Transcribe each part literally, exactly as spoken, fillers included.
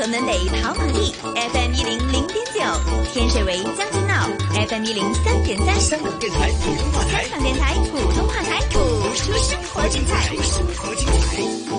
屯门北陶棚地 F M 一零零点九，天水围将军澳 F M 一零三点三， 香港电台普通话台， 香港电台普通话台，谱出生活精彩， 生活精彩。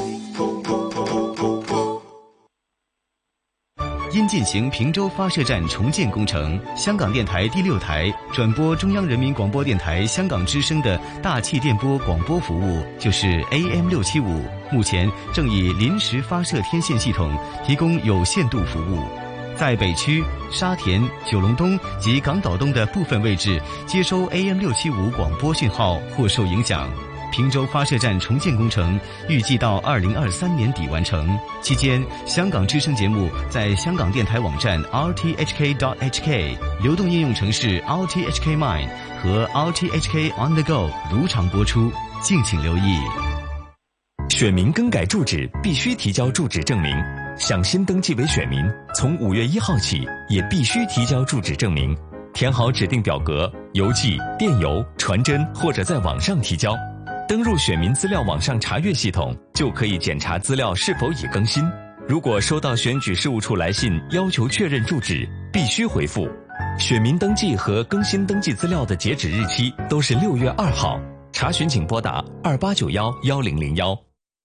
因进行平洲发射站重建工程，香港电台第六台转播中央人民广播电台香港之声的大气电波广播服务，就是 A M 六七五，目前正以临时发射天线系统提供有限度服务。在北区、沙田、九龙东及港岛东的部分位置接收 A M 六七五广播讯号或受影响。平洲发射站重建工程预计到二零二三年底完成，期间香港之声节目在香港电台网站 r t h k dot h k、 流动应用程式 r t h k mine 和 r t h k on the go 如常播出，敬请留意。 选民更改住址必须提交住址证明，想新登记为选民，从五月一号起也必须提交住址证明，填好指定表格，邮寄、电邮、传真或者在网上提交。登入选民资料网上查阅系统，就可以检查资料是否已更新。如果收到选举事务处来信要求确认住址，必须回复。选民登记和更新登记资料的截止日期都是六月二号。查询请拨打二八九幺幺零零幺。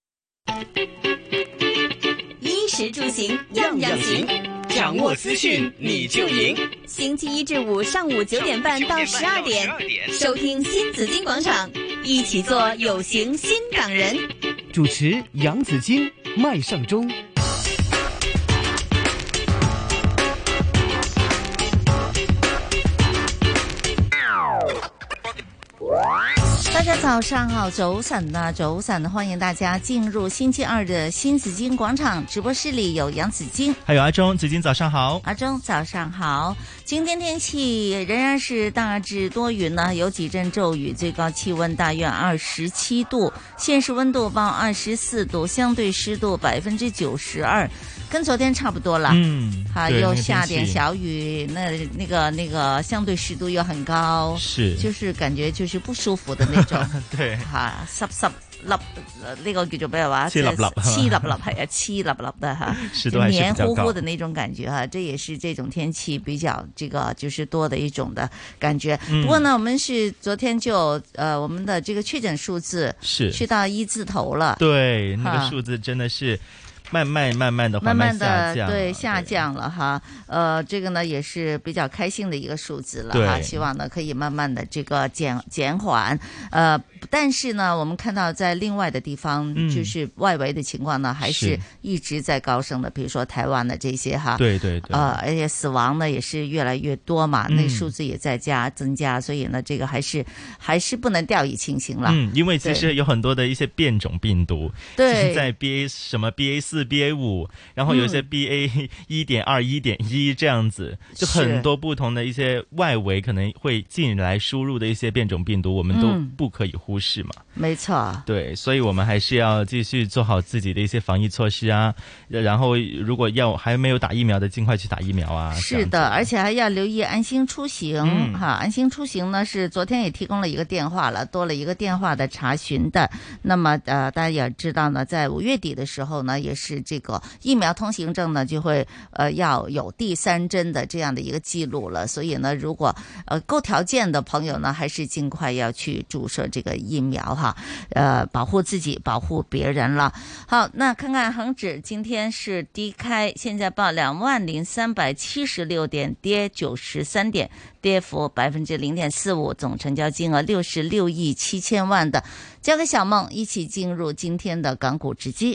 衣食住行样样行， 掌握资讯你就赢。 星期一至五上午九点半到十二点，收听新紫金广场，一起做有型新港人。 主持杨紫金、麦尚中。 大家早上好，早晨啊，早晨，欢迎大家进入星期二的新紫金广场直播室里，有杨紫金， 还有阿中。紫金早上好。 阿中早上好。今天天气仍然是大致多云呢，有几阵骤雨，最高气温大约二十七度，现实温度报二十四度，相对湿度百分之九十二，跟昨天差不多了。 嗯， 哈、啊，又下点小雨，那那个那个相对湿度又很高， 是， 就是感觉就是不舒服的那种。 对， 吓濕濕粒，呢個叫做咩話？ 黐粒粒， 黐粒粒係啊，黐粒粒的哈， 就黏糊糊的那種感覺哈，這也是這種天氣比較這個就是多的一種的感覺。 嗯、 不過呢，我們是昨天就呃我們的這個確診數字是去到一字頭了， 對，那個數字真的是。慢慢慢慢的慢慢的对下降了哈，呃，这个呢也是比较开心的一个数字了哈，希望呢可以慢慢的这个减减缓，呃，但是呢，我们看到在另外的地方，嗯、就是外围的情况呢，还是一直在高升的，比如说台湾的这些哈， 对对对， 呃，而且死亡呢也是越来越多嘛，嗯、那数字也在加增加，所以呢，这个还是还是不能掉以轻心了。 嗯，因为其实有很多的一些变种病毒， 对， 在 B A 什么 B A 四。B A 五，然后有些 B A 一点二、一点一这样子，就很多不同的一些外围可能会进来输入的一些变种病毒，我们都不可以忽视嘛。 嗯、没错， 对，所以我们还是要继续做好自己的一些防疫措施啊。然后，如果要还没有打疫苗的，尽快去打疫苗啊。 是的，而且还要留意安心出行、嗯、哈。安心出行呢是昨天也提供了一个电话了，多了一个电话的查询的。那么呃，大家也知道呢，在五月底的时候呢，也是这个。疫苗通行证呢就会呃要有第三针的这样的一个记录了，所以呢，如果呃够条件的朋友呢，还是尽快要去注射这个疫苗哈，呃，保护自己，保护别人了。好，那看看恒指今天是低开，现在报两万零三百七十六点，跌九十三点，跌幅百分之零点四五，总成交金额六十六亿七千万的。交给小梦，一起进入今天的港股直击。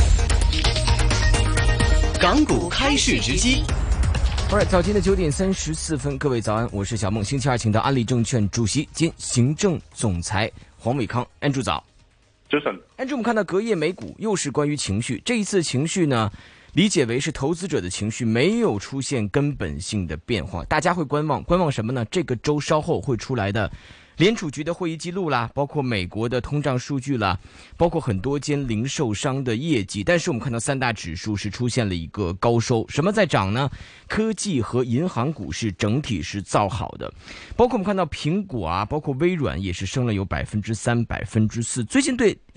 港股开市直击。 Alright， 早间的九点三十四分，各位早安，我是小梦。星期二请到安利证券主席兼行政总裁黄伟康 ，Andrew 早。 早晨 ，Andrew， 我们看到隔夜美股又是关于情绪，这一次情绪呢，理解为是投资者的情绪没有出现根本性的变化，大家会观望，观望什么呢？这个周稍后会出来的。联储局的会议记录啦，包括美国的通胀数据啦，包括很多间零售商的业绩，但是我们看到三大指数是出现了一个高收，什么在涨呢？科技和银行股市整体是造好的，包括我们看到苹果啊，包括微软也是升了有百分之三、百分之四。最近对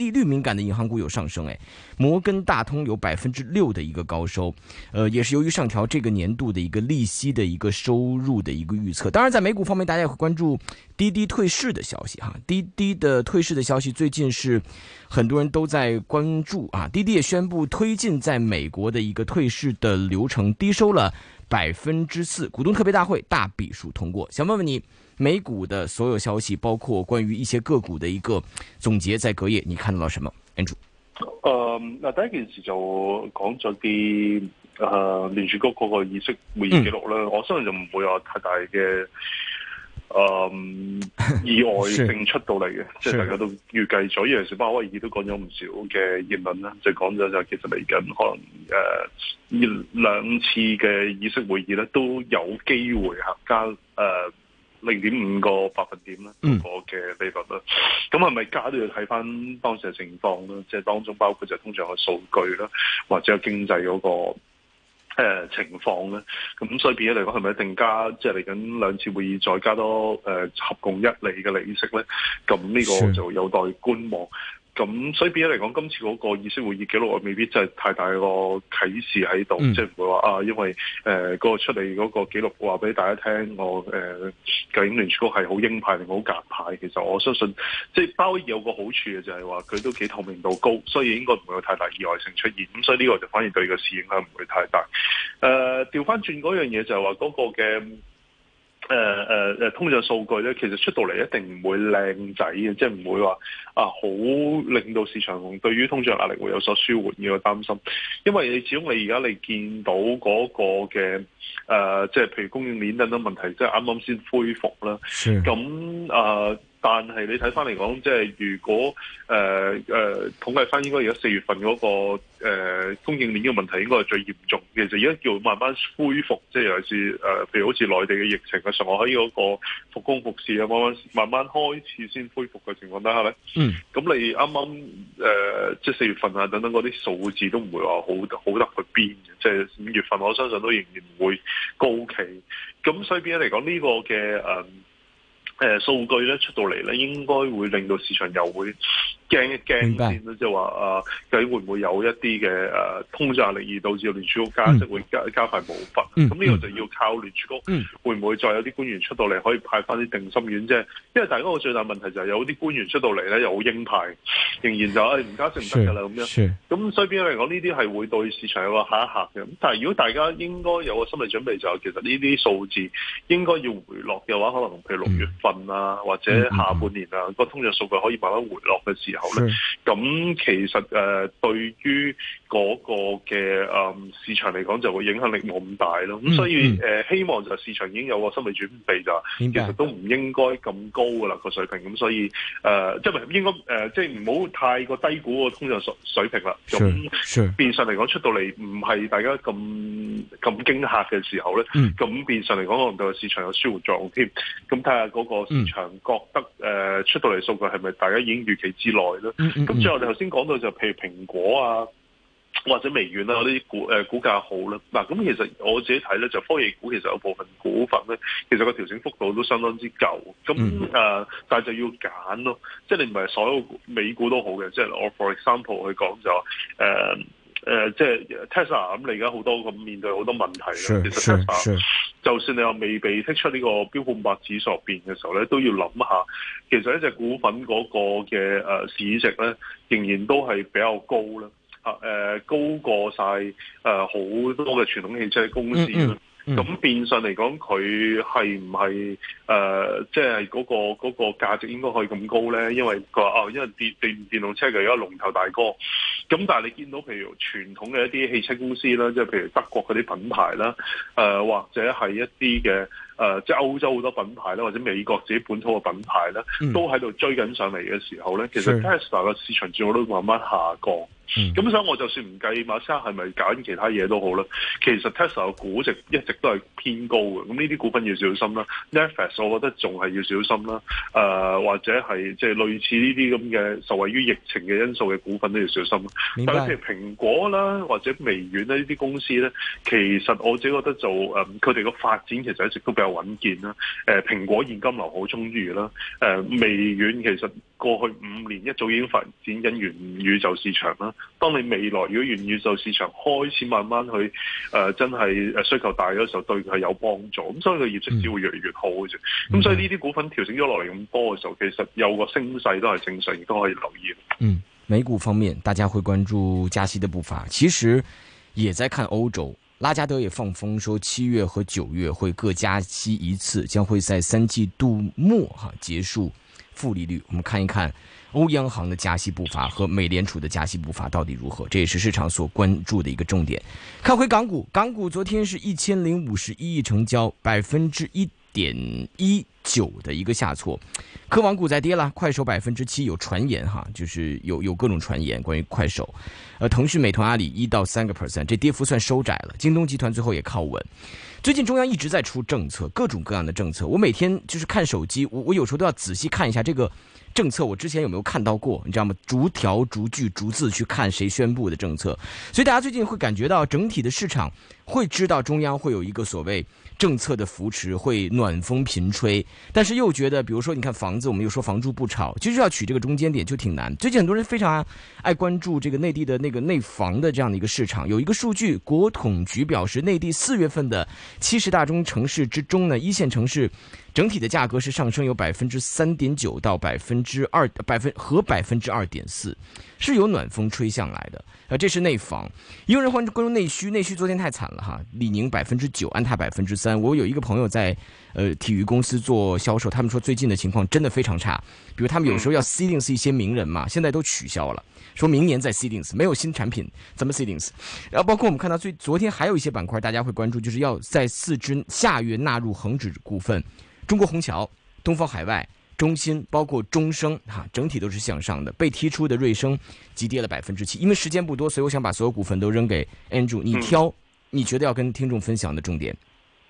利率敏感的银行股有上升，哎，摩根大通有百分之六的一个高收，呃，也是由于上调这个年度的一个利息的一个收入的一个预测。当然，在美股方面，大家也会关注滴滴退市的消息哈。滴滴的退市的消息最近是很多人都在关注啊。滴滴也宣布推进在美国的一个退市的流程，低收了百分之四，股东特别大会大比数通过。想问问你，美股的所有消息，包括關於一些個股的一個總結，在隔夜你看到了什麼 Andrew？ 誒嗱，第一件事就講咗啲誒聯儲局嗰個議息會議記錄啦，嗯、我相信就唔會有太大嘅誒、呃、意外性出到嚟嘅，即係大家都預計咗，尤其是鮑威爾都講咗唔少嘅言論啦，就講咗就其實嚟緊可能誒呢兩次嘅議息會議咧都有機會嚇加誒。呃零點五個百分點啦，嗰個嘅利率啦，咁係咪加都要睇翻當時嘅情況啦？即係當中包括就係通脹嘅數據啦，或者經濟嗰、那個誒、呃、情況咧。咁所以變咗嚟講，係咪一定加？即係嚟緊兩次會議再加多誒、呃、合共一厘嘅利息咧？咁呢個就有待觀望。咁所以變咗嚟講，今次嗰個議息會議記錄未必真係太大個啟示喺度，嗯、即係唔會話啊，因為誒嗰、呃那個出嚟嗰個記錄話俾大家聽，我誒、呃、究竟聯儲局係好鷹派定好鴿派？其實我相信，即係鮑威爾有個好處嘅就係話佢都幾透明度高，所以應該唔會有太大意外性出現。咁所以呢個就反而對個市影響唔會太大。誒調翻轉嗰樣嘢就係話嗰個嘅。誒誒誒通脹數據咧，其實出到嚟一定唔會靚仔嘅，即係唔會話啊好令到市場對於通脹壓力會有所舒緩嘅擔心，因為你始終你而家你見到嗰個嘅誒、呃，即係譬如供應鏈等等問題，即係啱啱先恢復啦，咁誒。呃但係你睇翻嚟講，即係如果誒誒、呃呃、統計翻，應該而家四月份嗰、那個、呃、供應鏈嘅問題應該係最嚴重。其實而家叫慢慢恢復，即係尤其是誒、呃，譬如好似內地嘅疫情啊，上海喺嗰個復工復市啊，慢慢慢慢開始先恢復嘅情況底下咧，嗯，咁你啱啱誒即係四月份啊等等嗰啲數字都唔會話好好得去邊嘅，即係五月份我相信都仍然會高企。咁所以變咗嚟講呢個嘅誒。呃誒數據咧出到嚟咧，應該會令到市場又會驚一驚先啦，即係話啊，究竟會唔會有一啲嘅誒通脹壓力而導致聯儲局加息會加、嗯、加快步伐？咁呢、嗯、個就要靠聯儲局、嗯、會唔會再有啲官員出到嚟可以派翻啲定心丸啫？因為大家個最大問題就係有啲官員出到嚟咧，又好鷹派，仍然就誒唔、哎、加息唔得㗎啦咁樣。咁所以變咗嚟講，呢啲係會對市場有個嚇一嚇嘅。咁但係如果大家應該有個心理準備，就係其實呢啲數字應該要回落嘅話，可能譬如六月份。嗯啊，或者下半年啊，個、嗯嗯、通脹數據可以慢慢回落嘅時候咧，咁是其實誒、呃、對於嗰個嘅誒、呃、市場嚟講就會影響力冇咁大咯。咁、嗯、所以誒、呃、希望就市場已經有個心理準備就，其實都唔應該咁高噶啦個水平。咁所以誒、呃、即係唔應該誒、呃、即係唔好太過低估個通脹水水平啦。咁變相嚟講出到嚟唔係大家咁咁驚嚇嘅時候咧，咁、嗯、變相嚟講可能對個市場有舒緩作用添。咁睇下嗰個市場覺得誒、呃、出到嚟數據係咪大家已經預期之內咧？咁、嗯嗯嗯、最後我哋頭先講到就譬如蘋果啊或者微軟啊嗰啲股誒、呃、股價好啦。嗱咁其實我自己睇咧就科技股其實有部分股份咧，其實個調整幅度都相當之夠。咁誒、嗯呃，但係就要揀咯，即係你唔係所有美股都好嘅。即係我 for example 去講就誒。呃誒、呃，即係 Tesla 咁，你而家好多咁面對好多問題啦。其實 Tesla 就算你話未被剔出呢個標普五百指數入邊嘅時候咧，都要諗下，其實一隻股份嗰個嘅誒、呃、市值咧，仍然都係比較高啦。啊、呃，誒高過晒誒好多嘅傳統汽車公司啦。嗯嗯咁、嗯、變相嚟講，佢係唔係誒，即係嗰個嗰、嗰個價值應該可以咁高咧？因為佢話哦，因為電電電動車嘅而家龍頭大哥。咁但係你見到譬如傳統嘅一啲汽車公司啦，即係譬如德國嗰啲品牌啦，誒、呃、或者係一啲嘅誒，即係歐洲好多品牌啦，或者美國自己本土嘅品牌啦，嗯、都喺度追緊上嚟嘅時候咧，其實 Tesla 嘅市場佔有率慢慢下降。咁、嗯、所以我就算唔計馬斯克係咪揀其他嘢都好啦，其實 Tesla 嘅估值一直都係偏高嘅，咁呢啲股份要小心啦。Netflix 我覺得仲係要小心啦，誒、呃、或者係即係類似呢啲咁嘅受惠於疫情嘅因素嘅股份都要小心。明白。但係譬如蘋果啦或者微軟呢啲公司咧，其實我自己覺得就誒佢哋個發展其實一直都比較穩健啦。誒、呃、蘋果現金流好充裕啦，誒、呃、微軟其實過去五年一早已經發展緊元宇宙市場啦。當你未來如果元宇宙市場開始慢慢去誒、呃、真係誒需求大嘅時候，對佢係有幫助。咁所以佢業績只會越嚟越好嘅啫。咁、嗯、所以呢啲股份調整咗落嚟咁多嘅時候，其實有個升勢都係正常，亦都可以留意。 嗯，美股方面，大家會關注加息的步伐，其實也在看歐洲。拉加德也放風說，七月和九月會各加息一次，將會在三季度末哈結束負利率。我們看一看歐央行的加息步伐和美聯儲的加息步伐到底如何，這也是市場所關注的一個重點。看回港股，港股昨天是一千零五十一億成交，百分之一點一九的一個下挫。科網股在跌了，快手百分之七，有傳言哈，就是有有各種傳言關於快手。呃，騰訊、美團、阿里一到三個 percent， 這跌幅算收窄了。京東集團最後也靠穩。最近中央一直在出政策，各種各樣的政策。我每天就是看手機，我我有時候都要仔細看一下這個政策，我之前有沒有看到過？你知道嗎？逐條、逐句、逐字去看誰宣布的政策。所以大家最近會感覺到整體的市場會知道中央會有一個所謂政策的扶持，會暖風頻吹，但是又覺得，比如說你看房子，我們又說房住不炒，就是要取這個中間點就挺難。最近很多人非常愛關注這個內地的那個內房的這樣的一個市場。有一個數據，國統局表示，內地四月份的七十大中城市之中呢，一線城市整體的價格是上升有百分之三點九到百分之二百分和百分之二點四，是有暖風吹向來的。啊，這是內房。也有人關注內需，內需昨天太慘了哈，李寧百分之九，安踏百分之三。我有一個朋友在呃體育公司做銷售，他們說最近的情況真的非常差。比如他們有時候要 seedings 一些名人嘛，現在都取消了，說明年再 seedings， 沒有新產品怎麼 seedings。然後包括我們看到最昨天還有一些板塊大家會關注，就是要在四支下月納入恒指股份，中國虹橋、東方海外、中芯，包括中升哈，整體都是向上的。被踢出的瑞聲急跌了百分之七。因為時間不多，所以我想把所有股份都扔給 Andrew， 你挑、嗯、你覺得要跟聽眾分享的重點。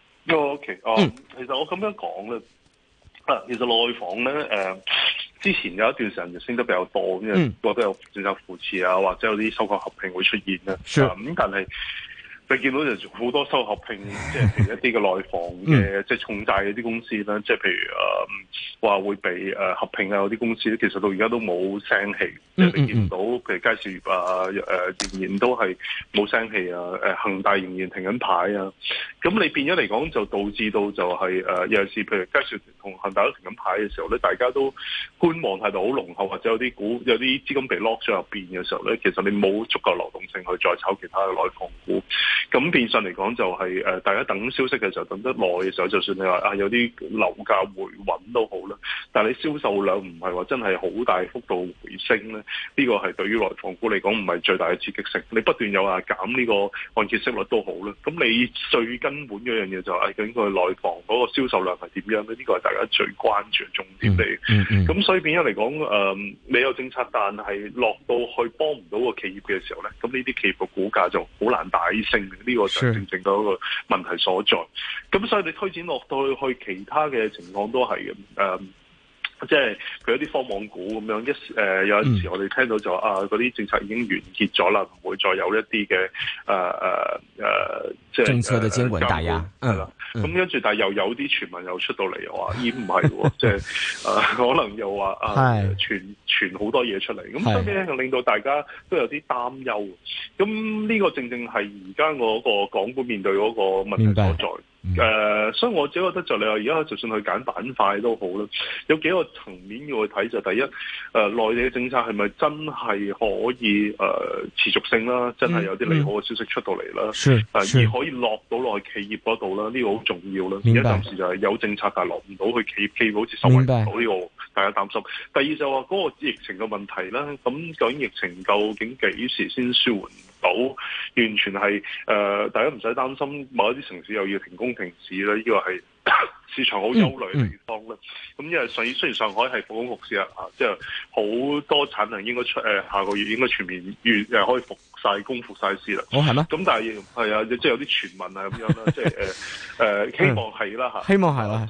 O K， 哦， 嗯、 其實我咁樣講咧，啊，其實內房咧，誒、呃，之前有一段時間就升得比較多，因為覺得有政策扶持啊，或者有啲收購合併會出現啦。咁、啊、但係你見到就好多收購合併，即係譬如一啲嘅內房嘅、嗯、即係重債嗰啲公司啦，即係譬如誒話、呃、會被誒、呃、合併啊嗰啲公司咧，其實到而家都冇聲氣。即係你見到譬如佳兆業啊，誒、呃、仍然都係冇聲氣啊，誒恒大仍然停緊牌啊。咁你變咗嚟講，就導致到就係、是、誒、呃、有陣時譬如佳兆業同恒大都停緊牌嘅時候咧，大家都觀望態度好濃厚，或者有啲股有啲資金被 lock 咗入邊嘅時候咧，其實你冇足夠流動性去再炒其他嘅內房股。咁變相嚟講就係、是、誒、呃、大家等消息嘅時候等得耐嘅時候，就算你話啊有啲樓價回穩都好啦，但係你銷售量唔係話真係好大幅度回升咧，呢、這個係對於內房股嚟講唔係最大嘅刺激性。你不斷有話減呢個按揭息率都好啦，咁你最根本嗰樣嘢就係、是、究竟佢內房嗰個銷售量係點樣咧？呢、這個係大家最關注嘅重點嚟。咁、嗯嗯嗯、所以變咗嚟講，誒、呃、你有政策，但係落到去幫唔到個企業嘅時候咧，咁呢啲企業嘅股價就好難大升。呢、這個就正正嗰個問題所在。咁所以你推展落到去其他嘅情況都係嘅，誒、呃，即係佢一啲科網股咁樣一誒、呃、有陣時我哋聽到就啊嗰啲政策已經完結咗啦，唔會再有一啲嘅誒誒誒即係政策嘅監管打壓， 係啦。咁跟住，但係又有啲傳聞又出到嚟，又話咦唔係喎，即係誒可能又話啊傳傳好多嘢出嚟，咁所以咧就令到大家都有啲擔憂。咁呢個正正係而家我個港股面對嗰個問題所在。誒、呃，所以我自己覺得就你話而家就算去揀板塊都好啦，有幾個層面要去睇。就第一，誒、呃，內地嘅政策係咪真係可以誒、呃、持續性啦？真係有啲利好嘅消息出到嚟啦，誒、呃，而可以落到落去企業嗰度啦，呢、這個好重要啦。而家暫時就係有政策，但係落唔到去企業，企業好似受惠唔到呢個，大家擔心。第二就話嗰個疫情嘅問題啦，咁究竟疫情究竟幾時先舒緩到？完全係誒、呃，大家唔使擔心某一啲城市又要停工停市咧，呢、這個係市場好憂慮嘅地方咧。咁、嗯嗯、因為上雖然上海係復工復市啊，即係好多產能應該出誒、呃、下個月應該全面月誒可以復晒工復晒市啦。哦，係咩？咁但係係啊，即係有啲傳聞啊咁樣啦，即係誒誒希望係啦嚇，希望係啦，即係。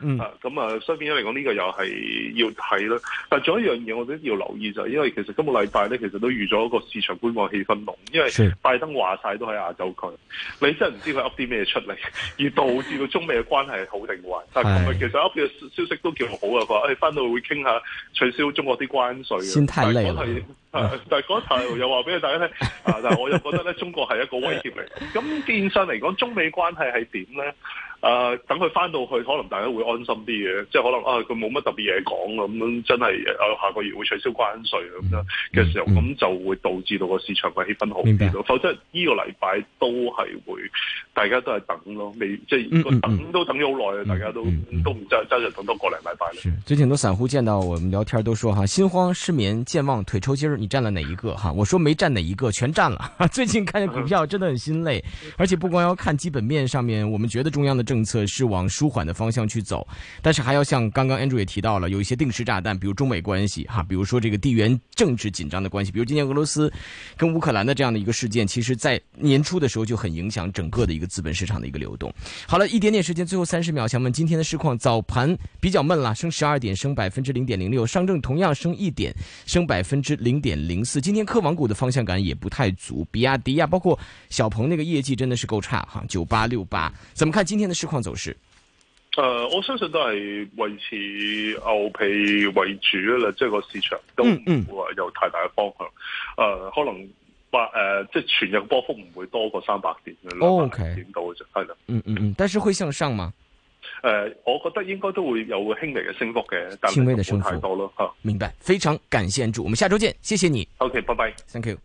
嗯啊咁啊，所以變咗嚟講呢個又係要睇啦。但係仲有一樣嘢我都要留意就係，因為其實今個禮拜咧其實都預咗一個市場觀望氣氛濃，因為拜登話晒都喺亞洲區，你真係唔知佢噏啲咩出嚟，而導致到中美嘅關係好定壞。但係琴日其實噏嘅消息都叫好啊，佢話誒翻到會傾下取消中國啲關稅嘅，但係嗰係但係嗰頭又話俾大家聽啊，但係我又覺得咧中國係一個威脅嚟。咁變相嚟講，中美關係係點咧？誒、呃，等佢翻到去，可能大家會安心啲嘅，即係可能啊，佢冇乜特別嘢講咁樣，真係誒下個月會取消關稅咁樣嘅時候，咁、嗯、就會導致到個市場嘅氣氛好啲咯。否則呢個禮拜都係會，大家都係等咯，未即係個等都等咗好耐，大家都、嗯嗯、都唔真真係等多個零禮拜咧。 最近很多散戶見到我們聊天都說哈，心慌失眠健忘腿抽筋兒，你佔了哪一個哈？我說沒佔哪一個，全佔了。最近看見股票真的很心累，而且不光要看基本面上面，我們覺得中央的政策是往舒緩的方向去走，但是還要像剛剛 Andrew 也提到了，有一些定時炸彈，比如中美關係哈，比如說這個地緣政治緊張的關係，比如今天俄羅斯跟烏克蘭的這樣的一個事件，其實在年初的時候就很影響整個的一個資本市場的一個流動。好了，一點點時間，最後三十秒，想問今天的市況，早盤比較悶啦，升十二點，升百分之零點零六，上證同樣升一點，升百分之零點零四。今天科網股的方向感也不太足，比亞迪呀，包括小鵬那個業績真的是夠差哈，九八六八，怎麼看今天的市況走勢？ 誒、呃，我相信都係維持牛皮為主啦，即係個市場都唔會話有太大嘅方向。誒、嗯嗯呃，可能百誒、呃，即係全日波幅唔會多過三百點嘅，兩百點到嘅啫，係啦。嗯嗯嗯， 但是會向上嗎？ 誒、呃，我覺得應該都會有輕微嘅升幅嘅，但係唔會太多咯。嚇， 明白，非常感謝安柱，我們下周見，謝謝你。 OK，拜拜 ，Thank you。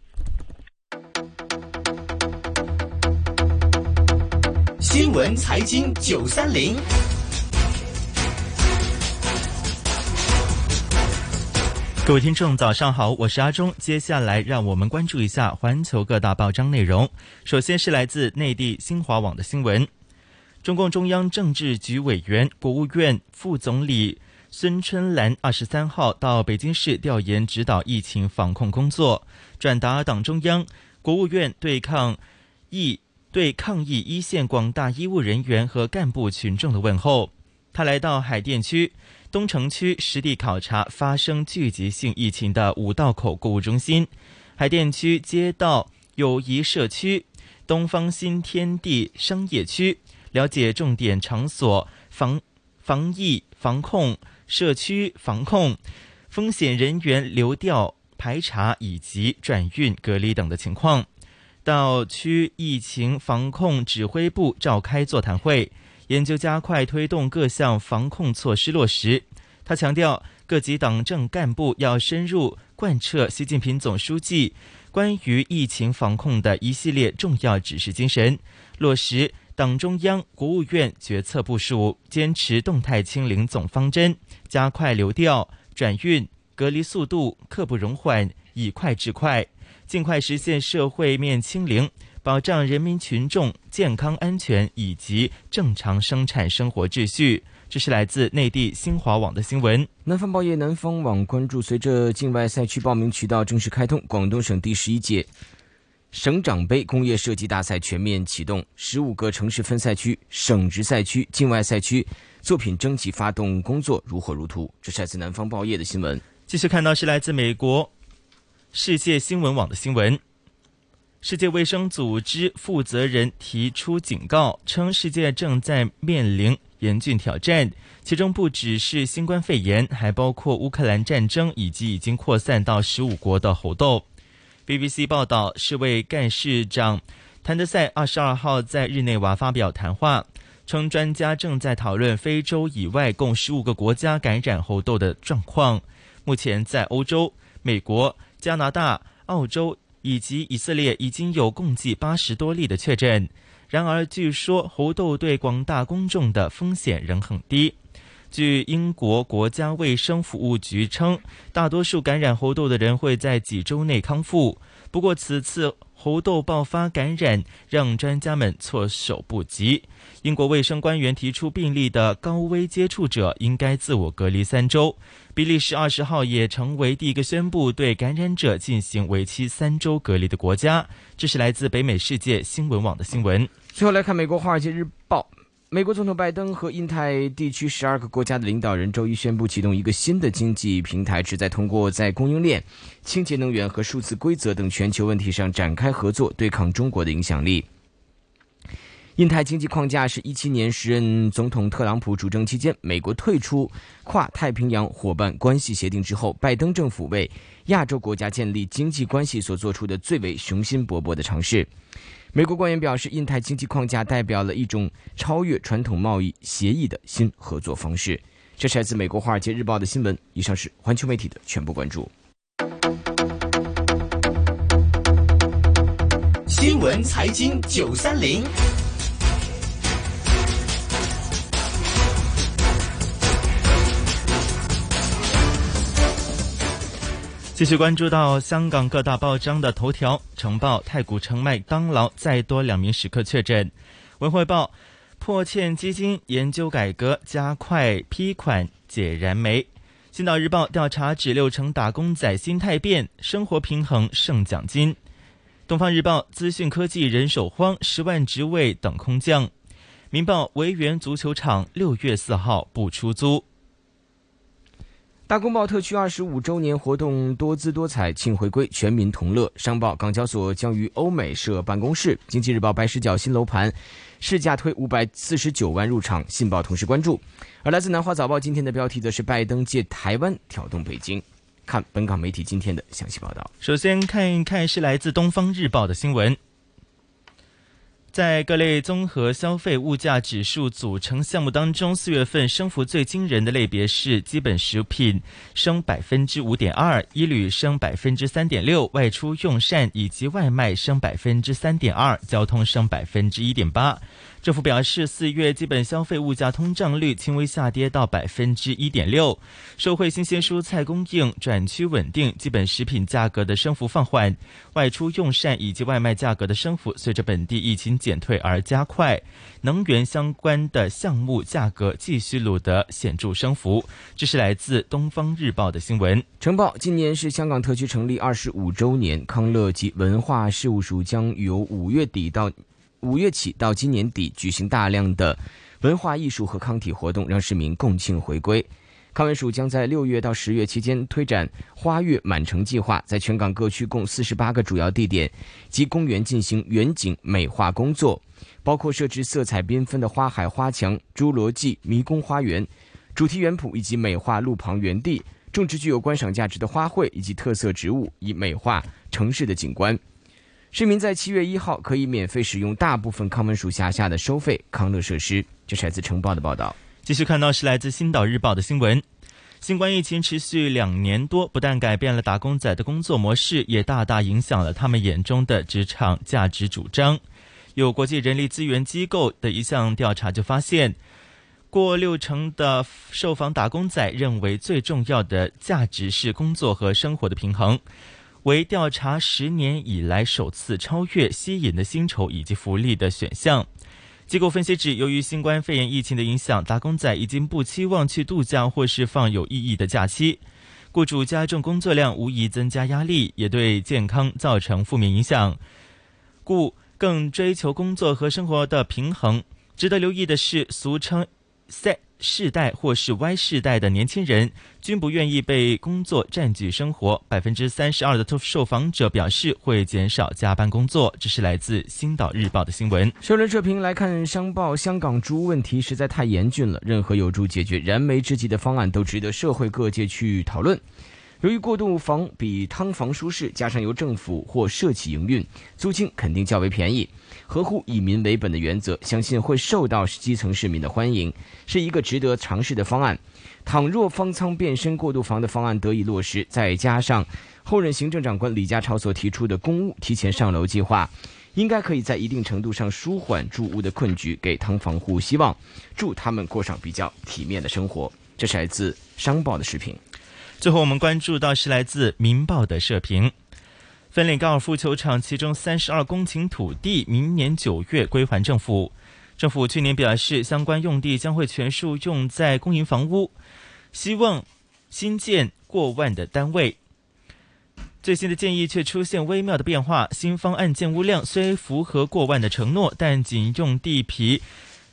新聞財經九三零。 各位聽眾早上好，我是阿忠，接下來讓我們關注一下環球各大報章內容。首先是來自內地新華網的新聞，中共中央政治局委員、國務院副總理孫春蘭二十三號到北京市調研指導疫情防控工作，轉達黨中央、國務院對抗疫對抗疫一線廣大醫務人員和幹部群眾的問候。他來到海淀區東城區實地考察發生聚集性疫情的五道口購物中心、海淀區街道友誼社區、東方新天地商業區，了解重點場所防防疫防控、社區防控、風險人員流調排查以及轉運隔離等的情況。到區疫情防控指揮部召開座談會，研究加快推動各項防控措施落實。他強調，各級黨政幹部要深入貫徹習近平總書記關於疫情防控的一系列重要指示精神，落實黨中央、國務院決策部署，堅持動態清零總方針，加快流調、轉運、隔離速度，刻不容緩，以快制快，盡快實現社會面清零，保障人民群眾健康安全以及正常生產生活秩序。這是來自內地新華網的新聞。 南方報業南方網關注，隨着境外賽區報名渠道正式開通，廣東省第十一屆省長杯工業設計大賽全面啟動，十五個城市分賽區、省直賽區、境外賽區作品徵集發動工作如火如荼。這是來自南方報業的新聞。 繼續看到是來自美國世界新聞網的新聞。世界衛生組織負責人提出警告，稱世界正在面臨嚴峻挑戰，其中不只是新冠肺炎，還包括烏克蘭戰爭以及已經擴散到十五國的猴痘。B B C 報道，世衛幹事長譚德賽二十二號在日內瓦發表談話，稱專家正在討論非洲以外共十五個國家感染猴痘的狀況。目前在歐洲、美國、加拿大、澳洲以及以色列已經有共計八十多例的確診。然而，據說猴痘對廣大公眾的風險仍很低。據英國國家衛生服務局稱，大多數感染猴痘的人會在幾週內康復。不過，此次猴痘爆發感染讓專家們措手不及。英國衛生官員提出，病例的高危接觸者應該自我隔離三週。比利時二十號也成為第一個宣布對感染者進行為期三週隔離的國家。這是來自北美世界新聞網的新聞。 最後來看美國《華爾街日報》。 美国总统拜登和印太地区十二个国家的领导人周一宣布启动一个新的经济平台，旨在通过在供应链、清洁能源和数字规则等全球问题上展开合作，对抗中国的影响力。印太经济框架是一七年时任总统特朗普主政期间，美国退出跨太平洋伙伴关系协定之后，拜登政府为亚洲国家建立经济关系所做出的最为雄心勃勃的尝试。美国官员表示，印太经济框架代表了一种超越传统贸易协议的新合作方式。这是来自美国《华尔街日报》的新闻。以上是环球媒体的全部关注。 新闻财经九三零。 继续关注到香港各大报章的头条，晨报太古城麦当劳再多两名食客确诊，文汇报破欠基金研究改革加快批款解燃眉，星岛日报调查指六成打工仔心态变，生活平衡胜奖金，东方日报资讯科技人手荒，十万职位等空降，民报维园足球场六月四号不出租。 大公报特区二十五周年活动多姿多彩，庆回归，全民同乐。商报港交所将于欧美设办公室。经济日报白石角新楼盘市价推五百四十九万入场。信报同时关注。而来自南华早报今天的标题则是拜登借台湾挑动北京。看本港媒体今天的详细报道。 首先看一看是来自东方日报的新闻。在各类综合消费物价指数组成项目当中，四月份升幅最惊人的类别是基本食品升百分之五点二，衣履升百分之三点六，外出用膳以及外卖升百分之三点二，交通升百分之一点八。政府表示，四月基本消费物价通胀率轻微下跌到百分之一点六，受惠新鲜蔬菜供应转趋稳定，基本食品价格的升幅放缓，外出用膳以及外卖价格的升幅随着本地疫情减退而加快，能源相关的项目价格继续录得显著升幅。这是来自东方日报的新闻。 晨报今年是香港特区成立二十五周年，康乐及文化事务署将由五月底到五月起到今年底举行大量的文化艺术和康体活动，让市民共庆回归。康文署将在六月到十月期间推展花月满城计划，在全港各区共四十八个主要地点及公园进行远景美化工作，包括设置色彩缤纷的花海花墙、侏罗纪迷宫花园、主题园圃以及美化路旁园地，种植具有观赏价值的花卉以及特色植物，以美化城市的景观。市民在七月一号可以免费使用大部分康文署辖下的收费康乐设施。这是来自晨报的报道。 继续看到是来自星岛日报的新闻。新冠疫情持续两年多，不但改变了打工仔的工作模式，也大大影响了他们眼中的职场价值主张。有国际人力资源机构的一项调查就发现，过六成的受访打工仔认为最重要的价值是工作和生活的平衡，为调查十年以来首次超越吸引的薪酬以及福利的选项。机构分析指，由于新冠肺炎疫情的影响，打工仔已经不期望去度假或是放有意义的假期，雇主加重工作量无疑增加压力，也对健康造成负面影响，故更追求工作和生活的平衡。值得留意的是，俗称 Z 世代或是 Y 世代的年轻人均不愿意被工作占据生活， 百分之三十二 的受访者表示会减少加班工作。这是来自星岛日报的新闻。 社论社评来看商报，香港租屋问题实在太严峻了，任何有助解决燃眉之急的方案都值得社会各界去讨论。由于过渡房比汤房舒适，加上由政府或社企营运，租金肯定较为便宜，合乎以民为本的原则，相信会受到基层市民的欢迎，是一个值得尝试的方案。倘若方舱变身过渡房的方案得以落实，再加上后任行政长官李家超所提出的公屋提前上楼计划，应该可以在一定程度上舒缓住屋的困局，给汤房户希望，助他们过上比较体面的生活。这是来自商报的视频。 最后我们关注到是来自民报的社评。粉岭高尔夫球场其中三十二公顷土地明年九月归还政府。政府去年表示，相关用地将会全数用在公营房屋，希望新建过万的单位。最新的建议却出现微妙的变化，新方案建屋量虽符合过万的承诺，但仅用地皮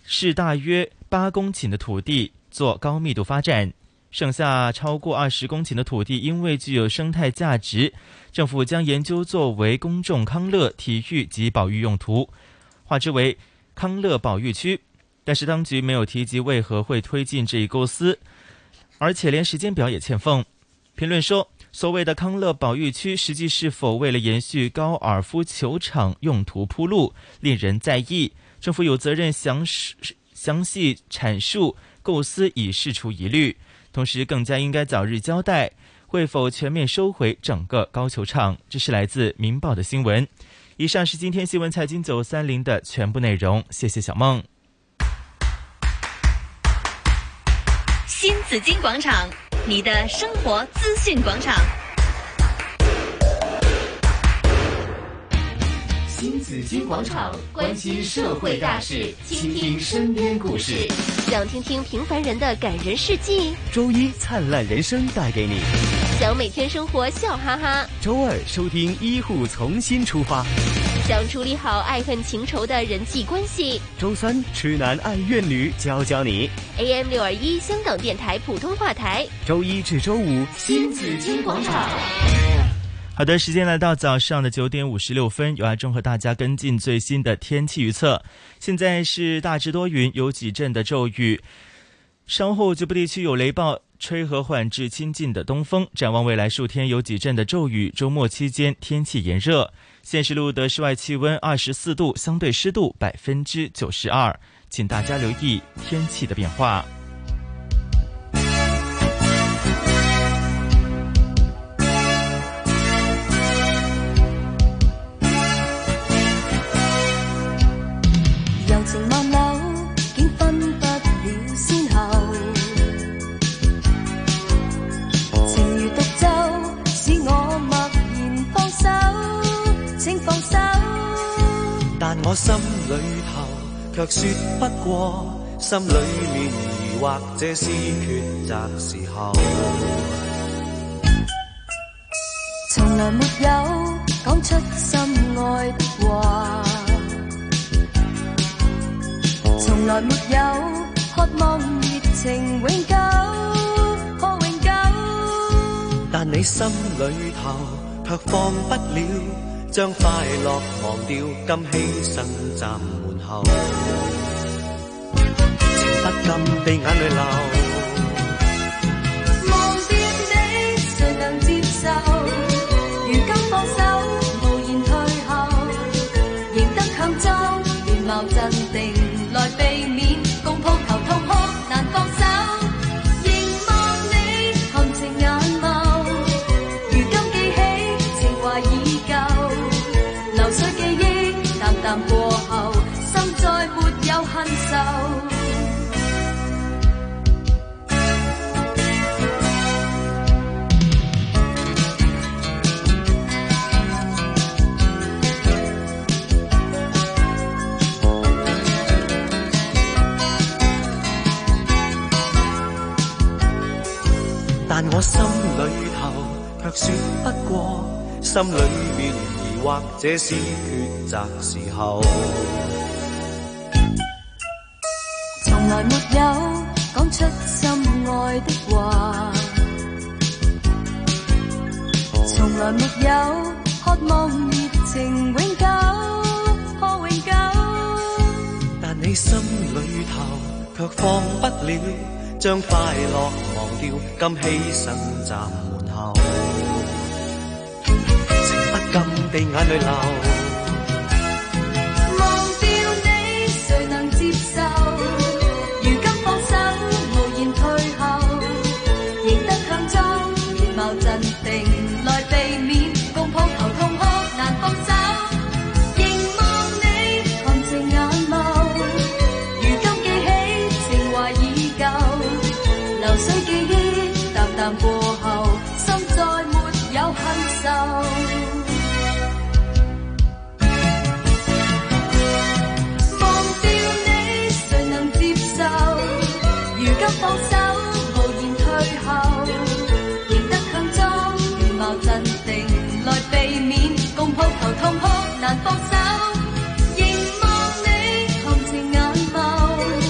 是大约八公顷的土地做高密度发展，剩下超过二十公顷的土地因为具有生态价值，政府将研究作为公众康乐、体育及保育用途，划之为康乐保育区。但是当局没有提及为何会推进这一构思，而且连时间表也欠奉。评论说，所谓的康乐保育区实际是否为了延续高尔夫球场用途铺路，令人在意。政府有责任详详细阐述构思，以释除疑虑，同时更加应该早日交代会否全面收回整个高球场。这是来自民报的新闻。以上是今天新闻财经九三零的全部内容，谢谢小梦。 新紫金广场，你的生活资讯广场。 新紫金广场，关心社会大事，倾听身边故事。 想听听平凡人的感人事迹？ 周一灿烂人生带给你。 想每天生活笑哈哈？ 周二收听医护重新出发。 想处理好爱恨情仇的人际关系？ 周三痴男爱怨女，教教你。 A M 六二一香港电台普通话台。 周一至周五，新紫金广场。 好的，时间来到早上的九点五十六分，由阿中和大家跟进最新的天气预测。现在是大致多云，有几阵的骤雨，稍后局部地区有雷暴，吹和缓至清劲的东风。展望未来数天有几阵的骤雨，周末期间天气炎热。现时录得室外气温二十四度，相对湿度百分之九十二，请大家留意天气的变化。 柔情萬縷，竟分不了先後。情如獨奏，使我默然放手，請放手。 但我心裏頭卻說不過，心裏面疑惑，這是抉擇時候。 從來沒有講出心愛的話，從來沒有渴望熱情永久，可永久。 但你心裏頭卻放不了，將快樂忘掉，今犧牲站門後，情不禁地眼淚流。 忘掉你，誰能接受？如今放手，無言退後，贏得強壯，面貌鎮定。來避免共抱頭痛哭難放手，凝望你含情眼眸，如今記起情懷已舊，流水記憶淡淡過後，心再沒有恨愁。 但我心裏頭卻說不過，心裏面疑惑，這是抉擇時候。 從來沒有講出心愛的話，從來沒有渴望熱情永久，可永久。 但你心裏頭卻放不了，將快樂忘掉，今犧牲站門後，情不禁地眼淚流。 忘掉你，誰能接受？如今放手，無言退後，贏得強壯，面貌鎮定，來避免共抱頭痛哭難放手。凝望你含情眼眸，如今記起情懷已舊，流水記憶淡淡過後，心再沒有恨愁。忘掉你，誰能接受？如今放手，無言退後，贏得強壯，面貌鎮定，來避免共抱頭痛哭難放手。凝望你含情眼眸，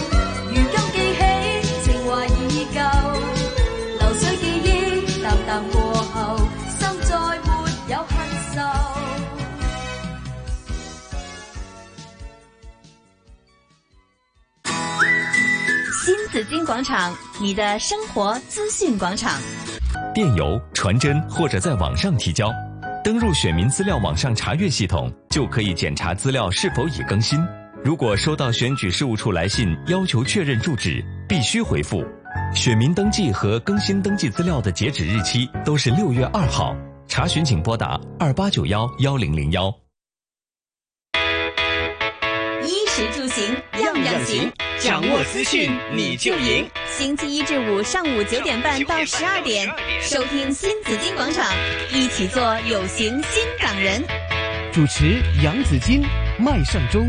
广场，你的生活资讯广场。 电邮、传真或者在网上提交，登入选民资料网上查阅系统，就可以检查资料是否已更新。如果收到选举事务处来信要求确认住址，必须回复。选民登记和更新登记资料的截止日期都是六月二号。查询请拨打二八九幺幺零零幺。 衣食住行样样行， 掌握资讯你就赢。 星期一至五上午九点半到十二点，收听新紫金广场，一起做有型新港人。 主持杨紫金、麦尚中。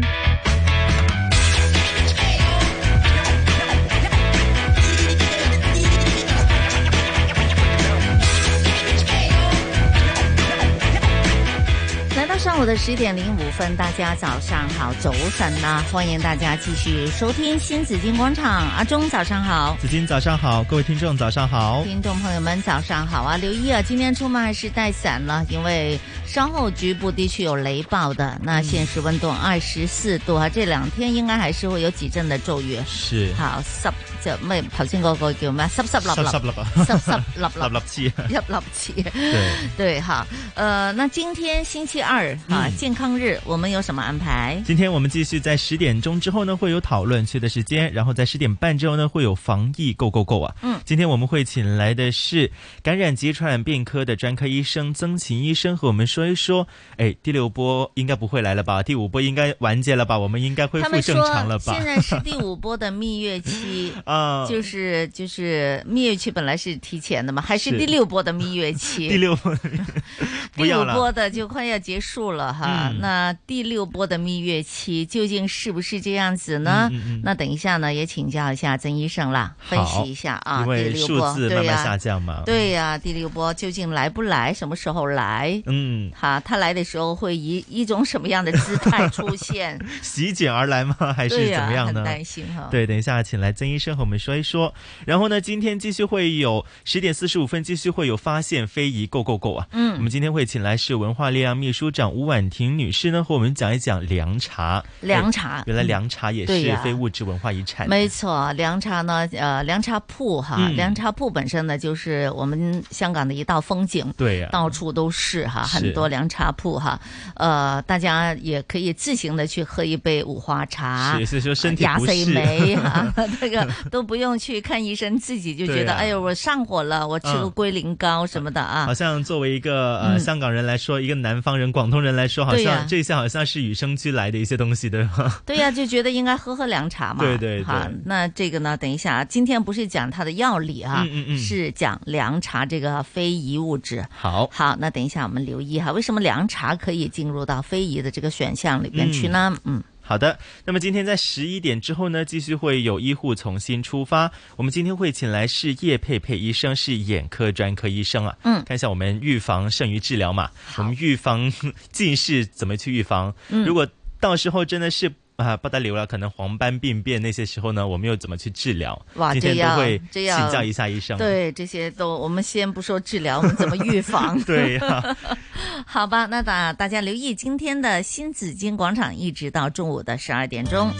上午的十点零五分，大家早上好，早晨啊！欢迎大家继续收听新紫金广场。阿忠早上好， 紫金早上好，各位听众早上好， 听众朋友们早上好啊！留意啊，今天出门还是带伞了，因为稍后局部地区有雷暴的。那现实温度二十四度啊，这两天應該還是會有幾陣的驟雨。 是， 好濕就咩？頭先嗰個叫咩？濕濕立立， 濕濕立啊， 濕濕立立立立氣， 立立氣。 對對，好，呃，那今天星期二啊，健康日，我們有什麼安排？ 今天我們繼續在十點鐘之後呢，會有討論區的時間，然後在十點半之後呢，會有防疫 Go Go Go 啊。嗯，今天我們會請來的是感染及傳染病科的專科醫生曾琴醫生，和我們說一說，哎，第六波應該不會來了吧？第五波應該完結了吧？我們應該恢復正常了吧？ 現在是第五波的蜜月期啊，就是就是蜜月期本來是提前的嘛，還是第六波的蜜月期？ 第六波， 第五波的就快要結束了哈。 嗯、 那第六波的蜜月期究竟是不是這樣子呢？嗯嗯嗯，那等一下呢，也請教一下曾醫生啦，分析一下啊。 因為數字慢慢下降嘛。 對呀、啊，第六波究竟來不來？什麼時候來？嗯，好，他來的時候會以一種什麼樣的姿態出現？ 席捲而來嗎？還是怎麼樣呢？ 對、啊、很擔心哈。 對，等一下請來曾醫生和我們說一說。然後呢，今天繼續會有十點四十五分，繼續會有發現非遺 Go Go Go 啊。嗯，我們今天會請來是文化力量秘書長吳婉婷女士呢，和我們講一講涼茶。 涼茶， 原來涼茶也是非物質文化遺產。 嗯、沒錯，涼茶呢，呃，涼茶鋪哈，嗯、涼茶鋪本身呢，就是我們香港的一道風景。對呀、啊，到處都是哈，很多涼茶鋪哈。呃，大家也可以自行的去喝一杯五花茶。 是，是說身體不適。 梅哈，這個都不用去看醫生，自己就覺得，啊、哎呦，我上火了，我吃個龜苓膏什麼的啊。 好像作為一個呃、嗯、香港人來說，一個南方人、廣東人來說，好像、啊、這些好像是與生俱來的一些東西，對吧？ 對呀、啊，就覺得應該喝喝涼茶嘛。 對對對。 好，那這個呢，等一下，今天不是講它的藥理啊，嗯嗯嗯，是講涼茶這個非遺物質。好，好，那等一下我們留意哈，為什麼涼茶可以進入到非遺的這個選項裏邊去呢？嗯。嗯好的，那麼今天在十一點之後呢，繼續會有醫護重新出發。我們今天會請來是葉佩佩醫生，是眼科專科醫生啊。嗯，看一下我們預防勝於治療嘛。我們預防近視怎麼去預防？嗯，如果到時候真的是啊不得了了，可能黃斑病變那些時候呢，我們又怎麼去治療？ 哇， 今天都會請教一下醫生。 對，這些都我們先不說治療，我們怎麼預防？ 對呀、啊。 好吧，那大大家留意今天的新紫金廣場，一直到中午的十二點鐘。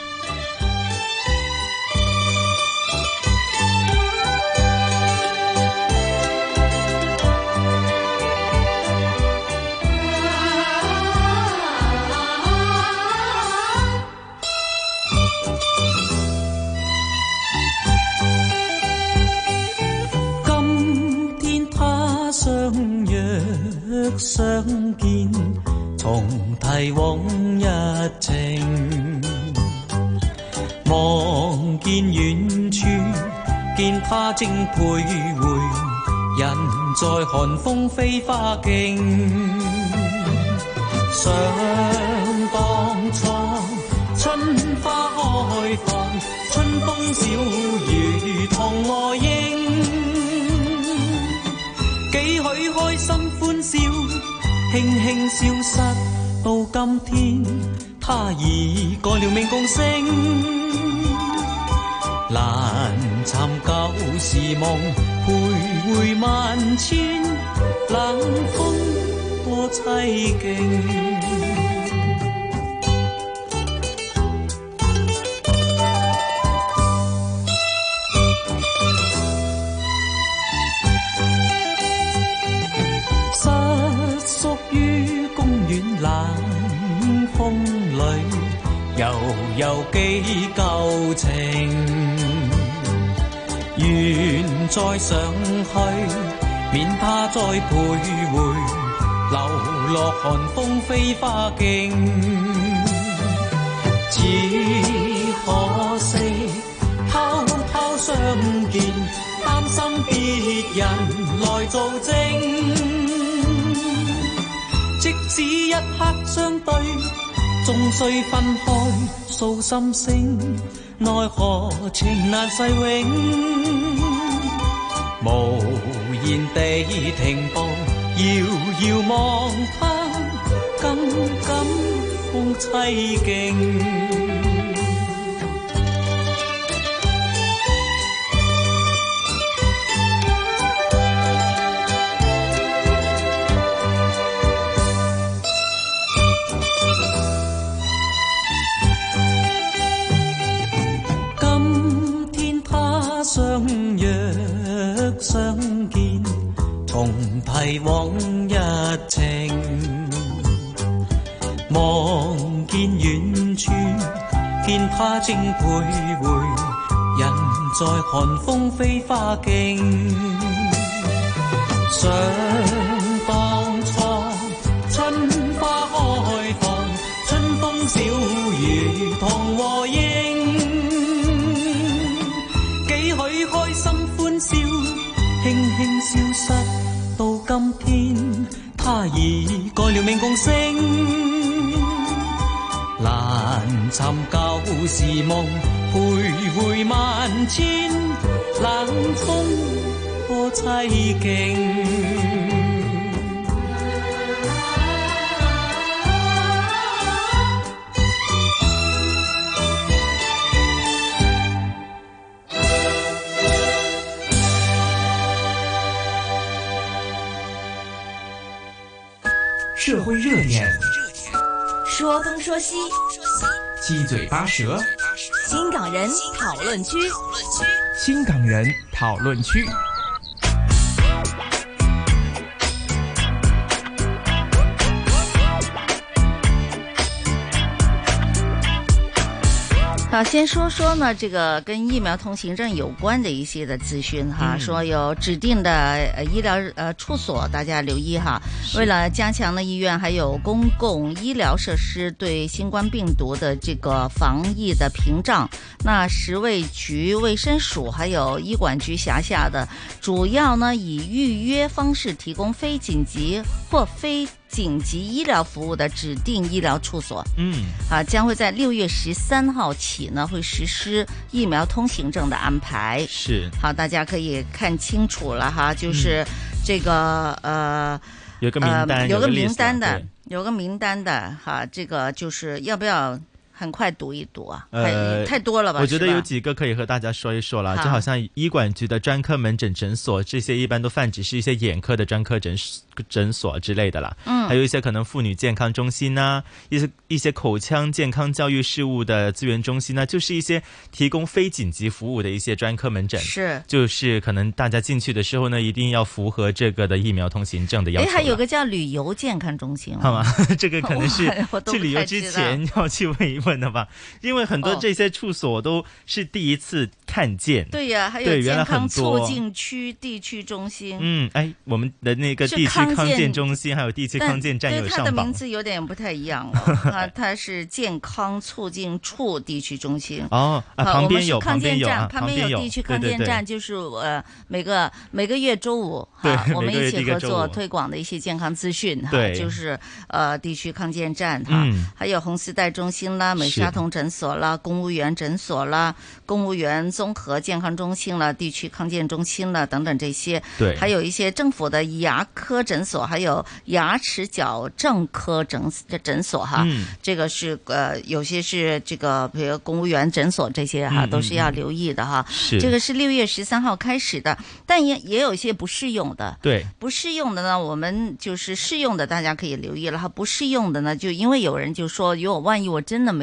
今天他相約相見，重提往日情，望見遠處，見他正徘徊，人在寒風飛花徑。想當初春花開放，春風小雨同我應，幾許開心歡笑，輕輕消失到今天，他已改了命共聲，難尋舊時夢，徘徊萬千，冷風多凄勁。 冷風裏，悠悠幾舊情，願再上去，免他再徘徊，流落寒風飛花徑。只可惜偷偷相見，擔心別人來做證。即使一刻相對，終須分開訴心聲，奈何情難逝永。無言地停步，遙遙望他，更感風凄勁。相約相見，重提往日情，望見遠處，見他正徘徊，人在寒風飛花徑。想當初春花開放，春風小雨同和應。開心歡笑，輕輕消失到今天，他已改了命共聲。難尋舊時夢，徘徊萬千，冷風多凄勁。 社会热点， 说东说西， 七嘴八舌， 新港人讨论区， 新港人讨论区。 好，先说说呢，这个跟疫苗通行证有关的一些的资讯哈，嗯、说有指定的呃医疗呃处所，大家留意哈。为了加强呢医院还有公共医疗设施对新冠病毒的这个防疫的屏障，那食卫局、卫生署还有医管局辖下的，主要呢以预约方式提供非紧急或非紧急医疗服务的指定医疗处所，嗯，啊，将会在六月十三号起呢，会实施疫苗通行证的安排。 是， 好，大家可以看清楚了哈，就是这个、嗯、呃， 有个名单， 呃、有个名单的， 有个名单的哈，这个就是要不要？很快读一读啊， 呃， 太多了吧？ 我觉得有几个可以和大家说一说了，就好像医管局的专科门诊诊所，这些一般都泛指是一些眼科的专科诊诊所之类的啦。嗯，还有一些可能妇女健康中心呐、啊，一些一些口腔健康教育事务的资源中心呢、啊，就是一些提供非紧急服务的一些专科门诊。 是， 就是可能大家进去的时候呢，一定要符合这个的疫苗通行证的要求。 哎，还有个叫旅游健康中心、哦， 好吗？这个可能是去旅游之前要去问一问的吧，因为很多这些处所我都是第一次看见。 哦、对呀、啊，还有健康促进区地区中心。 嗯，哎，我们的那个地区康健中心还有地区康健站有上榜。 对，它的名字有点不太一样了。啊，它是健康促进处地区中心。 哦，啊，旁边有， 旁边有， 旁边有地区康健站，就是呃每个每个月周五哈，我们一起合作推广的一些健康资讯哈，就是呃地区康健站哈，嗯、还有红丝带中心啦、美沙酮诊所啦、公务员诊所啦、公务员综合健康中心啦、地区康健中心啦等等这些， 对， 还有一些政府的牙科诊所，还有牙齿矫正科诊诊所哈，嗯、这个是呃有些是这个比如公务员诊所这些哈、嗯、都是要留意的哈。 是， 这个是六月十三号开始的，但也也有一些不适用的。 对， 不适用的呢，我们就是适用的大家可以留意了哈，不适用的呢，就因为有人就说，如果万一我真的没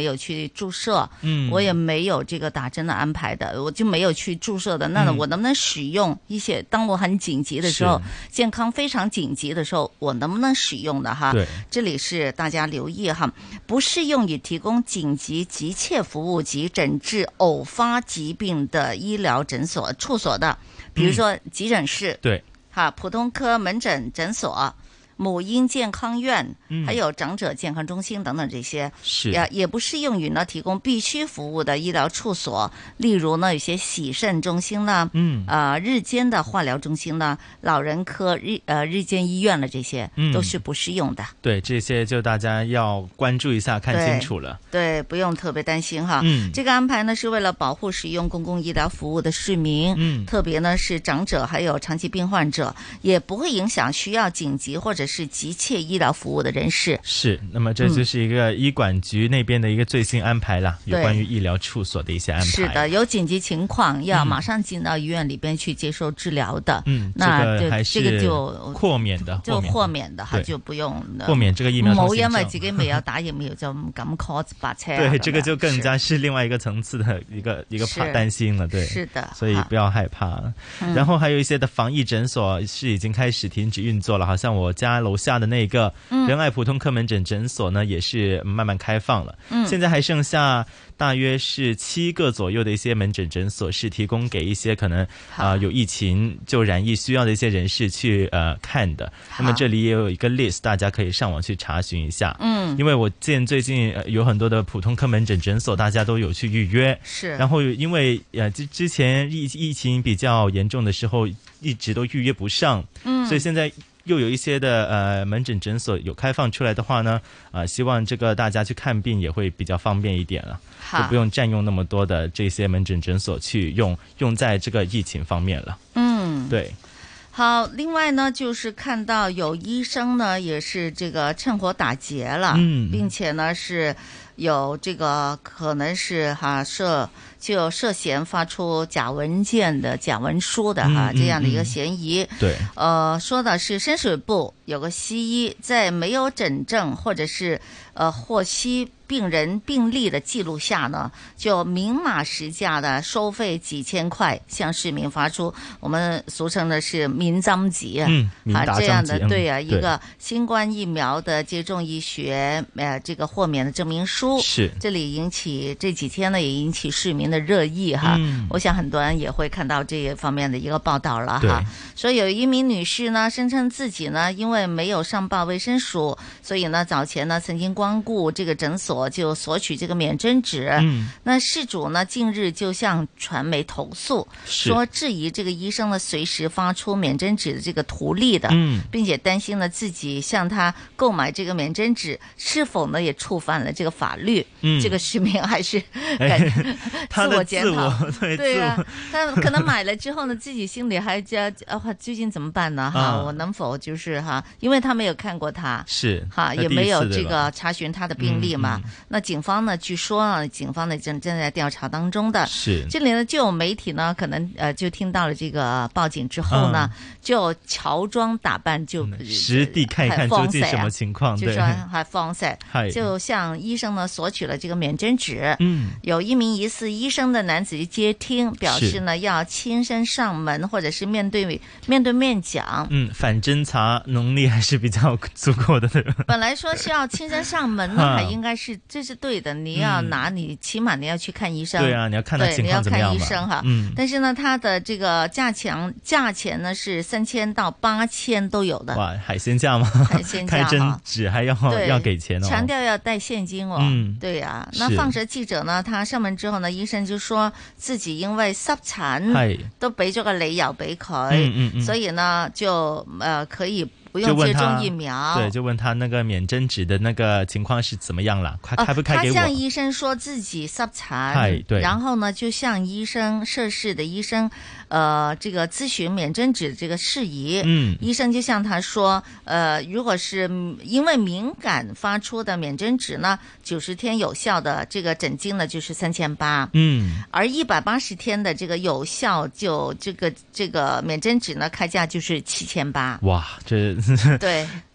没有去注射， 嗯， 我也没有这个打针的安排的，我就没有去注射的。那我能不能使用一些？当我很紧急的时候，健康非常紧急的时候，我能不能使用的哈？ 对， 这里是大家留意哈，不适用于提供紧急急切服务及诊治偶发疾病的医疗诊所处所的，比如说急诊室， 嗯、对， 哈，普通科门诊诊所。母婴健康院， 嗯、 还有长者健康中心等等这些， 是也也不适用于呢提供必须服务的医疗处所，例如呢有些洗肾中心呢， 嗯， 呃日间的化疗中心呢，老人科日呃日间医院了这些， 嗯、 都是不适用的。 对，这些就大家要关注一下，看清楚了。 对，对不用特别担心哈。 嗯， 这个安排呢是为了保护使用公共医疗服务的市民， 嗯， 特别呢是长者还有长期病患者，也不会影响需要紧急或者是急切医疗服务的人士。 是，那么这就是一个医管局那边的一个最新安排啦，有关于医疗处所的一些安排。 是的，有紧急情况要马上进到医院里边去接受治疗的， 嗯， 那这个还是这个就豁免的， 就豁免的哈，就不用豁免这个疫苗通行证。 冇因為自己未有打疫苗就唔敢 call 白車。 对，这个就更加是另外一个层次的一个一个怕担心了，对， 是的， 所以不要害怕。 嗯、 然后还有一些的防疫诊所是已经开始停止运作了，好像我家楼下的那个仁爱普通科门诊诊所呢，也是慢慢开放了。 嗯， 现在还剩下大约是七个左右的一些门诊诊所是提供给一些可能啊、呃、有疫情就染疫需要的一些人士去呃看的。那么这里也有一个 list， 大家可以上网去查询一下。 嗯， 因为我见最近、呃、有很多的普通科门诊诊所，大家都有去预约。 是。 然后因为呃之之前疫疫情比较严重的时候，一直都预约不上。 嗯。 所以现在又有一些的呃门诊诊所有开放出来的话呢，啊、呃，希望这个大家去看病也会比较方便一点了，就不用占用那么多的这些门诊诊所去用用在这个疫情方面了。 嗯， 对。 好，另外呢，就是看到有医生呢也是这个趁火打劫了， 嗯， 并且呢是有这个可能是哈涉就涉嫌发出假文件的假文书的哈、 嗯、 这样的一个嫌疑。 嗯、对， 呃，说的是深水埗有个西医在没有诊证或者是呃获悉病人病历的记录下呢，就明码实价的收费几千块向市民发出我们俗称的是民針紙啊， 嗯， 啊这样的嗯、 对啊， 对一个新冠疫苗的接种医学呃这个豁免的证明书， 是这里引起这几天呢也引起市民的热议哈、 嗯， 我想很多人也会看到这一方面的一个报道了哈。说有一名女士呢声称自己呢因为没有上报卫生署，所以呢早前呢曾经光顾这个诊所就索取这个免针纸， 嗯， 那事主呢近日就向传媒投诉，说质疑这个医生呢随时发出免针纸的这个图利的， 嗯， 并且担心呢自己向他购买这个免针纸是否呢也触犯了这个法律， 嗯， 这个市民还是感觉、 哎、 自我检讨， 对对啊，他可能买了之后呢，自己心里还觉得啊，究竟怎么办呢？哈、啊，我能否就是哈，因为他没有看过他， 是哈，也没有这个查询他的病历嘛。嗯嗯、那警方呢，据说啊，警方呢正正在调查当中的。 是这里呢，就有媒体呢，可能呃就听到了这个报警之后呢，嗯、就乔装打扮就、 嗯、实地看一看究竟什么情況， 就說還放蛇，就向醫生呢索取了這個免針紙。 嗯， 有一名疑似醫生的男子接聽，表示呢要親身上門，或者是面對面對面講。 嗯，反偵查能力還是比較足夠的。 本來說是要親身上門呢，還應該是這是對的。你要拿你，起碼你要去看醫生。 對啊，你要看他情況怎麼樣嘛。對，你要看醫生哈。嗯。 但是呢，他的這個價錢價錢呢是三千到八千都有的。 哇，海鮮價嗎？ 海鮮價。開針紙還要要給錢哦。 強調要帶現金哦。嗯。對啊，那放蛇記者呢，他上門之後呢，醫生就說自己因為濕疹，都俾咗個理由俾佢， 嗯嗯嗯， 所以呢就呃可以不用接種疫苗。 對，就問他那個免針紙的那個情況是怎麼樣啦？快開不開給我？ 他向醫生說自己濕疹， 對， 然後呢就向醫生涉事的醫生，呃，這個諮詢免針紙這個事宜。 嗯， 醫生就向他說，呃，如果是因為敏感發出的免針紙呢，九十天有效的這個診金呢就是三千八。 嗯， 而一百八十天的這個有效就這個這個免針紙呢開價就是七千八。 哇，這對。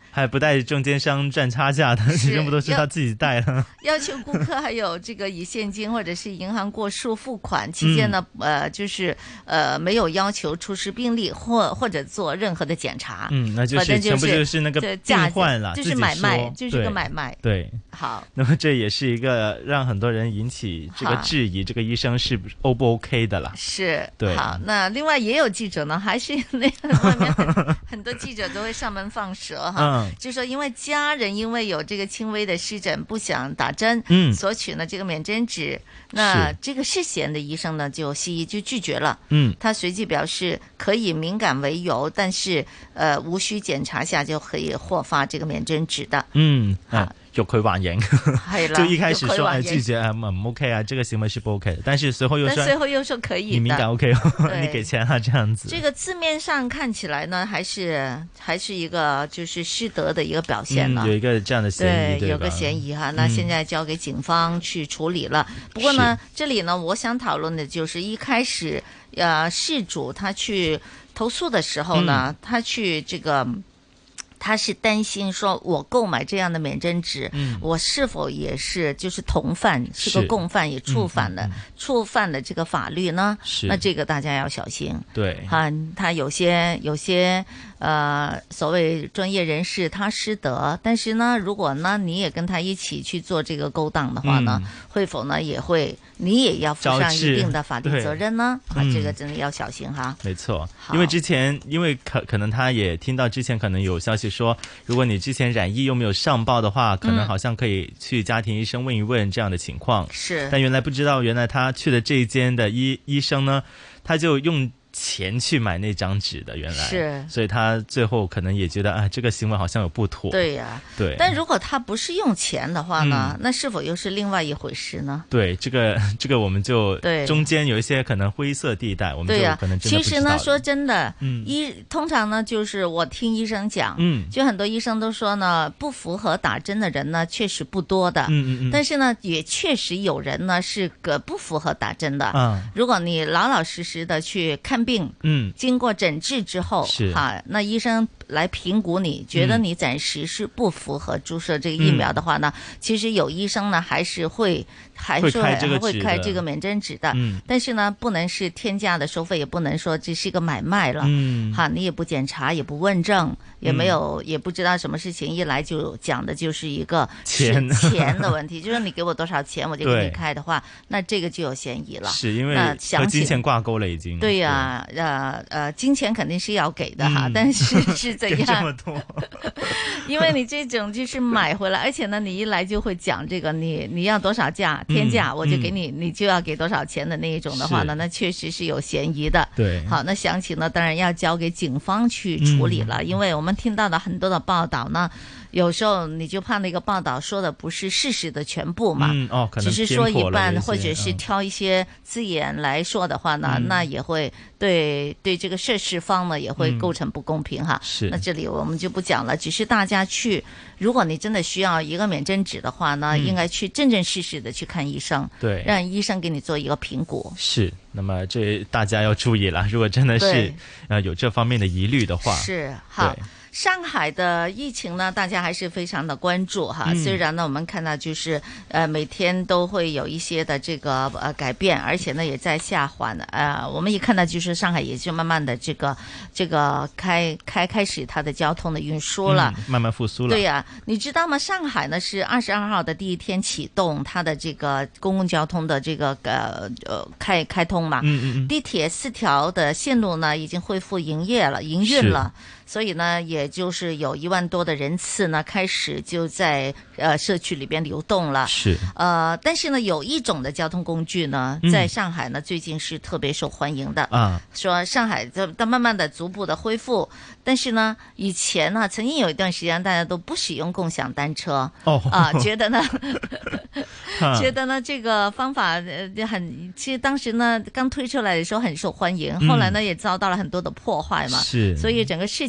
还不带中间商赚差价的，全部都是他自己带了。 要求顾客还有这个以现金或者是银行过数付款期间呢，嗯、呃，就是呃没有要求出示病历或或者做任何的检查。 嗯，那就是、就是、全部就是那个病患了， 就是买卖，就是个买卖。 对， 好。 那么这也是一个让很多人引起这个质疑，这个医生是 O 不 OK 的啦？ 是， 对。 好，那另外也有记者呢，还是那外面很很多记者都会上门放蛇哈，嗯、就说因为家人因为有这个轻微的湿疹不想打针，嗯，索取呢这个免针纸，那这个世贤的医生呢就西医就拒绝了，嗯，他随即表示可以敏感为由，但是呃無需檢查下就可以獲發這個免針紙的。 嗯，啊，欲拒還迎， 係啦， 就一開始說哎拒絕啊，唔 OK 啊，這個行為是不 OK 的，但是隨後又說， 但隨後又說可以的， 你敏感 OK 哦，你給錢啊，這樣子。 這個字面上看起來呢，還是還是一個就是失德的一個表現了， 嗯，有一個這樣的嫌疑， 對，有個嫌疑哈。那現在交給警方去處理了。嗯，不過呢，這裡呢，我想討論的就是一開始，呃，事主他去投訴的時候呢，嗯，他去這個。他是擔心說我購買這樣的免針紙，嗯，我是否也是就是同犯，是個共犯，也觸犯了，嗯嗯、觸犯了這個法律呢？是，那這個大家要小心。 對， 哈，他有些有些呃所謂專業人士他失德，但是呢，如果呢你也跟他一起去做這個勾當的話呢，嗯，會否呢也會你也要負上一定的法律責任呢？啊，這個真的要小心哈。 沒錯，因為之前因為可可能他也聽到之前可能有消息說，如果你之前染疫又沒有上報的話，可能好像可以去家庭醫生問一問這樣的情況。是，但原來不知道，原來他去的這一間的醫醫生呢，他就用錢去買那張紙的，原來是，所以他最後可能也覺得啊，這個行為好像有不妥。 對呀，啊，對。但如果他不是用錢的話呢，嗯，那是否又是另外一回事呢？ 對，這個這個我們就對中間有一些可能灰色地帶，我們就可能真的不知道。 其實呢，說真的，嗯，醫通常呢，就是我聽醫生講，嗯，就很多醫生都說呢，不符合打針的人呢，確實不多的，嗯嗯嗯。但是呢，也確實有人呢是個不符合打針的。嗯，如果你老老實實的去看病，嗯，經過診治之後，是哈，那醫生來評估你，覺得你暫時是不符合注射這個疫苗的話呢，嗯，其實有醫生呢還是會還是會開這個免針紙的，嗯，但是呢，不能是天價的收費，也不能說這是一個買賣了，嗯，哈，你也不檢查，也不問證，也沒有，嗯，也不知道什麼事情，一來就講的就是一個錢錢的問題，就是你給我多少錢，我就給你開的話，那這個就有嫌疑了， 是因為和金錢掛鈎了已經， 對呀，對啊，呃呃，金錢肯定是要給的哈，嗯，但是是怎樣？這麼多因為你這種就是買回來，而且呢，你一來就會講這個，你你要多少價？天價，我就給你，你就要給多少錢的那一種的話呢，那確實是有嫌疑的。對，好，那詳情呢，當然要交給警方去處理了，因為我們聽到的很多的報道呢，有時候你就怕那個報道說的不是事實的全部嘛，嗯哦，可能只是說一半，或者是挑一些字眼來說的話呢，那也會對對這個涉事方呢也會構成不公平哈。是，那這裡我們就不講了，只是大家去，如果你真的需要一個免針紙的話呢，應該去正正式式的去看醫生，對，讓醫生給你做一個評估。 是，那麼這大家要注意了，如果真的是呃有這方面的疑慮的話， 是好。上海的疫情呢，大家還是非常的關注哈。雖然呢，我們看到就是呃每天都會有一些的這個呃改變，而且呢也在下滑。呃，我們一看到就是上海也就慢慢的這個這個開開開始它的交通的運輸了， 嗯，慢慢復甦了。 對呀，啊，你知道嗎？上海呢是二十二號的第一天啟動它的這個公共交通的這個呃呃開開通嘛。嗯嗯嗯。地鐵四條的線路呢已經恢復營業了，營運了。所以呢，也就是有一萬多的人次呢，開始就在呃社區裏邊流動了。是。呃，但是呢，有一種的交通工具呢，在上海呢，嗯，最近是特別受歡迎的。啊。說上海在在慢慢的逐步的恢復，但是呢，以前呢，曾經有一段時間大家都不使用共享單車。哦。啊，覺得呢，覺得呢，這個方法呃很，其實當時呢剛推出來的時候很受歡迎，後來呢也遭到了很多的破壞嘛。是。所以整個事情。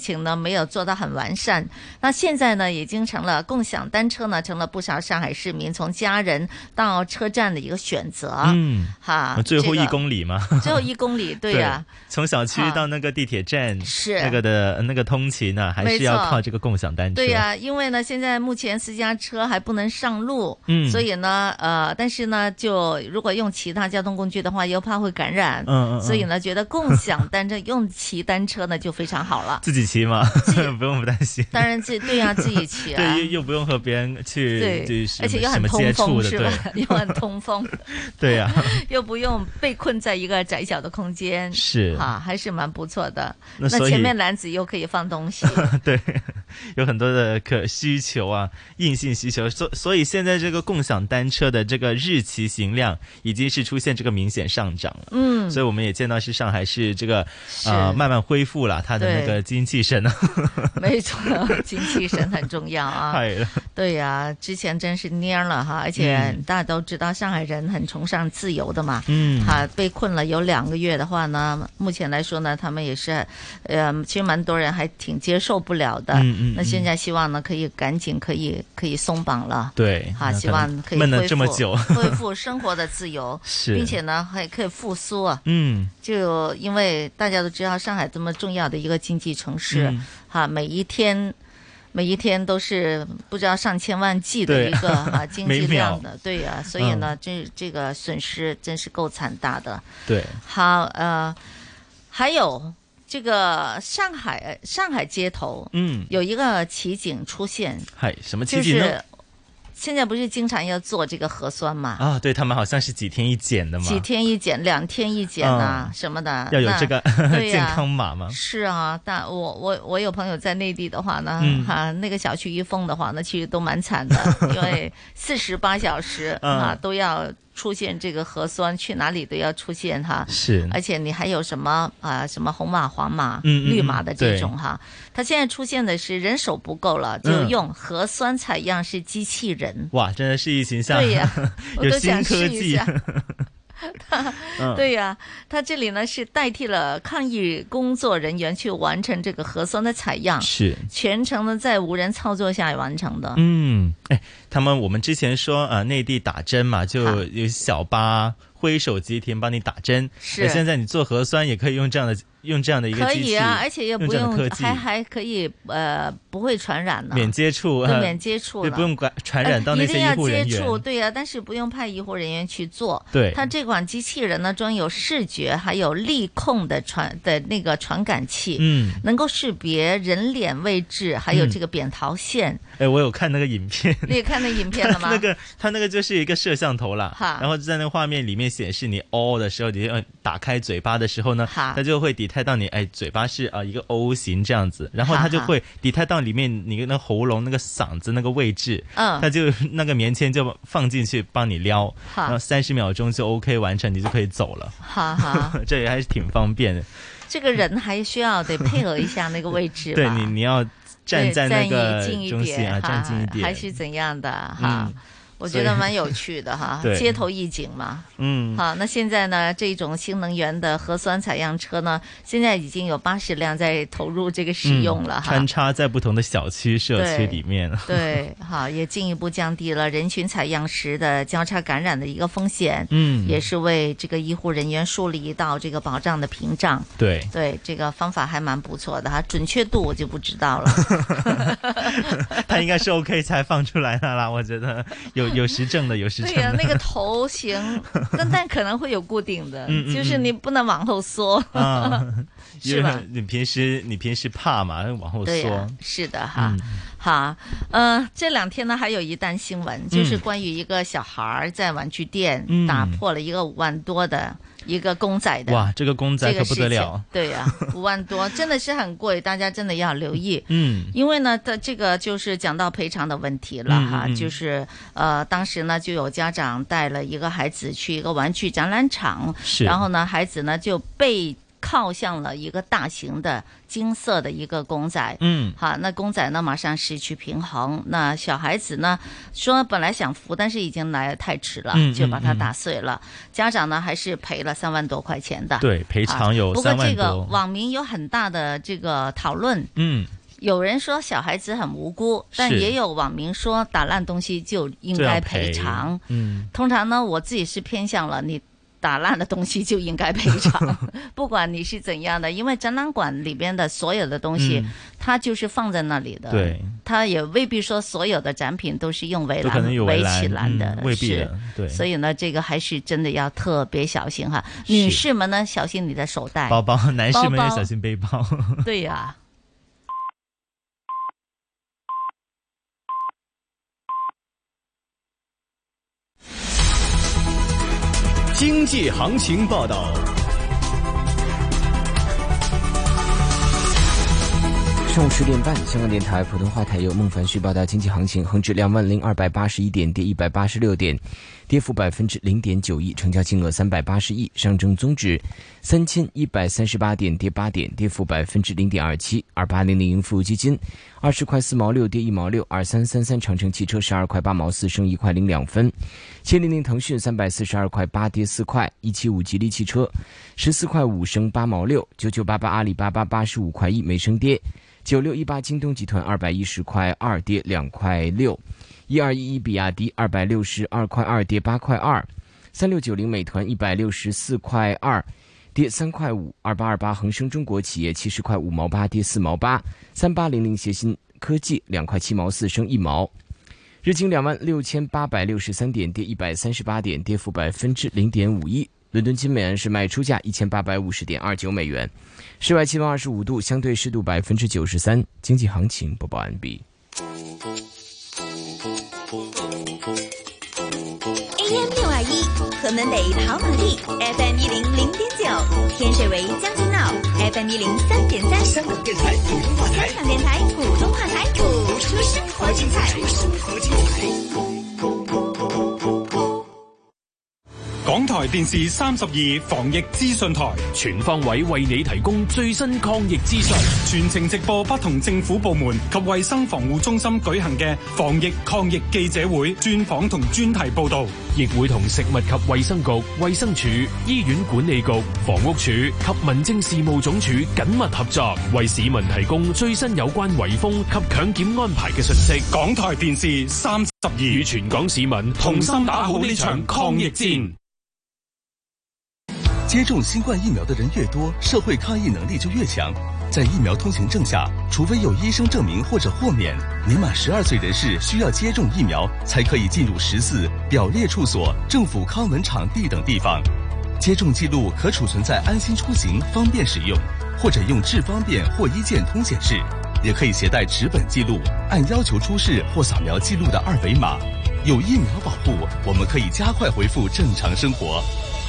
情呢没有做到很完善。那现在呢，已经成了共享单车呢，成了不少上海市民从家人到车站的一个选择。 嗯， 哈， 最后一这个公里嘛， 最后一公里，对呀、 对，从小区到那个地铁站， 是那个的那个通勤呢、啊，还是要靠这个共享单车。 对呀、啊，因为呢，现在目前私家车还不能上路， 嗯， 所以呢，呃，但是呢，就如果用其他交通工具的话，又怕会感染， 嗯嗯， 所以呢，觉得共享单车用骑单车呢就非常好了。 自己骑嘛，不用不担心。 当然自对呀、啊，自己骑啊， 对，又又不用和别人去， 对， 而且又很通风，是吧？又很通风， 对呀、啊， 又不用被困在一个窄小的空间， 是哈，还是蛮不错的。 那那前面篮子又可以放东西， 对，有很多的可需求啊，硬性需求。所所以现在这个共享单车的这个日骑行量已经是出现这个明显上涨了。 嗯， 所以我们也见到是上海市这个呃慢慢恢复了它的那个精气神。 没错，精气神很重要啊。对呀、啊，之前真是蔫了哈，而且大家都知道上海人很崇尚自由的嘛。 嗯， 他被困了有两个月的话呢，目前来说呢，他们也是，呃，其实蛮多人还挺接受不了的。 嗯嗯。 那现在希望呢，可以赶紧可以可以松绑了。 对。 啊，希望可以闷了这么久， 恢复生活的自由， 是， 并且呢还可以复苏啊。 嗯。 就因为大家都知道上海这么重要的一个经济城市， 嗯、 哈，每一天。每一天都是不知道上千万计的一个啊经济量的，对呀、啊，所以呢，这、嗯、这个损失真是够惨大的。 对， 好，呃，还有这个上海上海街头， 嗯， 有一个奇景出现， 嗨，什么奇景呢？ 就是现在不是经常要做这个核酸嘛？ 啊，对他们好像是几天一检的嘛， 几天一检，两天一检啊、嗯、什么的， 要有这个对、啊、 健康码吗？ 是啊，但我我我有朋友在内地的话呢， 嗯、 哈，那个小区一封的话，那其实都蛮惨的，因为四十八小时、嗯、啊都要出现这个核酸，去哪里都要出现哈。 是， 而且你还有什么啊、呃、什么红码、黄码、 嗯、 绿码的这种哈，它现在出现的是人手不够了，就用核酸采样是机器人。 嗯、哇，真的是疫情下对呀， 有新科技。 对呀、啊，他这里呢是代替了抗疫工作人员去完成这个核酸的采样， 是全程呢在无人操作下完成的。 嗯，哎，他们我们之前说啊，内地打针嘛，就有小巴挥手即停帮你打针， 是现在你做核酸也可以用这样的用这样的一个机器， 可以啊，而且也不用， 用还还可以呃不会传染呢， 免接触， 对，免接触也不用传染到那些医护人员， 呃、一定要接触，对啊，但是不用派医护人员去做。 对， 它这款机器人呢装有视觉还有力控的传的那个传感器， 嗯， 能够识别人脸位置，还有这个扁桃腺。 哎、嗯，我有看那个影片， 你也看那影片了吗？ 那个它那个就是一个摄像头啦，然后在那个画面里面显示你哦的时候，你打开嘴巴的时候呢，它就会detect到你哎嘴巴是啊、呃、一个 O 型这样子，然后它就会detect到里面你那个喉咙那个嗓子那个位置， 嗯， 它就那个棉签就放进去帮你撩，然后三十秒钟就 OK 完成，你就可以走了。 哈哈， 这也还是挺方便的。 这个人还需要得配合一下那个位置吧？ 对你你要站在那个中心啊， 站近一点， 还是怎样的哈？嗯，我觉得蛮有趣的哈，街头艺景嘛。 嗯， 好，那现在呢，这种新能源的核酸采样车呢，现在已经有八十辆在投入这个使用了哈、嗯， 穿插在不同的小区社区里面。 对，好，也进一步降低了人群采样时的交叉感染的一个风险。 嗯， 也是为这个医护人员树立一道这个保障的屏障。 对， 对，这个方法还蛮不错的哈，准确度我就不知道了。 他应该是 OK 才放出来的啦，我觉得有有实证的，有实证的。 对呀、啊，那个头型，但但可能会有固定的， 嗯嗯嗯就是你不能往后缩， 啊、 是吧？ 你平时你平时怕嘛，往后缩。 对呀、啊，是的哈。 嗯、 好，呃，这两天呢还有一单新闻，就是关于一个小孩在玩具店打破了一个五万多的。一个公仔的， 哇，这个公仔可不得了， 对呀、啊，五万多真的是很贵，大家真的要留意。 嗯， 因为呢，的这个就是讲到赔偿的问题了哈， 嗯嗯嗯就是呃，当时呢就有家长带了一个孩子去一个玩具展览场， 是， 然后呢孩子呢就被靠向了一个大型的金色的一个公仔， 嗯， 好，那公仔呢马上失去平衡，那小孩子呢说本来想扶，但是已经来得太迟了， 嗯、 就把它打碎了、嗯。家长呢还是赔了三万多块钱的， 对，赔偿有三万多、啊。 不过这个网民有很大的这个讨论， 嗯。 有人说小孩子很无辜，但也有网民说打烂东西就应该赔偿。 嗯， 通常呢，我自己是偏向了你打烂的东西就应该赔偿，不管你是怎样的，因为展览馆里边的所有的东西，嗯、它就是放在那里的。 对， 它也未必说所有的展品都是用围栏围起来的， 嗯、未必的。对， 所以呢，这个还是真的要特别小心哈。女士们呢，小心你的手袋、 包包；男士们也小心背包。 对呀、啊。 经济行情报道。 上午十点半，香港电台普通话台由孟凡旭报道经济行情。恒指两万零二百八十一点，跌一百八十六点，跌幅百分之零点九一，成交金额三百八十亿。上证综指三千一百三十八点，跌八点，跌幅百分之零点二七。二八零零盈富基金二十块四毛六，跌一毛六。二三三三长城汽车十二块八毛四，升一块零两分。七零零腾讯三百四十二块八，跌四块。一七五吉利汽车十四块五，升八毛六。九九八八阿里巴巴八十五块一，没升跌。九六一八京东集团二百一十块二，跌两块六。一二一一比亚迪二百六十二块二，跌八块二。三六九零美团一百六十四块二，跌三块五。二八二八恒生中国企业七十块五毛八，跌四毛八。三八零零协鑫科技两块七毛四，升一毛。日经两万六千八百六十三点，跌一百三十八点，跌幅百分之零点五一。伦敦金美元是卖出价一千八百五十点二九美元。室外气温二十五度，相对湿度百分之九十三。经济行情播报完毕。 A M 六二一，河门北跑马地 ，F M 一零零点九，天水围将军澳 ，F M 一零三点三。香港电台普通话台，香港电台普通话台，播出生活精彩，生活精彩。 港台電視三十二防疫資訊台， 全方位為你提供最新抗疫資訊， 全程直播不同政府部門及衛生防護中心舉行嘅防疫抗疫記者會、專訪同專題報導， 亦會同食物及衛生局、衛生署、醫院管理局、房屋署及民政事務總署緊密合作，為市民提供最新有關圍封及強檢安排嘅信息。 港台電視三十二與全港市民同心打好呢場抗疫戰。 接種新冠疫苗的人越多，社會抗疫能力就越強。在疫苗通行證下，除非有醫生證明或者豁免，年滿十二歲人士需要接種疫苗，才可以進入食肆、表列處所、政府康文場地等地方。接種記錄可儲存在安心出行，方便使用，或者用智方便或一鍵通顯示，也可以攜帶紙本記錄，按要求出示或掃描記錄的二維碼。有疫苗保護，我們可以加快恢復正常生活。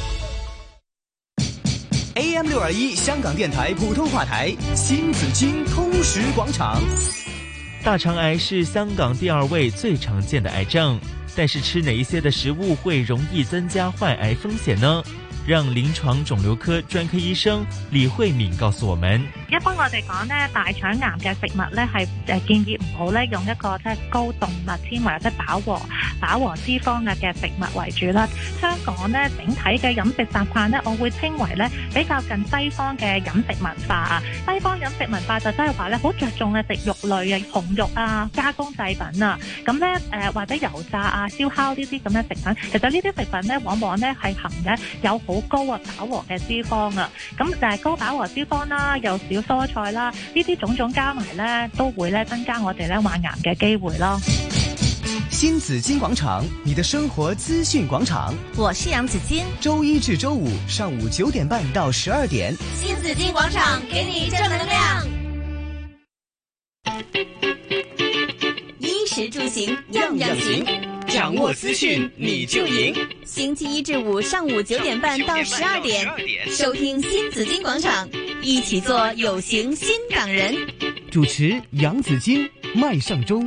A M 六二一香港電台普通話台，新紫荊通識廣場。 大腸癌是香港第二位最常見的癌症，但是吃哪一些的食物會容易增加患癌風險呢？讓臨床腫瘤科專科醫生李慧敏告訴我們。 一般我哋講咧，大腸癌嘅食物咧係誒建議唔好咧用一個即係高動物纖維或者飽和飽和脂肪嘅嘅食物為主啦。香港咧整體嘅飲食習慣咧，我會稱為咧比較近西方嘅飲食文化啊。西方飲食文化就真係話咧好着重嘅食肉類啊、紅肉啊、加工製品啊，咁咧誒或者油炸啊、燒烤呢啲咁嘅食品，其實呢啲食品咧往往咧係含咧有好高啊飽和嘅脂肪啊，咁就係高飽和脂肪啦，又少蔬菜啦，呢啲種種加埋咧，都會咧增加我哋咧患癌嘅機會咯。 新紫荊廣場，你的生活資訊廣場， 我是楊子矜。 周一至周五上午九點半到十二點， 新紫荊廣場給你正能量。衣食住行樣樣行， 掌握資訊你就贏。 星期一至五上午九點半到十二點，收聽新紫荊廣場，一起做有型新港人。 主持楊子矜、麥尚中。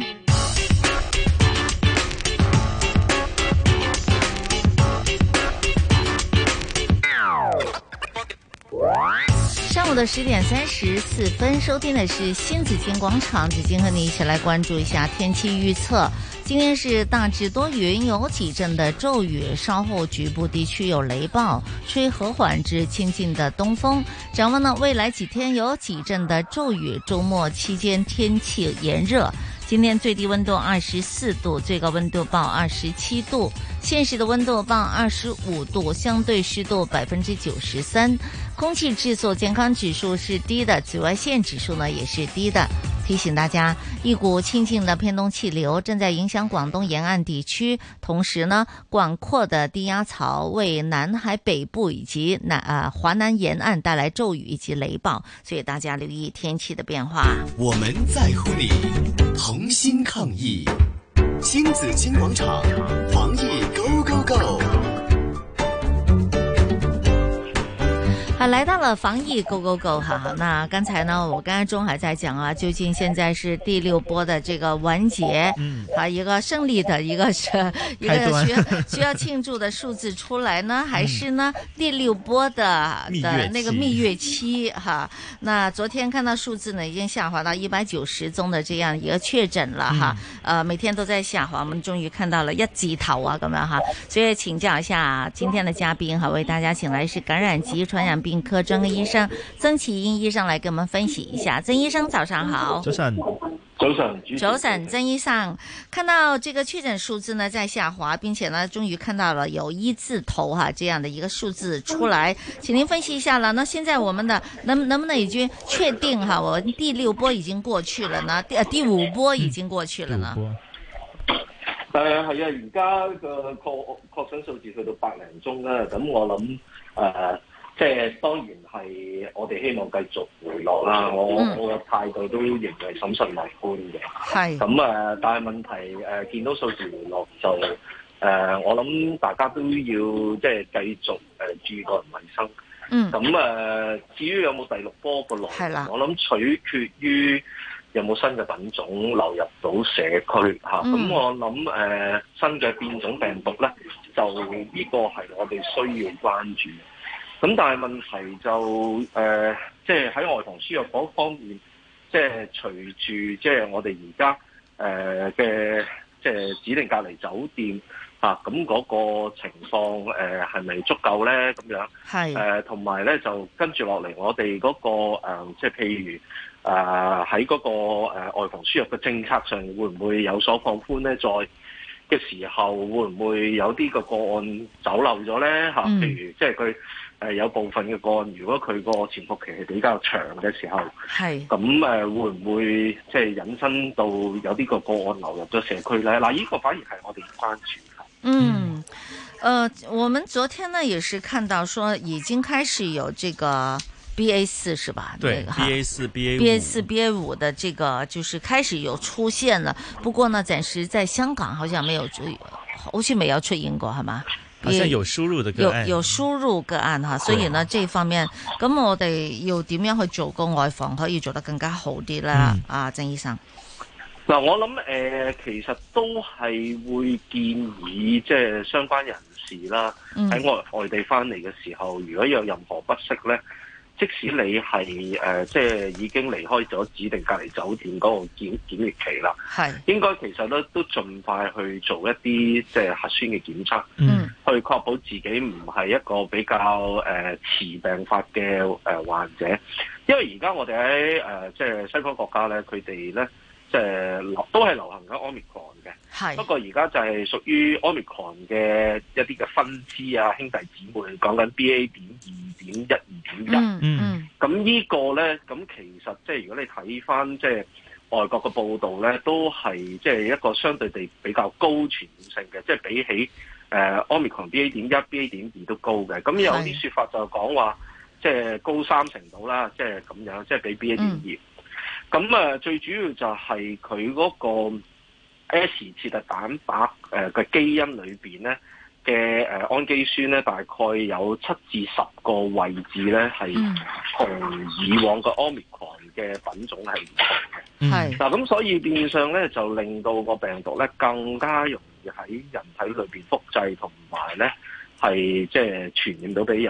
午的十点三十四分，收听的是新紫金广场，紫金和你一起来关注一下天气预测。今天是大致多云，有几阵的骤雨，稍后局部地区有雷暴，吹和缓至清劲的东风。展望呢，未来几天有几阵的骤雨，周末期间天气炎热。今天最低温度二十四度，最高温度报二十七度，现时的温度报二十五度，相对湿度百分之九十三，空气质素健康指数是低的，紫外线指数呢也是低的。提醒大家，一股清劲的偏东气流正在影响广东沿岸地区，同时呢，广阔的低压槽为南海北部以及南啊华南沿岸带来骤雨以及雷暴，所以大家留意天气的变化。 我们在乎你，同心抗疫，新紫金广场，防疫 Go Go Go。 好，来到了防疫 Go Go Go 哈，那刚才呢，我刚才中还在讲啊，究竟现在是第六波的这个完结，嗯，啊，一个胜利的一个是一个需要需要庆祝的数字出来呢，还是呢、嗯、第六波的的那个蜜月期哈？那昨天看到数字呢，已经下滑到一百九十宗的这样一个确诊了哈，嗯、呃，每天都在下滑，我们终于看到了一字頭啊咁樣哈，所以請教一下今天的嘉賓哈，為大家請來是感染及傳染病科專科醫生曾祈殷醫生來給我們分析一下。曾醫生早上好。 早晨， 早晨， 早晨，曾醫生，看到這個確診數字呢在下滑，並且呢終於看到了有一字頭哈這樣的一個數字出來，請您分析一下了。那現在我們的能能不能已經確定哈，我第六波已經過去了呢？第第五波已經過去了呢？ 誒係啊，而家個確確診數字去到百零宗啦，咁我諗誒。呃即係當然係我哋希望繼續回落啦，我、嗯、我嘅態度都仍然係審慎樂觀嘅。係咁誒，但係問題誒、呃、見到數字回落就誒、呃，我諗大家都要即係繼續誒、呃、注意個人衞生。嗯。咁誒、呃，至於有冇第六波個來源，我諗取決於有冇新嘅品種流入到社區嚇。咁、嗯啊、我諗誒、呃、新嘅變種病毒咧，就呢個係我哋需要關注。咁但係問題就誒、呃，即係喺外防輸入嗰方面，即係隨住即係我哋而家誒嘅即係指定隔離酒店嚇，咁、啊、嗰個情況誒係咪足夠咧？咁樣係誒，同埋咧就跟住落嚟，我哋嗰、那個、呃、即係譬如誒喺嗰個、呃、外防輸入嘅政策上，會唔會有所放寬咧？再嘅時候，會唔會有啲個個案走漏咗咧？嚇、啊，譬如即係佢。誒有部分嘅個案，如果佢個潛伏期係比較長嘅時候，係咁誒，會唔會即係引申到有啲個個案流入咗社區咧？嗱，呢個反而係我哋關注嘅。嗯，呃，我們昨天呢也是看到說已經開始有這個 B A 四是吧？ 對、那個、，B A 四、B A 五、B A 四、B A 五的這個就是開始有出現了。不過呢，暫時在香港好像沒有，好似沒有出現過，係嘛？好像有輸入的個案，有有輸入個案哈，所以呢，這方面咁我哋要點樣去做個外防可以做得更加好啲咧？啊、嗯，曾醫生，嗱，我諗誒、呃，其實都係會建議即係相關人士啦，喺外外地翻嚟嘅時候，如果有任何不適咧。即使你係誒、呃，即係已經離開咗指定隔離酒店嗰個檢檢疫期啦，係應該其實咧都盡快去做一啲即係核酸嘅檢測，嗯，去確保自己唔係一個比較誒、呃、遲病發嘅誒、呃、患者，因為而家我哋喺誒即係西方國家咧，佢哋咧即係都係流行緊 Omicron 嘅，係不過而家就係屬於 Omicron 嘅一啲嘅分支啊，兄弟姊妹講緊 B A 點二點一、二點一，嗯，咁呢個咧，咁其實即係如果你睇翻即係外國嘅報道咧，都係即係一個相對地比較高傳染性嘅，即係比起誒 Omicron B A 點一、B A 點二都高嘅。咁有啲說法就講話即係高三成度啦，即係咁樣，即係比 B A 點二。咁啊，最主要就係佢嗰個 S 刺突蛋白誒嘅基因裏邊咧。嘅誒氨基酸咧，大概有七至十個位置咧，係同以往嘅 Omicron 嘅品種係唔同嘅。係嗱，咁所以變相咧就令到個病毒咧更加容易喺人體裏邊複製，同埋咧係即係傳染到俾人。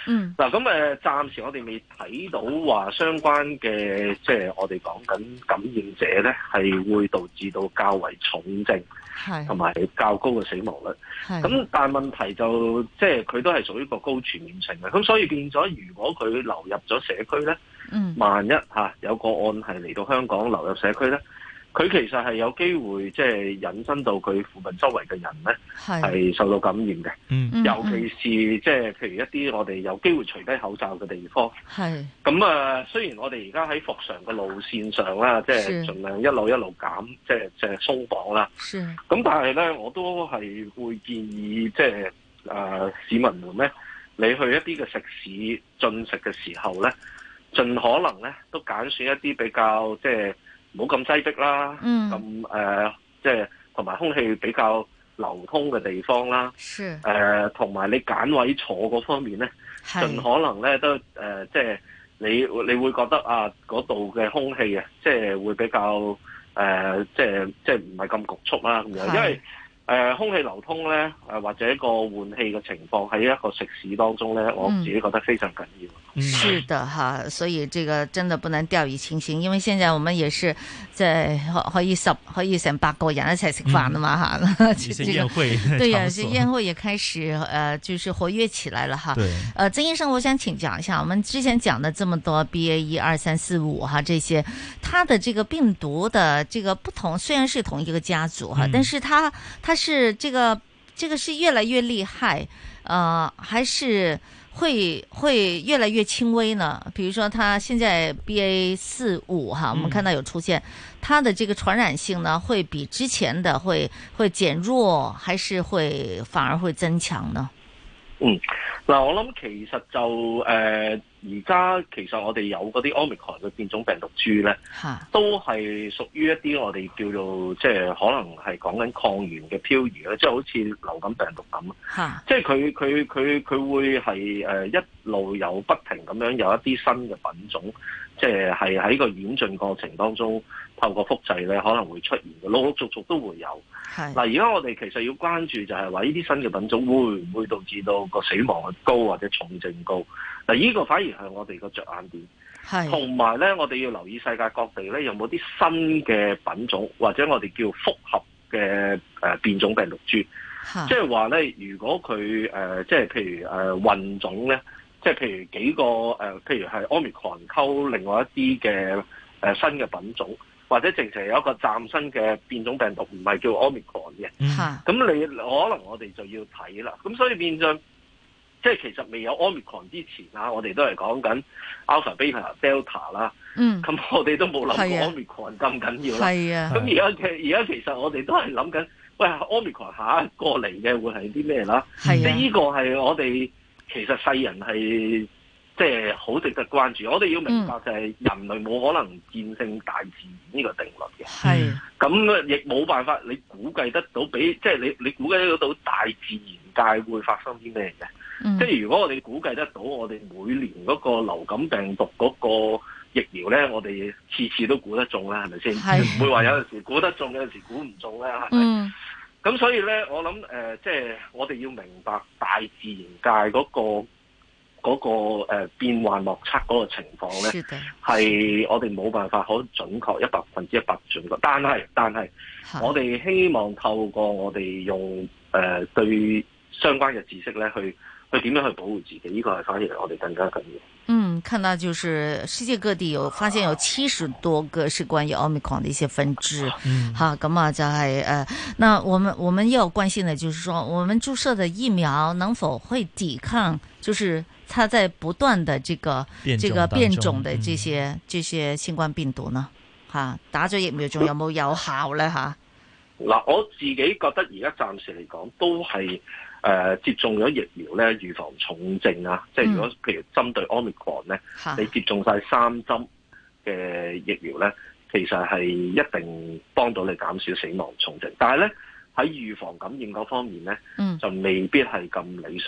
嗯。 嗱咁誒，暫時我哋未睇到話相關嘅，即係我哋講緊感染者咧，係會導致到較為重症， 係同埋較高嘅死亡率。 係咁但係問題就即係佢都係屬於一個高傳染性嘅，咁所以變咗，如果佢流入咗社區咧， 嗯， 萬一嚇有個案係嚟到香港流入社區咧，佢其實係有機會即係引申到佢附近周圍嘅人咧係受到感染嘅。 嗯， 尤其是即係譬如一啲我哋有機會除低口罩嘅地方。 係。咁啊，雖然我哋而家喺復常嘅路線上啦，即係盡量一路一路減，即係即係鬆綁啦。 是。 咁但係咧，我都係會建議即係誒市民們咧，你去一啲嘅食肆進食嘅時候咧，盡可能咧都揀選一啲比較即係唔好咁擠迫啦，咁誒即係同埋空氣比較流通嘅地方啦，誒同埋你揀位坐嗰方面咧，盡可能咧都誒即係你你會覺得啊嗰度嘅空氣啊，即係會比較誒即係即係唔係咁局促啦咁樣，因為誒、呃、空氣流通咧，誒、呃、或者一個換氣嘅情況喺一個食肆當中咧，我自己覺得非常緊要。 嗯，是的哈，所以這個真的不能掉以輕心，因為現在我們也是在可以十可以成百個人一齊食飯啊嘛哈。 有些宴會， 對呀，這宴會也開始呃就是活躍起來了哈。 對。 呃，曾醫生，我想請講一下，我們之前講的這麼多 B A 一二三四五哈這些，它的這個病毒的這個不同，雖然是同一個家族哈，嗯、但是它它是這個這個是越來越厲害，呃，還是會會越來越輕微呢？比如說，它現在 B A 四五哈，我們看到有出現，它的這個傳染性呢，會比之前的會會減弱，還是會反而會增強呢？ 嗯，嗱，我諗其實就誒，而、呃、家其實我哋有嗰啲 Omicron 嘅變種病毒株咧，都係屬於一啲我哋叫做即係可能係講緊抗原嘅漂移咧，即係好似流感病毒咁，即係佢佢佢佢會係誒一路有不停咁樣有一啲新嘅品種，即係係喺個演進過程當中透過複製咧可能會出現嘅，陸陸續續都會有。嗱，而家我哋其實要關注就係話呢啲新嘅品種會唔會導致到個死亡率高或者重症高？嗱，呢個反而係我哋個着眼點。係，同埋咧，我哋要留意世界各地咧有冇啲新嘅品種或者我哋叫複合嘅誒變種病毒株。即係話咧，如果佢誒、呃、即係譬如誒、呃、混種咧，即係譬如幾個誒、呃，譬如係 Omicron 溝另外一啲嘅誒新嘅品種。或者淨係有一個嶄新嘅變種病毒，唔係叫 Omicron 嘅。咁、嗯、你可能我哋就要睇啦。咁所以變咗，即係其實未有 Omicron 之前啊，我哋都係講緊 Alpha、Beta、Delta 啦。嗯。咁我哋都冇諗過 Omicron 咁緊要啦。係啊。咁而家嘅而家其實我哋都係諗緊，喂 Omicron 下一個嚟嘅會係啲咩啦？係啊。即係呢個係我哋其實世人係。即係好值得關注，我哋要明白就係人類冇可能戰勝大自然呢個定律嘅。係，咁亦冇辦法，你估計得到比即係你你估計得到大自然界會發生啲咩嘅？嗯、即係如果我哋估計得到，我哋每年嗰個流感病毒嗰個疫苗咧，我哋次次都估得中啦，係咪先？係，唔會話有陣時估得中，有陣時估唔中咧，係咪？嗯。咁所以咧，我諗誒、呃，即係我哋要明白大自然界嗰、嗰個。嗰、那個誒、呃、變幻莫測嗰個情況咧，係我哋冇辦法好準確一百分之一百準確。但係但係，我哋希望透過我哋用誒、呃、對相關嘅知識咧，去去點樣去保護自己，呢、這個係反而我哋更加緊要。 嗯，看到就是世界各地有發現有七十多個是關於 Omicron 的一些分支。嗯，好，咁啊就係、是、誒、呃，那我們我們要關心的，就是說我們注射的疫苗能否會抵抗，就是。它在不斷的這個這個變種的這些、嗯、這些新冠病毒呢，吓打咗疫苗仲有冇有效咧吓？ 嗱，我自己覺得而家暫時嚟講都係誒、呃、接種咗疫苗咧，預防重症啊。嗯、即係如果譬如針對 Omicron 咧，你接種晒三針嘅疫苗咧，其實係一定幫到你減少死亡重症。但係咧喺預防感染嗰方面咧、嗯，就未必係咁理想。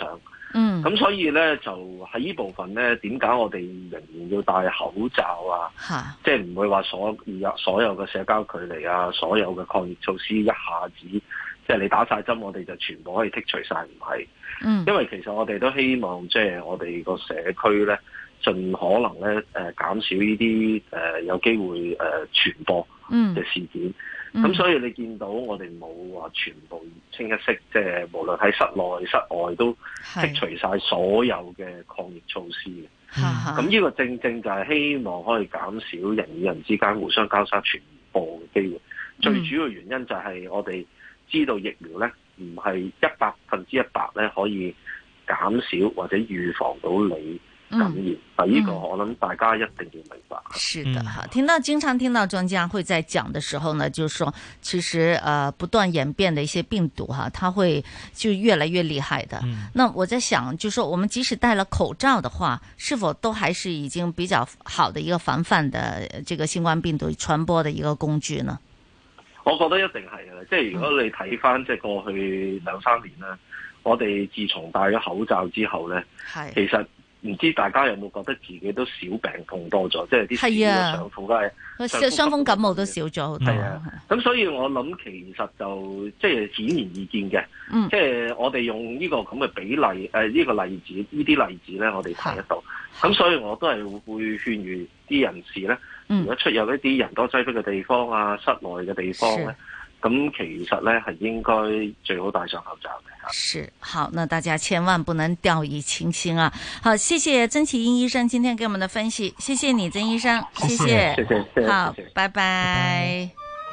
嗯， 咁所以咧就喺呢部分咧，點解我哋仍然要戴口罩啊？ 嚇， 即係唔會話所有所有嘅社交距離啊，所有嘅抗疫措施一下子，即係你打晒針，我哋就全部可以剔除晒，唔係。 嗯， 因為其實我哋都希望即係我哋個社區咧，盡可能咧誒減少呢啲誒有機會誒傳播嘅事件。咁、嗯、所以你見到我哋冇話全部清一色，即係無論喺室內室外都剔除晒所有嘅抗疫措施嘅。咁呢、嗯、個正正就係希望可以減少人與人之間互相交叉傳播嘅機會。嗯、最主要原因就係我哋知道疫苗咧唔係一百分之一百咧可以減少或者預防到你感染，啊、嗯！呢個我諗大家一定要明白。 是的哈，聽到經常聽到專家會在講的時候呢，就是說其實呃不斷演變的一些病毒哈，它會就越來越厲害的。嗯、那我在想，就是說我們即使戴了口罩的話，是否都還是已經比較好的一個防範的這個新冠病毒傳播的一個工具呢？ 我覺得一定係嘅，即係如果你睇翻即係過去兩三年啦，我哋自從戴咗口罩之後咧，係其實。唔知大家有冇覺得自己都少病痛多咗，即係啲小嘅傷風都係傷風感冒都少咗好多。係啊， 咁所以我諗其實就即係顯而易見嘅，嗯、即係我哋用呢個咁嘅比例，誒、呃、呢、呢個例子，呢啲例子咧，我哋睇得到。咁所以我都係會勸喻啲人士咧，如果出入一啲人多擠迫嘅地方啊、室內嘅地方咧。咁其實咧係應該最好戴上口罩嘅。 是，好，那大家千萬不能掉以輕心啊！好，謝謝曾祈殷醫生今天給我們的分析，謝謝你曾醫生，謝謝， 謝謝，謝謝， 好， 謝謝， 拜拜。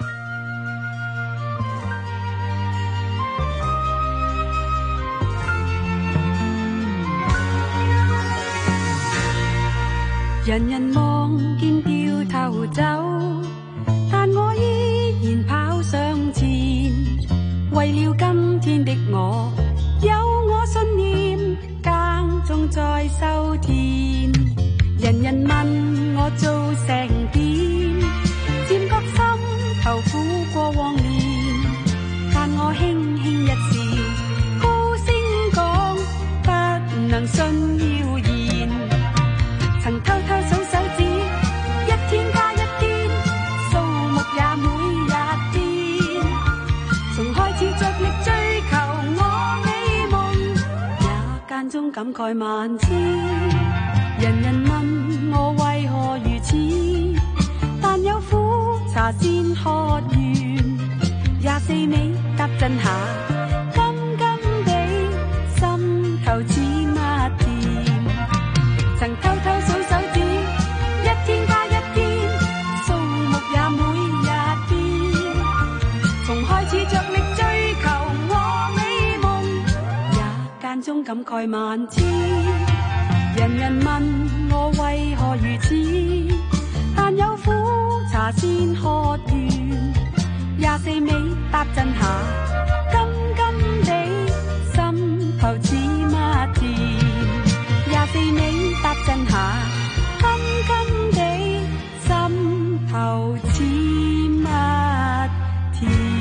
人人望見掉頭走，但我依然跑上前，為了今天的我，有我信念，耕種在收田。人人問我做成點，漸覺心頭苦過往年，但我輕輕一笑，高聲講不能信謠言，曾偷偷數手指，一天加一天，數目也每日變，從開始着力追求我美夢，也間中感慨萬千。人人問我為何如此，但有苦茶先喝完，廿四味搭陣下，甘甘地心頭似蜜甜，曾偷偷數手指，一天加一天，數目也每日變，從開始着力追求我美夢，也間中感慨萬千。人人問我為何如此，但有苦茶先喝完，廿四味搭陣下，甘甘地心頭似蜜甜，廿四味搭陣下，甘甘地心頭似蜜甜。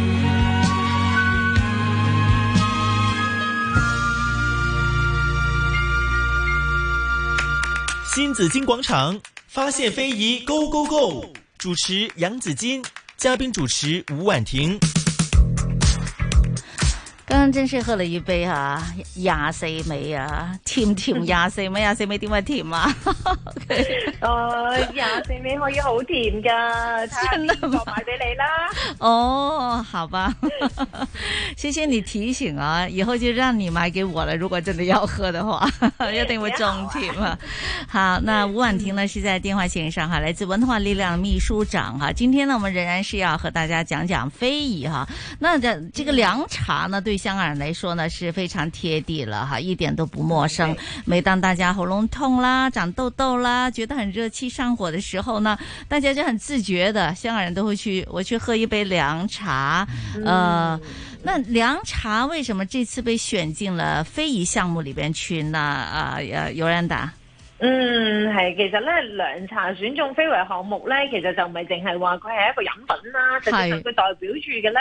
新紫金廣場發現非遺 Go Go Go， 主持楊子矜，嘉賓主持吳婉婷。 剛剛真是喝了一杯啊，廿四味啊，甜甜廿四味，廿四味點會甜啊？ 誒，廿四味可以好甜噶，睇下邊個買俾你啦。 哦，好吧，謝謝你提醒啊，以後就讓你買給我了。如果真的要喝的話，一定會中甜啊。好，那吳婉婷呢是在電話線上哈，來自文化力量秘書長哈。今天呢，我們仍然是要和大家講講非遺哈。那這這個涼茶呢，對香港人來說呢是非常貼地了哈，一點都不陌生。每當大家喉嚨痛啦、長痘痘啦、覺得很熱氣上火的時候呢，大家就很自覺的，香港人都會去我去喝一杯涼茶。呃，那涼茶為什麼這次被選進了非遺項目裏邊去呢？啊、呃，有人答。 嗯，係，其實咧涼茶選中非遺項目咧，其實就唔係淨係話佢係一個飲品啦，實際上佢代表住嘅咧，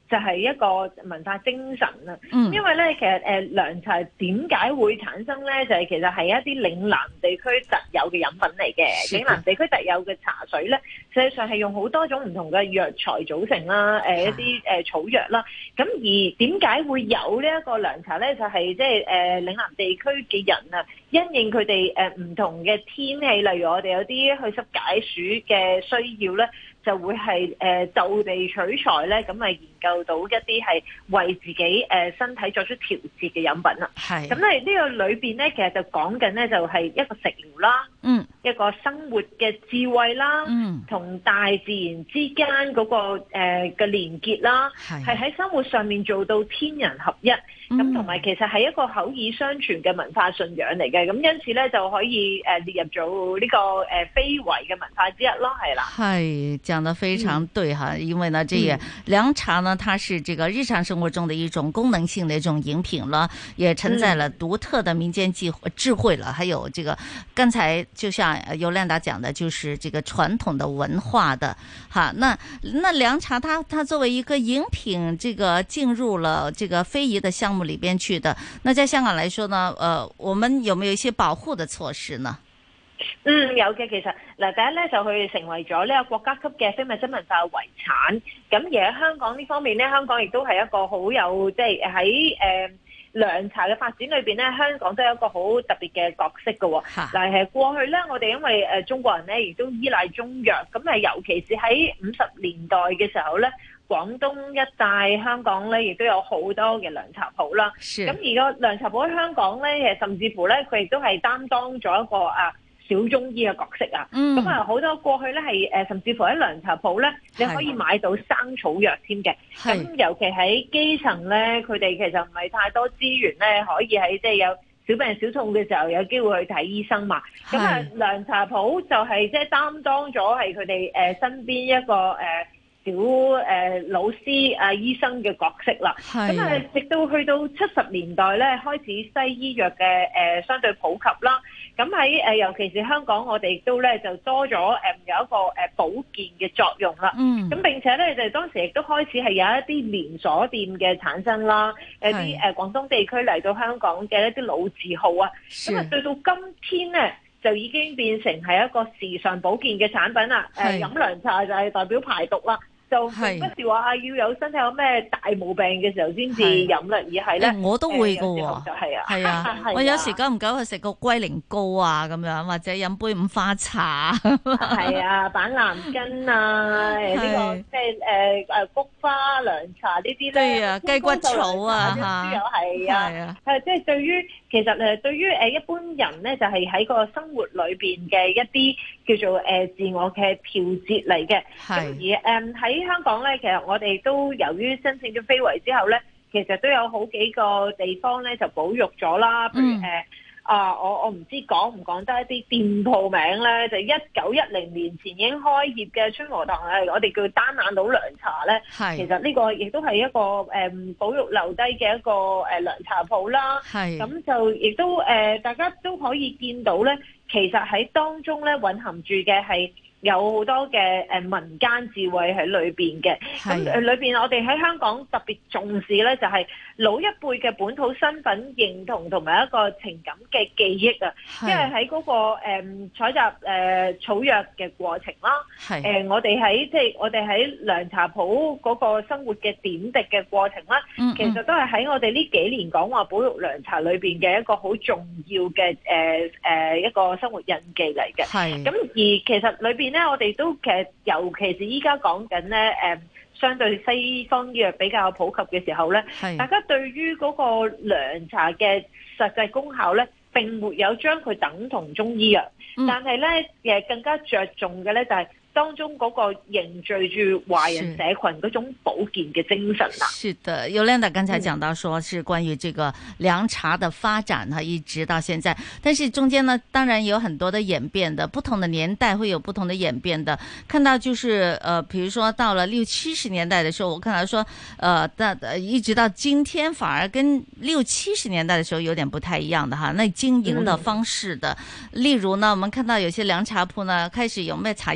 就係一個文化精神啦。 嗯， 因為咧，其實誒涼茶點解會產生咧？就係、是、其實係一啲嶺南地區特有嘅飲品嚟嘅。嶺南地區特有嘅茶水咧，實際上係用好多種唔同嘅藥材組成啦，誒、呃、一啲誒草藥啦。咁而點解會有呢一個涼茶咧？就係即係誒嶺南地區嘅人啊，因應佢哋誒唔同嘅天氣，例如我哋有啲去濕解暑嘅需要咧，就會係誒、呃、就地取材咧，咁咪研究到一啲係為自己誒、呃、身體作出調節嘅飲品啦。 係。 咁咧呢個裏邊咧，其實就講緊咧就係一個食療啦， 嗯， 一個生活嘅智慧啦， 嗯， 同大自然之間嗰、那個誒嘅、呃、連結啦，係喺生活上面做到天人合一。咁同埋其實係一個口耳相傳嘅文化信仰嚟嘅，咁因此咧就可以誒列入咗呢個誒非遺嘅文化之一咯，係啦。 係講得非常對哈、嗯，因為呢，這也涼茶呢，它是這個日常生活中的一種功能性的一種飲品了，也承載了獨特的民間智智慧了，還有這個剛才就像尤亮達講的，就是這個傳統的文化的哈。那那涼茶它它作為一個飲品，這個進入了這個非遺的項目裏邊去的，那在香港來說呢，呃，我們有沒有一些保護的措施呢？ 嗯，有嘅，其實嗱，第一咧就佢成為咗呢個國家級嘅非物質文化遺產，咁而喺香港呢方面咧，香港亦都係一個好有即係喺誒涼茶嘅發展裏邊咧，香港都有一個好特別嘅角色嘅喎。嗱，係過去咧，我哋因為誒中國人咧亦都依賴中藥，咁係尤其是喺五十年代嘅時候咧。廣東一帶香港咧，亦都有好多嘅涼茶鋪啦。咁而個涼茶鋪喺香港咧，甚至乎咧，佢亦都係擔當咗一個啊小中醫嘅角色啊。咁啊，好多過去咧係誒，甚至乎喺涼茶鋪咧，你可以買到生草藥添嘅。咁尤其喺基層咧，佢哋其實唔係太多資源咧，可以喺即係有小病小痛嘅時候有機會去睇醫生嘛。咁啊，涼茶鋪就係即係擔當咗係佢哋誒身邊一個誒。呃小誒、呃、老師啊醫生嘅角色啦，咁啊直到去到七十年代咧，開始西醫藥嘅誒、呃、相對普及啦。咁喺誒尤其是香港，我哋亦都咧就多咗誒、呃、有一個誒保健嘅作用啦。嗯，咁並且咧就當時亦都開始係有一啲連鎖店嘅產生啦，有啲誒廣東地區嚟到香港嘅一啲老字號啊。咁啊，對到今天咧，就已經變成係一個時尚保健嘅產品啦。誒飲涼茶就係代表排毒啦。就並不是話啊要有身體有咩大毛病嘅時候先至飲啦，而係咧我都會㗎喎， 係啊， 係啊，我有時久唔久去食個龜苓膏啊咁樣，或者飲杯五花茶， 係啊，板藍根啊，誒呢個即係誒誒菊花涼茶呢啲咧， 對啊，雞骨草啊嚇， 又係啊，係即係對於其實誒對於誒一般人咧，就係喺個生活裏邊嘅一啲叫做誒自我嘅調節嚟嘅，咁而誒喺喺香港咧，其實我哋都由於申請咗非遺之後咧，其實都有好幾個地方咧就保育咗啦。譬如誒、嗯、啊，我我唔知講唔講得一啲店鋪名咧，就一九一零年前已經開業嘅春和堂啊，我哋叫單眼佬涼茶咧。係，其實呢個亦都係一個誒、嗯、保育留低嘅一個誒涼茶鋪啦。係，咁就亦都誒、呃，大家都可以見到咧，其實喺當中咧蘊含住嘅係。有好多嘅誒民間智慧喺裏邊嘅，咁誒裏邊我哋喺香港特別重視咧，就係老一輩嘅本土身份認同同埋一個情感嘅記憶啊。因為喺嗰個誒採集誒草藥嘅過程啦，誒我哋喺即係我哋喺涼茶鋪嗰個生活嘅點滴嘅過程啦，其實都係喺我哋呢幾年講話保育涼茶裏邊嘅一個好重要嘅誒誒一個生活印記嚟嘅。係咁而其實裏邊咧，我哋都其實，尤其是依家講緊咧，誒，相對西方醫藥比較普及嘅時候咧，大家對於嗰個涼茶嘅實際功效咧，並沒有將佢等同中醫藥，嗯、但係咧，誒更加着重嘅咧就係、是。當中嗰個凝聚住華人社群嗰種保健嘅精神啦。 是的，尤亮達剛才講到說是關於這個涼茶的發展哈，一直到現在，但是中間呢，當然有很多的演變的，不同的年代會有不同的演變的。看到就是呃，比如說到了六七十年代的時候，我看到說呃，到一直到今天，反而跟六七十年代的時候有點不太一樣的哈。那經營的方式的，嗯、例如呢，我們看到有些涼茶鋪呢，開始有咩茶葉蛋。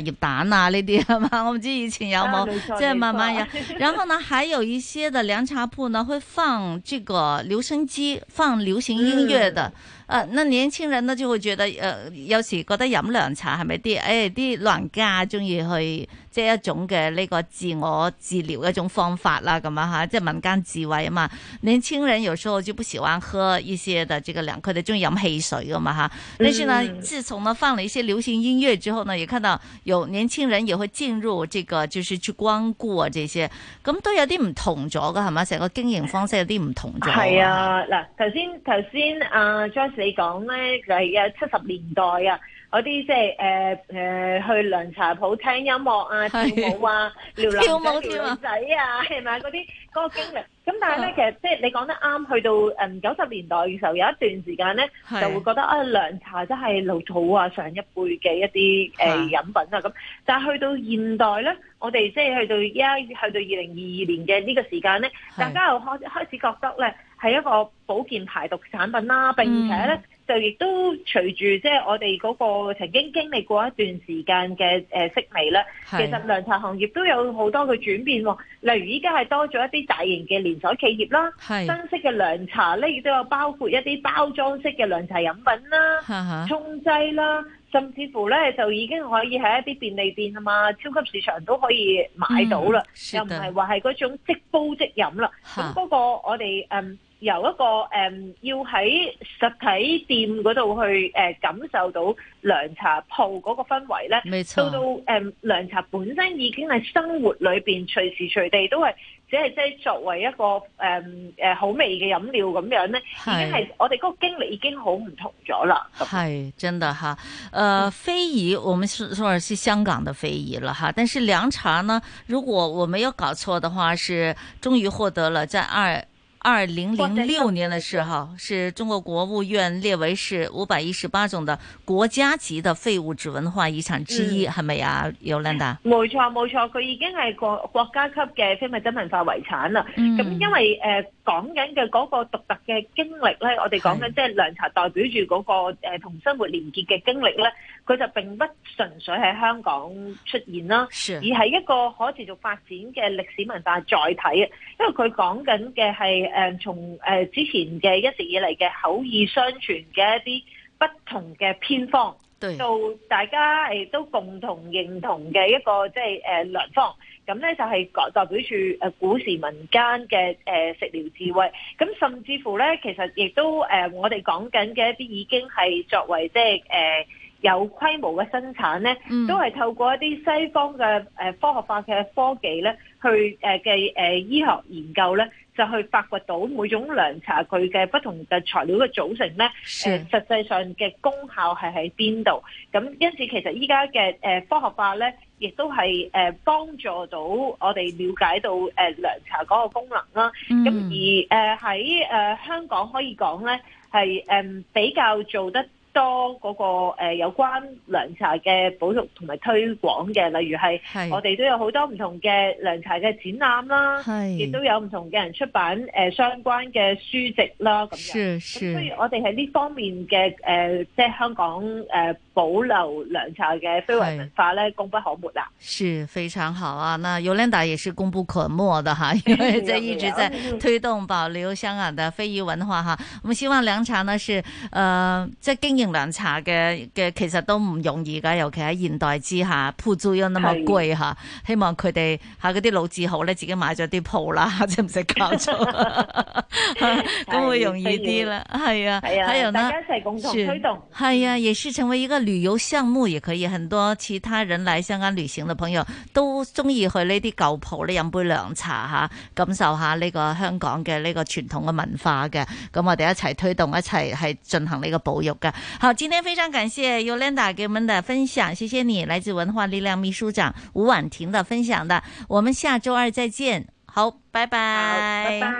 啊呢啲係嘛？我唔知以前有冇，即係慢慢有。然後呢，還有一些的涼茶鋪呢，會放這個留聲機，放流行音樂的。誒、呃，那年輕人呢就會覺得，誒、呃，有時覺得飲涼茶係咪啲，誒啲老人家中意去，即係一種嘅呢個自我治療一種方法啦，咁啊吓，即係民間智慧啊嘛。年輕人有時候就不喜歡喝一些的這個涼，佢哋中意飲汽水噶嘛吓。但是呢，自從呢放了一些流行音樂之後呢，也看到有年輕人也會進入這個，就是去光顧啊這些，咁都有啲唔同咗噶係嘛？成個經營方式有啲唔同咗。係啊，嗱，頭先頭先阿 Joyce 你講咧，就係啊七十年代啊。嗰啲即係誒誒去涼茶鋪聽音樂啊、跳舞啊、撩男仔撩女仔啊，係咪嗰啲嗰個經歷？咁但係咧，其實即係你講得啱，去到誒九十年代嘅時候，有一段時間咧，就會覺得啊涼茶真係老土啊，上一輩嘅一啲誒、呃、飲品啊咁。但係去到現代咧，我哋即係去到而家去到二零二二年嘅呢個時間咧，大家又開開始覺得咧係一個保健排毒產品啦，並且咧。嗯就亦都隨住即係我哋嗰個曾經經歷過一段時間嘅誒式微咧，其實涼茶行業都有好多嘅轉變喎。例如依家係多咗一啲大型嘅連鎖企業啦，新式嘅涼茶咧亦都有包括一啲包裝式嘅涼茶飲品啦、沖劑啦，甚至乎咧就已經可以喺一啲便利店啊嘛、超級市場都可以買到啦，嗯、又唔係話係嗰種即煲即飲啦。咁嗰個我哋誒。嗯由一個誒、嗯、要喺實體店嗰度去誒、呃、感受到涼茶鋪嗰個氛圍咧，到到誒、嗯、涼茶本身已經係生活裏邊隨時隨地都係只係即係作為一個誒誒、呃、好味嘅飲料咁樣咧，已經係我哋嗰個經歷已經好唔同咗啦。 係真的哈，呃，非遺我們說說是香港的非遺了哈，但是涼茶呢，如果我沒有搞錯的話，是終於獲得了在二。二零零六年的時候，是中國國務院列為是五百一十八種的國家級的非物質文化遺產之一，係咪啊，Yolanda？冇錯冇錯，佢已經係國國家級嘅非物質文化遺產啦。咁、嗯、因為誒講緊嘅嗰個獨特嘅經歷咧，我哋講緊即係涼茶代表住嗰個誒同生活連結嘅經歷咧，佢就並不純粹喺香港出現啦，而係一個可持續發展嘅歷史文化載體啊。因為佢講緊嘅係。誒從誒之前嘅一直以嚟嘅口耳相傳嘅一啲不同嘅偏方，到大家誒都共同認同嘅一個即係誒良方，咁咧就係代表住誒古時民間嘅誒食療智慧。咁甚至乎咧，其實亦都誒我哋講緊嘅一啲已經係作為即係誒有規模嘅生產咧，都係透過一啲西方嘅誒科學化嘅科技咧，去誒嘅誒醫學研究咧。就去發掘到每種涼茶佢嘅不同嘅材料嘅組成咧，誒實際上嘅功效係喺邊度？咁因此其實依家嘅誒科學化咧，亦都係誒幫助到我哋了解到誒涼茶嗰個功能啦。咁、嗯、而誒喺誒香港可以講咧，係誒比較做得多嗰個誒有關涼茶嘅保育同埋推廣嘅，例如係我哋都有好多唔同嘅涼茶嘅展覽啦，亦都有唔同嘅人出版誒相關嘅書籍啦，咁樣。咁所以我哋喺呢方面嘅誒，即係香港誒保留涼茶嘅非遺文化咧，功不可沒啦。是非常好啊！那 Yolanda 也是功不可沒的哈，因為在一直在推動保留香港的非遺文化哈。我們希望涼茶呢是誒即係經涼茶嘅嘅其實都唔容易噶，尤其喺現代之下，鋪租又那麼貴吓，希望佢哋吓嗰啲老字號咧自己買咗啲鋪啦，即係唔使交租，咁會容易啲啦。係啊，係啊，還有呢，大家一齊共同推動。係啊，也是成為一個旅遊項目，也可以很多其他人來香港旅行嘅朋友都中意去呢啲舊鋪咧飲杯涼茶吓，感受下呢個香港嘅呢個傳統嘅文化嘅。咁我哋一齊推動，一齊係進行呢個保育嘅。好，今天非常感謝 Yolanda 給我們的分享，謝謝你，來自文化力量秘書長伍婉婷的分享的，我們下周二再見，好，拜拜，拜拜。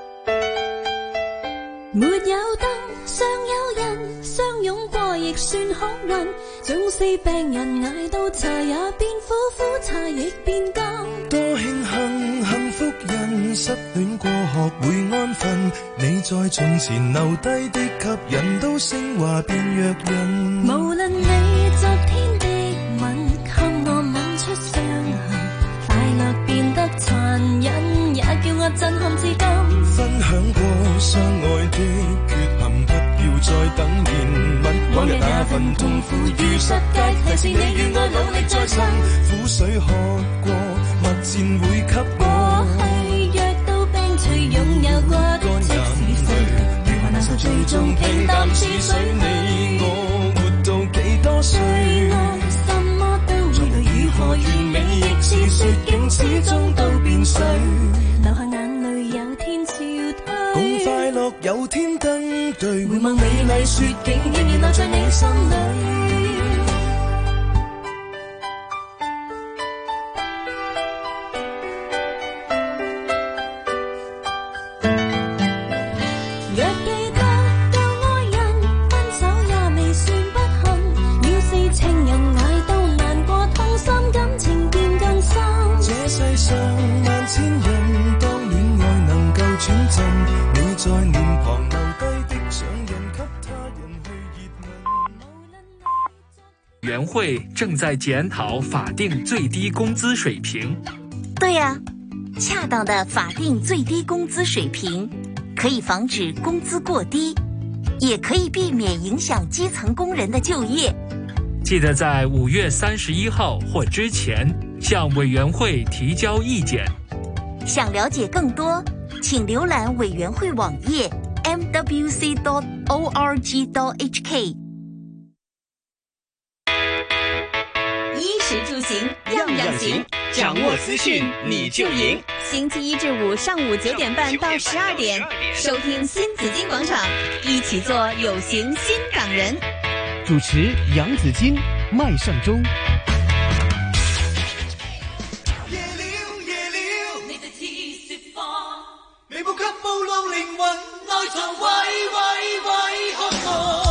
沒有燈，尚有人相擁過亦算好運，縱使病人捱到茶也變苦，苦茶亦變甘。 多慶幸幸福人失戀過學會安分，你在從前留低的吸引都升華變弱人。 無論你昨天的吻給我吻出傷痕，快樂變得殘忍，也叫我震撼至今。 分享過相愛的缺陷，不要再等憐憫。往日那份痛苦與失戒，提示你與我努力再尋。苦水喝過，蜜餞會給我。 過去藥到病除，擁有過的即是歲月，如何難受最終平淡似水。 你我活到幾多歲？ 什麼都會來，如何完美亦似雪景，始終都變碎。流下眼淚有天消退， 共快樂有天登對。 回望美麗雪景，仍然留在你心裏。 委员会正在检讨法定最低工资水平。 对呀、啊，恰当的法定最低工资水平可以防止工资过低，也可以避免影响基层工人的就业。 记得在五月三十一号或之前向委员会提交意见。 想了解更多，请浏览委员会网页 m w c dot org dot h k。衣食住行样样行， 掌握资讯你就赢。 星期一至五上午九点半到十二点，收听新紫金广场，一起做有型新港人。 主持杨紫金、麦尚中。 夜了夜了，你的天釋放，未無及暴露靈魂內藏畏畏畏渴望。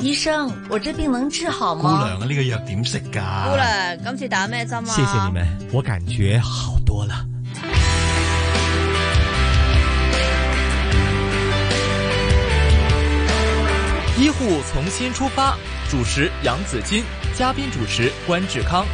醫生，我這病能治好嗎？ 姑娘啊，呢個藥點食㗎？ 姑娘，今次打咩針啊？ 謝謝你們，我感覺好多了。 醫護從新出發，主持楊子矜，嘉賓主持關志康。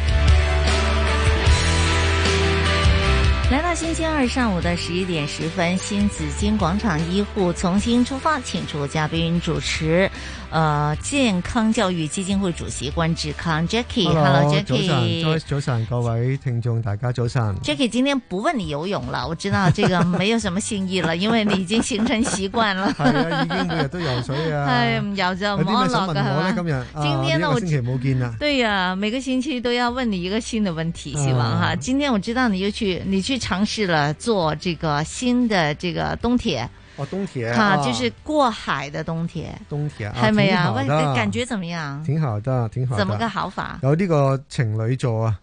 來到星期二上午的十一點十分，新紫荊廣場醫護從新出發，請出嘉賓主持，呃，健康教育基金會主席關志康 Jackie。Hello Jackie， 早晨 Joyce， 早晨，各位聽眾大家早晨。 Jackie 今天不問你游泳了，我知道這個沒有什麼新意了，因為你已經形成習慣了。 係啊，已經每日都游水啊。 係唔游就唔安樂噶，係嘛？ 今日今天呢， 啊、 我星期冇見啦。 對呀、啊，每個星期都要問你一個新的問題，希望哈、啊。今天我知道你又去，你去嘗試了做這個新的這個東鐵。 哦，東鐵哈、啊，就是過海的東鐵。 東鐵啊， 係咪啊？ 喂， 感覺怎麼樣？ 挺好的，挺好的。 怎麼個好法？ 有呢個情侶座啊。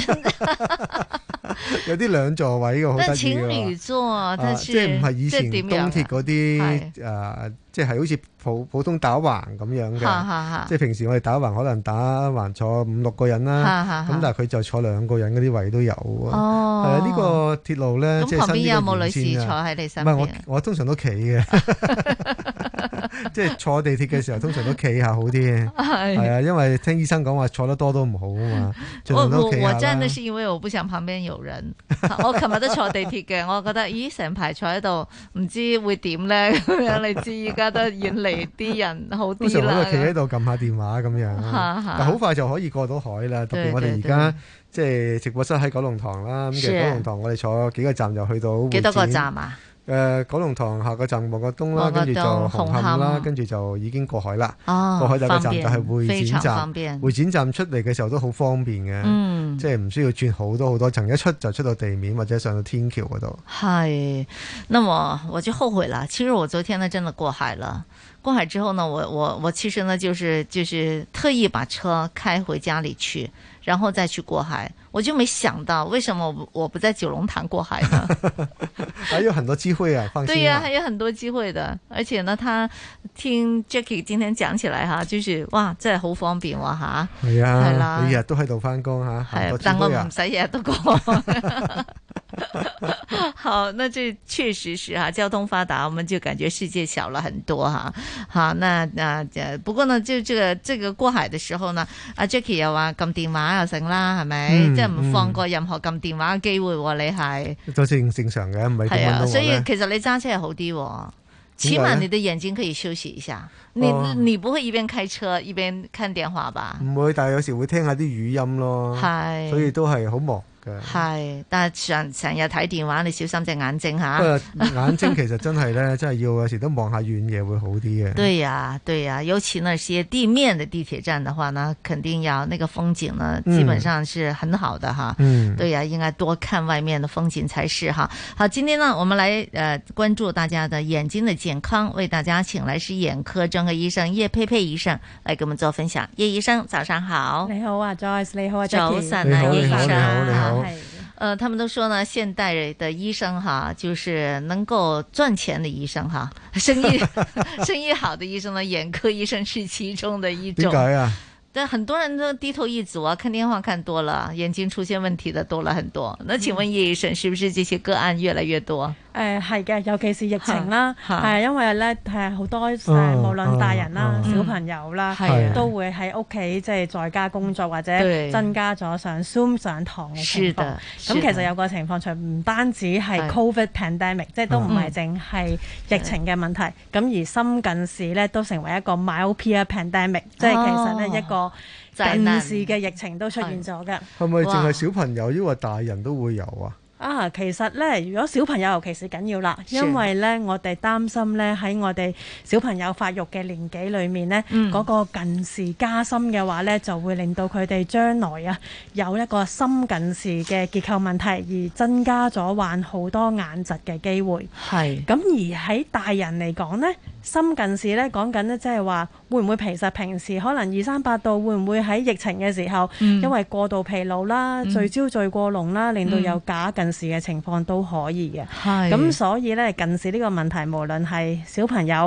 有啲兩座位嘅，好得意嘅。 情侶座，但係即係唔係以前東鐵嗰啲誒，即係好似普普通打橫咁樣嘅。即係平時我哋打橫可能打橫坐五六個人啦，咁但係佢就坐兩個人嗰啲位都有。哦，係啊，呢個鐵路咧，即係新呢個沿線啊。咁旁邊有冇女士坐喺你身邊？唔係我，我通常都企嘅。即係坐地鐵嘅時候，通常都企下好啲。係啊，因為聽醫生講話坐得多都唔好啊嘛。盡量都企下啦。我我真係係因為我不想旁邊有人。我琴日都坐地鐵嘅，我覺得咦成排坐喺度，唔知會點咧咁樣。你知而家都遠離啲人好啲啦。我企喺度撳下電話咁樣，但好快就可以過到海啦。特別我哋而家即係直播室喺九龍塘啦，咁嘅九龍塘我哋坐幾個站就去到。幾多個站啊？誒、呃，九龍塘下個站旺角東啦，跟住就紅磡啦，跟住就已經過海啦。哦，過海第一個站就係會展站，會展站出嚟嘅時候都好方便嘅，嗯，即係唔需要轉好多好多層，一出就出到地面或者上到天橋嗰度。 係，那麼我就後悔啦。其實我昨天呢真的過海了，過海之後呢，我我我其實呢就是就是特意把車開回家裏去。然後再去過海，我就沒想到為什麼我我不在九龍塘過海呢？ 還有很多機會啊，放心啊。 對呀、啊，還有很多機會的，而且呢，他聽 Jackie 今天講起來哈，就是哇，真係好方便哇吓。 係啊，係啦，你日都喺度翻工吓，係、啊， 但我唔使日日都過。好，那這確實是哈，交通發達，我們就感覺世界小了很多哈。好，那那不過呢，就這個這個過海的時候呢，阿 Jackie 又話撳電話又成啦，係咪？嗯、即係唔放過任何撳電話嘅機會、啊，你係都正正常嘅，唔係點樣都。 所以其實你揸車係好啲，起碼你的眼睛可以休息一下。你、哦、你不會一邊開車一邊看電話吧？唔會，但係有時會聽下啲語音咯。係，所以都係好忙。 係，但係成成日睇電話，你小心隻眼睛吓。 眼睛其實真係咧，真係要有時都望下遠嘢會好啲嘅。 對呀、啊，對呀、啊，尤其那些地面的地鐵站的話呢，肯定要那個風景呢，基本上是很好的哈。嗯，對呀、啊，應該多看外面的風景才是哈。好，今天呢，我們來呃關注大家的眼睛的健康，為大家請來是眼科專科醫生葉佩佩醫生來給我們做分享。葉醫生，早上好。 你好啊 Joyce， 你好啊 Jackie。早晨啊，葉醫生。 你好，你好。 呃，他們都說呢，現代的醫生哈，就是能夠賺錢的醫生哈，生意生意好的醫生呢，眼科醫生是其中的一種。 點解啊？ 但很多人都低頭一族啊，看電話看多了，眼睛出現問題的多了很多。那請問葉醫生，是不是這些個案越來越多？ 誒係嘅，尤其是疫情啦，係因為咧係好多誒，無論大人啦、小朋友啦，都會喺屋企即係在家工作或者增加咗上 Zoom 上堂嘅情況。咁其實有個情況，就唔單止係 Covid pandemic，即係都唔係淨係疫情嘅問題。咁而深近視咧都成為一個 myopia pandemic，即係其實咧一個近視嘅疫情都出現咗嘅。 係咪淨係小朋友，抑或大人都會有啊？ 啊，其實咧，如果小朋友尤其是緊要啦，因為咧，我哋擔心咧喺我哋小朋友發育嘅年紀裏面咧，嗰、嗯、個近視加深嘅話咧，就會令到佢哋將來啊有一個深近視嘅結構問題，而增加咗患好多眼疾嘅機會。係。咁而喺大人嚟講咧，深近視咧講緊咧，即係話會唔會其實平時可能二三八度，會唔會喺疫情嘅時候，嗯、因為過度疲勞啦、聚焦聚過濃啦，令到有假近視嘅情況都可以嘅。係。咁所以咧，近視呢個問題，無論係小朋友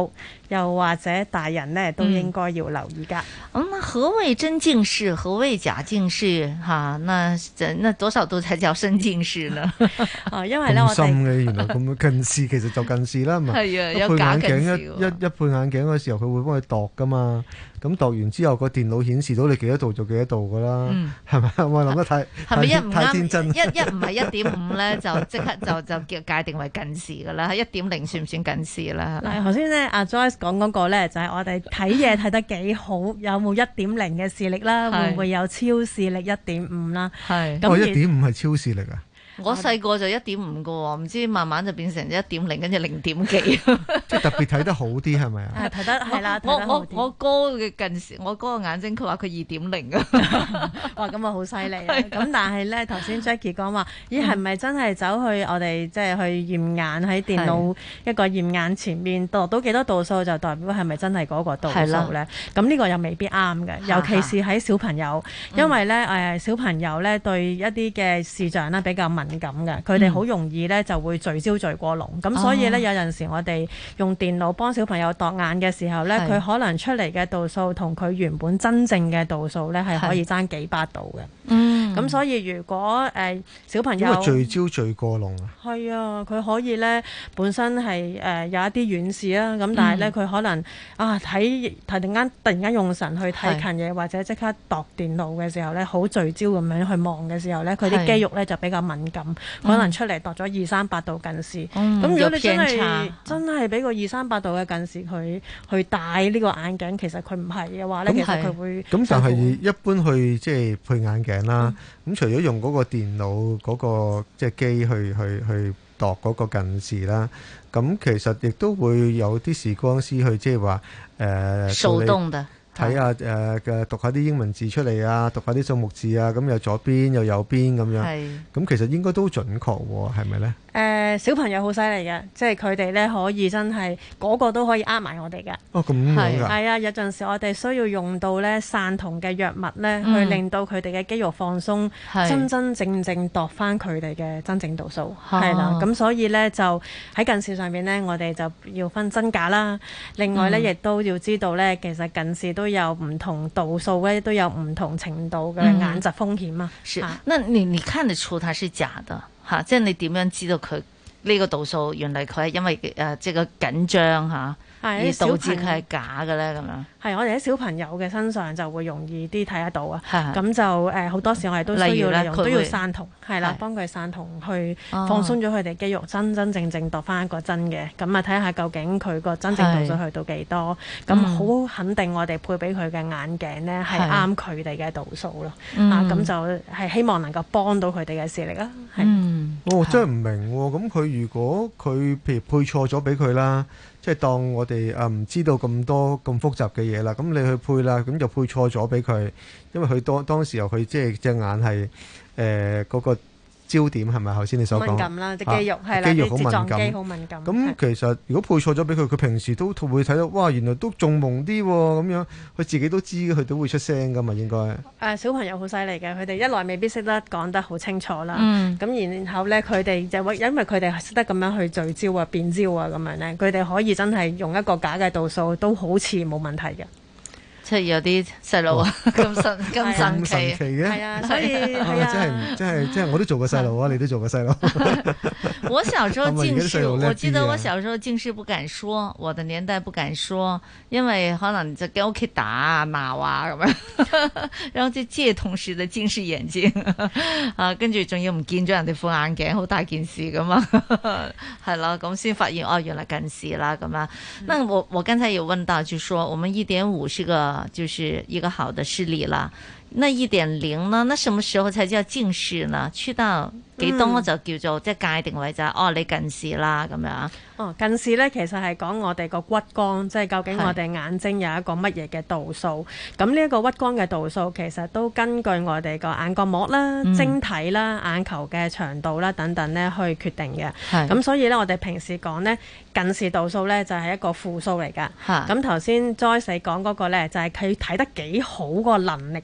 又或者大人呢，都應該要留意㗎。 咁、嗯、何謂真近視？何謂假近視？哈，那那多少度才叫深近視呢？ 哦，因為咧我哋咁深嘅，原來咁近視其實就近視啦，係咪？ 係啊，有假近視。 一一一配眼鏡嘅時候，佢會幫你度㗎嘛。咁度完之後，個電腦顯示到你幾多度就幾多度噶啦，係咪、嗯？我諗得太係咪一唔太天真？ 一一唔係一點五咧，就即刻就就叫界定為近視噶啦。一點零算唔算近視啦？ 嗱，頭先咧阿 Joyce 講嗰個咧，就係我哋睇嘢睇得幾好，有冇一點零嘅視力啦？會唔會有超視力一點五啦？ 係咁，一點五係超視力啊！ 我細個就一點五個喎，唔知慢慢就變成一點零，跟住零點幾。 即係特別睇得好啲係咪啊？ 係睇得係啦， 我我我哥嘅近視，我哥嘅眼睛，佢話佢二點零啊！ 哇，咁啊好犀利啊！咁但係咧，頭先 Jackie 講話，咦係咪真係走去我哋即係去驗眼喺電腦一個驗眼前面度到幾多度數，就代表係咪真係嗰個度數咧？咁呢個又未必啱嘅，尤其是喺小朋友，因為咧誒小朋友咧對一啲嘅視像咧比較敏感嘅，佢哋好容易咧就會聚焦聚過濃，咁、嗯、所以咧有陣時我哋用電腦幫小朋友度眼嘅時候咧，佢可能出嚟嘅度數同佢原本真正嘅度數咧係可以爭幾百度嘅。嗯，咁所以如果誒、呃、小朋友因為聚焦聚過濃啊， 係啊，佢可以咧本身係誒、呃、有一啲遠視啦，咁但係咧佢可能啊睇突然間突然間用神去睇近嘢，或者即刻度電腦嘅時候咧，好聚焦咁樣去望嘅時候咧，佢啲肌肉咧就比較敏感。可能出嚟度咗二三百度近視，咁、嗯、如果你真係真係俾個二三百度嘅近視佢去戴呢個眼鏡，其實佢唔係嘅話咧，其實佢會咁。但係一般去即係配眼鏡啦，咁、嗯、除咗用嗰個電腦嗰、嗰個即係機去去去度嗰個近視啦，咁其實亦都會有啲視光師去即係話誒手動的。 睇下誒嘅讀下啲英文字出嚟啊，讀下啲數目字啊，咁又左邊又右邊咁樣，咁其實應該都準確喎，係咪咧？ 誒、呃、小朋友好犀利嘅，即係佢哋咧可以真係嗰、嗰個都可以呃埋我哋嘅。 哦，咁樣㗎？ 係啊，有陣時我哋需要用到咧散瞳嘅藥物咧、嗯，去令到佢哋嘅肌肉放鬆，真真正正度翻佢哋嘅真正度數。係啦，咁所以咧就喺近視上邊咧，我哋就要分真假啦。另外咧，亦、嗯、都要知道咧，其實近視都有唔同度數咧，都有唔同程度嘅眼疾風險啊。 是，那你你看得出它是假的？嚇！即係你點樣知道佢呢個度數原來佢係因為誒即係個緊張嚇，而導致佢係假嘅咧咁樣？ 係我哋喺小朋友嘅身上就會容易啲睇得到啊。咁就誒好多時我哋都需要利用都要散瞳，係啦，幫佢散瞳去放鬆咗佢哋肌肉，真真正正度翻一個真嘅。咁啊睇下究竟佢個真正度數去到幾多？咁好肯定我哋配俾佢嘅眼鏡咧係啱佢哋嘅度數咯。啊咁就係希望能夠幫到佢哋嘅視力啦。 嗯，哦真係唔明喎。咁佢如果佢譬如配錯咗俾佢啦。即係當我哋誒唔知道咁多咁複雜嘅嘢啦，咁你去配啦，咁就配錯咗俾佢，因為佢當當時候佢即係隻眼係誒嗰個焦點係咪頭先你所講？ 敏感啦，啲肌肉係啦， 肌肉好敏感， 肌好敏感。 咁其實如果配錯咗俾佢，佢平時都會睇到，哇！原來都仲朦啲喎，咁樣佢自己都知，佢都會出聲噶嘛，應該。誒、 呃、小朋友好犀利嘅，佢哋一來未必識得講得好清楚啦，咁、 嗯、 然後咧佢哋就會因為佢哋識得咁樣去聚焦啊、變焦啊咁樣咧，佢哋可以真係用一個假嘅度數都好似冇問題嘅。 即係有啲細路啊，咁神咁神奇嘅， 係啊，所以係啊， 真係真係真係我都做過細路啊，你都做過細路。 我小時候近視，我記得我小時候近視不敢說，我的年代不敢說，因為可能就喺屋企打啊鬧啊咁樣，然後就借同事的近視眼鏡啊，跟住仲要唔見咗人哋副眼鏡，好大件事噶嘛，係啦，咁先發現哦，原來近視啦咁樣。那我我剛才有問到，就說我們一點五是個。就是一個好的視力啦，那一點零呢？那什麼時候才叫近視呢？去到幾多就叫做即係界定為就係、是嗯、哦，你近視啦咁樣。 哦，近視咧其實係講我哋個屈光，即係究竟我哋眼睛有一個乜嘢嘅度數。咁呢一個屈光嘅度數其實都根據我哋個眼角膜啦、嗯、晶體啦、眼球嘅長度啦等等咧去決定嘅。咁所以咧，我哋平時講咧近視度數咧就係一個負數嚟㗎。咁頭先 Joyce 講嗰個咧就係佢睇得幾好個能力嚟㗎。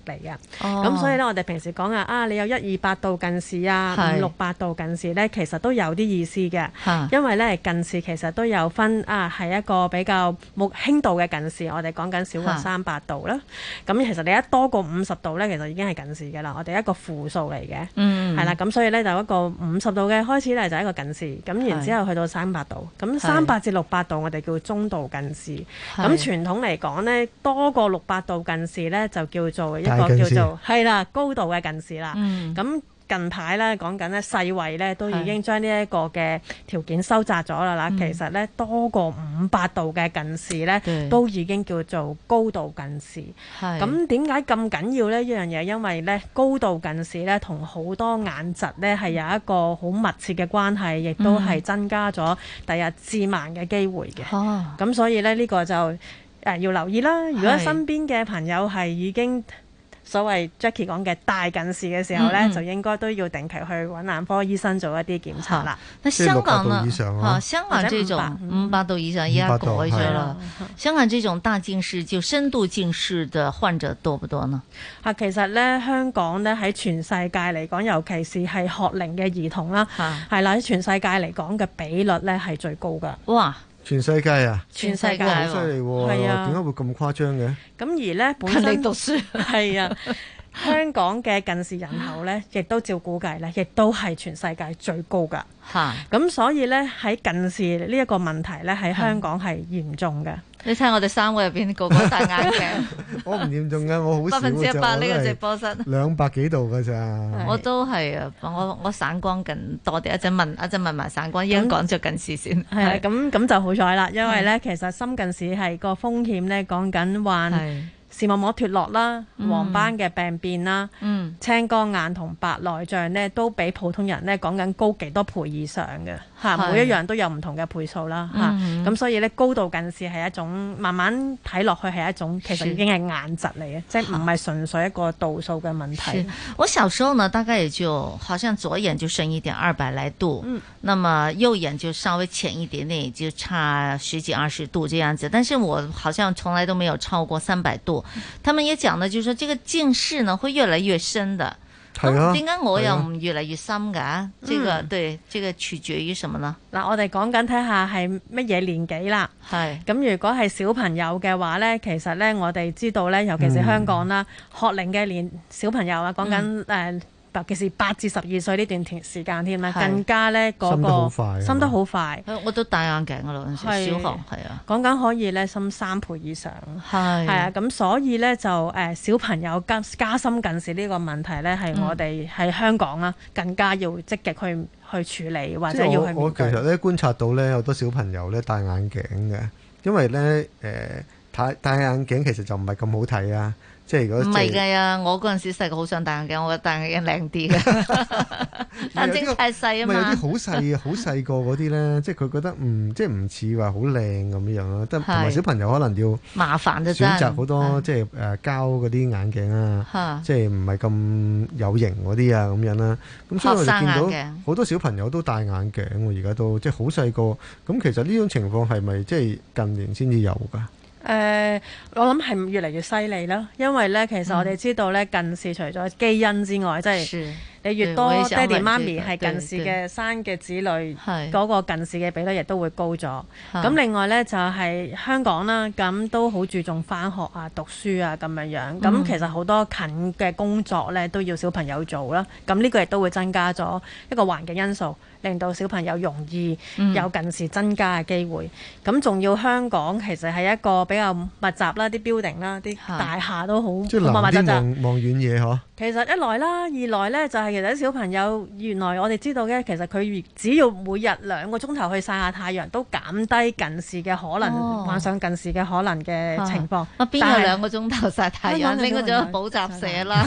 咁、哦、所以咧，我哋平時講啊，啊你有一二八度近視啊，五六八度近視咧，其實都有啲意思嘅。因為咧近視其實都有分啊，係一個比較冇輕度嘅近視，我哋講緊少過三百度啦。咁其實你一多過五十度咧，其實已經係近視嘅啦。我哋一個負數嚟嘅，嗯，係啦。咁所以咧就一個五十度嘅開始咧就係一個近視，咁然之後去到三百度，咁三百至六百度我哋叫中度近視。咁傳統嚟講咧，多過六百度近視咧就叫做一個叫做係啦高度嘅近視啦。咁、嗯、近排咧講緊咧世衛咧都已經將呢一個嘅條件收窄咗啦啦。其實咧多過五百度嘅近視咧都已經叫做高度近視。咁點解咁緊要呢？呢樣嘢因為咧高度近視咧同好多眼疾咧係有一個好密切嘅關係，亦都係增加咗第日致盲嘅機會嘅。咁、嗯、所以咧呢、呢個就誒、呃、要留意啦。如果身邊嘅朋友係已經所謂 Jackie 講嘅大近視嘅時候咧、嗯嗯，就應該都要定期去揾眼科醫生做一啲檢查啦。 那香港呢？ 啊， 香港這種五百度以上依家改咗啦。香港這種大近視就深度近視的患者多不多呢？ 啊，其實咧香港咧喺全世界嚟講，尤其是係學齡嘅兒童啦，係啦喺全世界嚟講嘅比率咧係最高㗎。哇！ 全世界啊！ 全世界好犀利喎！係啊，點解會咁誇張嘅？ 咁而咧本身讀書係啊，香港嘅近視人口咧，亦都照估計咧，亦都係全世界最高㗎。嚇！咁所以咧喺近視呢一個問題咧，喺香港係嚴重嘅。 你睇我哋三個入邊個個戴眼鏡， 我唔嚴重㗎，我好少， 百分之一百呢個直播室兩百幾度㗎咋。 我都係啊，我我散光近多啲，一陣問一陣問埋散光，依家講咗近視先。 係啊，咁咁就好彩啦，因為咧其實深近視係個風險咧，講緊患視網膜脫落啦、黃斑嘅病變啦、嗯、青光眼同白內障咧，都比普通人咧講緊高幾多倍以上嘅嚇，每一樣都有唔同嘅倍數啦嚇。咁、嗯、所以咧高度近視係一種慢慢睇落去係一種其實已經係眼疾嚟嘅，即係唔係純粹一個度數嘅問題。 我小時候呢，大概也就好像左眼就深一點，二百來度，嗯，那麼右眼就稍微淺一點點，就差十幾二十度這樣子。但是我好像從來都沒有超過三百度。他們也講呢，就是說這個近視呢會越來越深的。咁點解我又唔越嚟越深㗎？呢、啊這個、嗯、對，這個取決於什麼呢？ 嗱，我哋講緊睇下係乜嘢年紀啦。係咁，如果係小朋友嘅話咧，其實咧我哋知道咧，尤其是香港啦，嗯、學齡嘅年小朋友啊，講緊誒。尤其是八至十二歲呢段時間添咧，更加咧嗰個深得好快。 我都戴眼鏡噶啦，嗰陣時小學係啊， 講緊可以咧深三倍以上。係係啊，咁所以咧就誒、呃、小朋友加加深近視呢個問題咧，係我哋喺香港啦，更加要積極去去處理或者要去面對。我，我其實咧觀察到咧，好多小朋友咧戴眼鏡嘅，因為咧誒戴戴眼鏡其實就唔係咁好睇啊。即係如果唔係㗎啊！我嗰陣時細個好想戴眼鏡，我覺得戴眼鏡靚啲嘅，眼睛太細啊嘛。咪有啲好細好細個嗰啲咧，即係佢覺得唔即係唔似話好靚咁樣咯。得同埋小朋友可能要麻煩就選擇好多即係誒膠嗰啲眼鏡啊，即係唔係咁有型嗰啲啊咁樣啦。咁所以我哋見到好多小朋友都戴眼鏡喎，而家都即係好細個。咁其實呢種情況係咪即係近年先至有㗎？誒、呃，我諗係越嚟越犀利啦，因為咧，其實我哋知道咧，近視除咗基因之外，即係你越多爹哋媽咪係近視嘅生嘅子女，嗰個近視嘅比率亦都會高咗。咁另外咧就係、是、香港啦，咁都好注重返學啊、讀書啊咁樣樣。咁、嗯、其實好多近嘅工作咧都要小朋友做啦。咁呢個亦都會增加咗一個環境因素，令到小朋友容易有近視增加嘅機會。咁、嗯、仲要香港其實係一個比較密集啦，啲 building 啦，啲大廈都好密密集集。望望遠嘢嗬。其實一來啦，二來咧就係、是、其實啲小朋友原來我哋知道嘅，其實佢只要每日兩個鐘頭去曬下太陽，都減低近視嘅可能，哦、患上近視嘅可能嘅情況。啊，邊有兩個鐘頭曬太陽？拎嗰種補習社啦。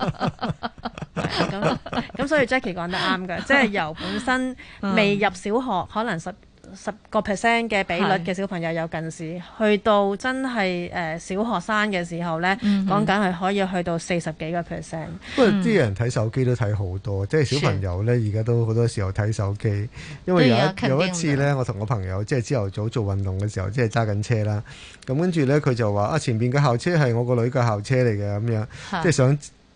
咁咁，所以 Jackie 講得啱嘅，即係由本身未入小學，嗯、可能十十個 percent 嘅比率嘅小朋友有近視，去到真係誒、呃、小學生嘅時候咧，講緊係可以去到四十幾個 percent。不過啲人睇手機都睇好多，即係小朋友咧而家都好多時候睇手機，因為有一、啊、有一次咧，我同我朋友即係朝頭早做運動嘅時候，即係揸緊車啦，咁跟住咧佢就話啊，前邊嘅校車係我個女嘅校車嚟嘅咁樣，即係想。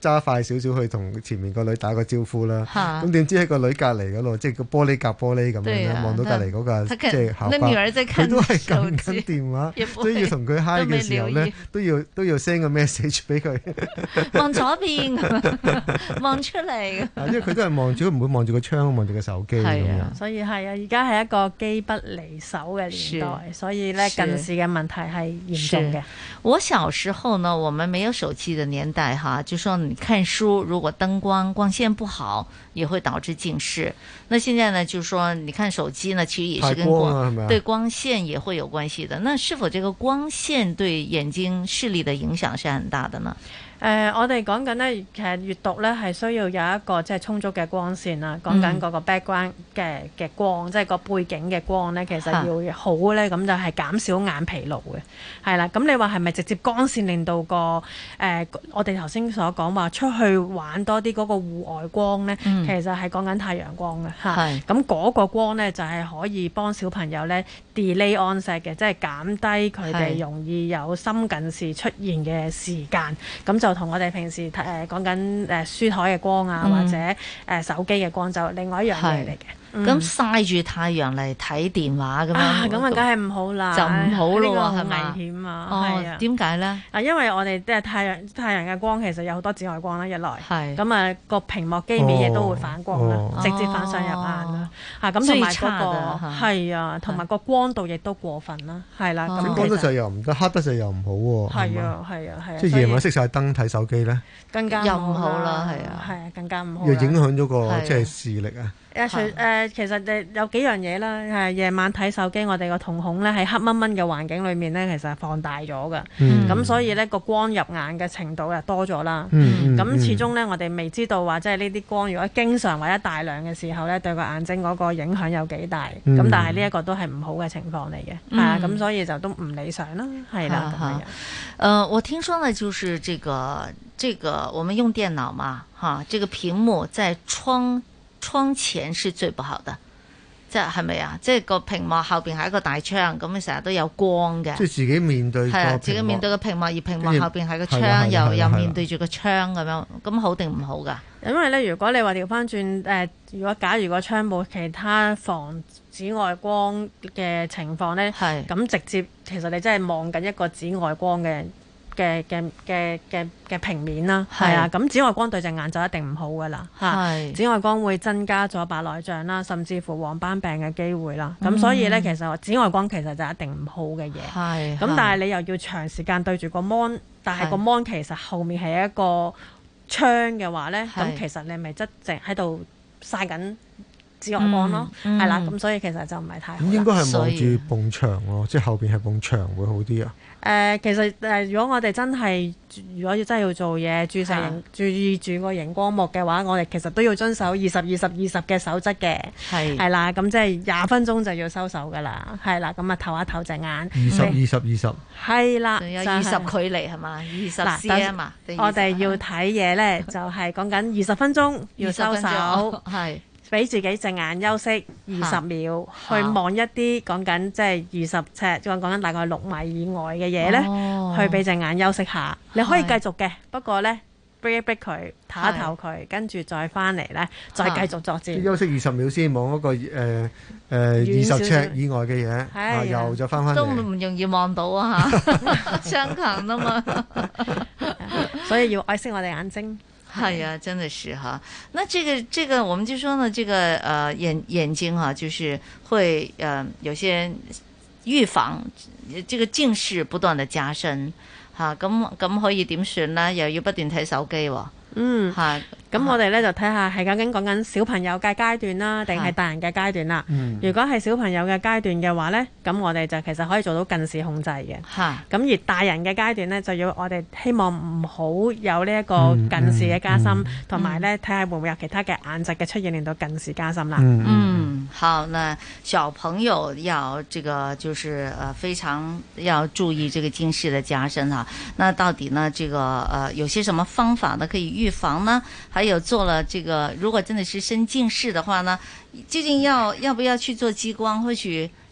揸快少少去同前面個女打個招呼啦。咁點、啊、知喺個女隔離嗰度，即係個玻璃夾玻璃咁樣咧，望、啊、到隔離嗰個即係校巴，佢都係撳緊電話，都要同佢嗨嘅時候咧，都要都要 send 個 message 俾佢。 望左邊，望出嚟。 因為佢都係望住，佢唔會望住個窗，望住個手機咁樣。 所以係啊，而家係一個機不離手嘅年代，所以咧近視嘅問題係嚴重嘅。 我小時候呢，我們沒有手機的年代哈，就說你看書，如果燈光光線不好，也會導致近視。那現在呢，就是說你看手機呢，其實也是跟光，光對光線也會有關係的。那是否這個光線對眼睛視力的影響是很大的呢？ 誒、呃，我哋講緊咧，其實閱讀咧係需要有一個即係充足嘅光線啦。講緊嗰個 background 嘅嘅光，嗯、即係個背景嘅光咧，其實要好咧，咁就係減少眼疲勞嘅。係啦，咁你話係咪直接光線令到個誒、呃，我哋頭先所講話出去玩多啲嗰個戶外光咧，嗯、其實係講緊太陽光嘅嚇。咁嗰個光咧就係、是、可以幫小朋友咧 delay onset 嘅，即係減低佢哋容易有深近視出現嘅時間。咁就同我哋平時誒講緊誒書台嘅光啊，嗯、或者誒、呃、手機嘅光就另外一樣嘢嚟嘅。 咁曬住太陽嚟睇電話咁樣， 咁啊梗係唔好啦， 就唔好咯喎，係咪？危險啊！係啊， 點解咧？ 啊，因為我哋即係太陽太陽嘅光其實有好多紫外光啦，一來係咁啊個屏幕機面亦都會反光啦，直接反上入眼啦。啊咁同埋嗰個係啊，同埋個光度亦都過分啦，係啦。 咁光得滯又唔得，黑得滯又唔好喎。 係啊係啊係啊！ 即係夜晚熄晒燈睇手機咧， 更加又唔好啦，係啊係啊，更加唔好。 又影響咗個即係視力啊！ 誒除誒其實誒有幾樣嘢啦，係夜晚睇手機，我哋個瞳孔咧喺黑蚊蚊嘅環境裏面咧，其實係放大咗嘅。咁、嗯、所以咧個光入眼嘅程度又多咗啦。咁、嗯嗯、始終咧我哋未知道話，即係呢啲光如果經常或者大量嘅時候咧，對個眼睛嗰個影響有幾大。咁、嗯、但係呢一個都係唔好嘅情況嚟嘅。係、嗯、啊，咁所以就都唔理想啦。係啦，咁樣。 呃，我聽說呢，就是這個這個我們用電腦嘛，哈，這個屏幕在窗。窗前是最不好的，即係係咪啊？即係個屏幕後邊係一個大窗，咁你成日都有光嘅。 即係自己面對係啊， 自己面對個屏幕，而屏幕後邊係個窗，又又面對住個窗咁樣，咁好定唔好噶？ 因為咧，如果你話調翻轉誒，如果假如個窗冇其他防紫外光嘅情況咧，係咁直接，其實你真係望緊一個紫外光嘅。嘅嘅嘅嘅嘅平面啦，係啊，咁紫外光對隻眼就一定唔好噶啦，嚇！紫外光會增加咗白內障啦，甚至乎黃斑病嘅機會啦。咁、嗯、所以咧，其實紫外光其實就一定唔好嘅嘢。係。咁但係你又要長時間對住個 mon，但係個 mon 其實後面係一個窗嘅話咧，咁其實你咪即係喺度曬緊紫外光咯，係啦、嗯。咁、嗯、所以其實就唔係太好。咁應該係望住埲牆咯，即係後邊係埲牆會好啲啊。 誒、呃，其實誒、呃，如果我哋真係，如果要真係要做嘢，注射熒，注意住個熒光幕嘅話，我哋其實都要遵守二十、二十、二十嘅守則嘅，係係啦，咁即係廿分鐘就要收手噶啦，係啦，咁啊唞一唞隻眼， 二十、二十、二十， 係啦， 仲有二十距離係嘛，二十 cm 嘛， 我哋要睇嘢咧，就係講緊二十分鐘要收手，係。俾自己隻眼休息二十秒，去望一啲講緊即係二十尺，即係講緊大概六米以外嘅嘢咧，哦、去俾隻眼休息下。你可以繼續嘅，不過咧 break 一 break 佢，唞一唞佢，跟住再翻嚟咧，再繼續作戰。 休息二十秒先望一個誒誒二十尺以外嘅嘢，啊又就翻翻嚟。 都唔容易望到啊嚇，傷近啊嘛， 所以要愛惜我哋眼睛。 係啊，真的是哈。那這個這個，我們就說呢，這個呃眼眼睛哈、啊，就是會呃有些預防這個近視不斷的加深，吓咁咁可以點算呢？又要不斷睇手機喎。 嗯，係。咁我哋咧就睇下係究竟講緊小朋友嘅階段啦，定係大人嘅階段啦。嗯、如果係小朋友嘅階段嘅話咧，咁我哋就其實可以做到近視控制嘅。嚇。咁而大人嘅階段咧，就要我哋希望唔好有呢一個近視嘅加深，同埋咧睇下會唔會有其他嘅眼疾嘅出現，令到近視加深啦。 嗯，嗯，好，那小朋友要這個就是呃非常要注意這個近視的加深哈。那到底呢這個呃有些什麼方法呢可以預防呢？還有做了這個，如果真的是深近視的話呢，究竟要要不要去做激光，或許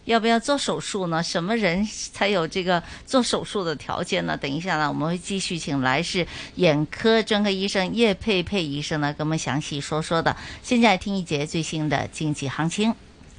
要不要做手术呢？什么人才有这个做手术的条件呢？等一下呢，我们会继续请来是眼科专科医生叶佩佩医生呢，跟我们详细说说的。现在听一节最新的经济行情。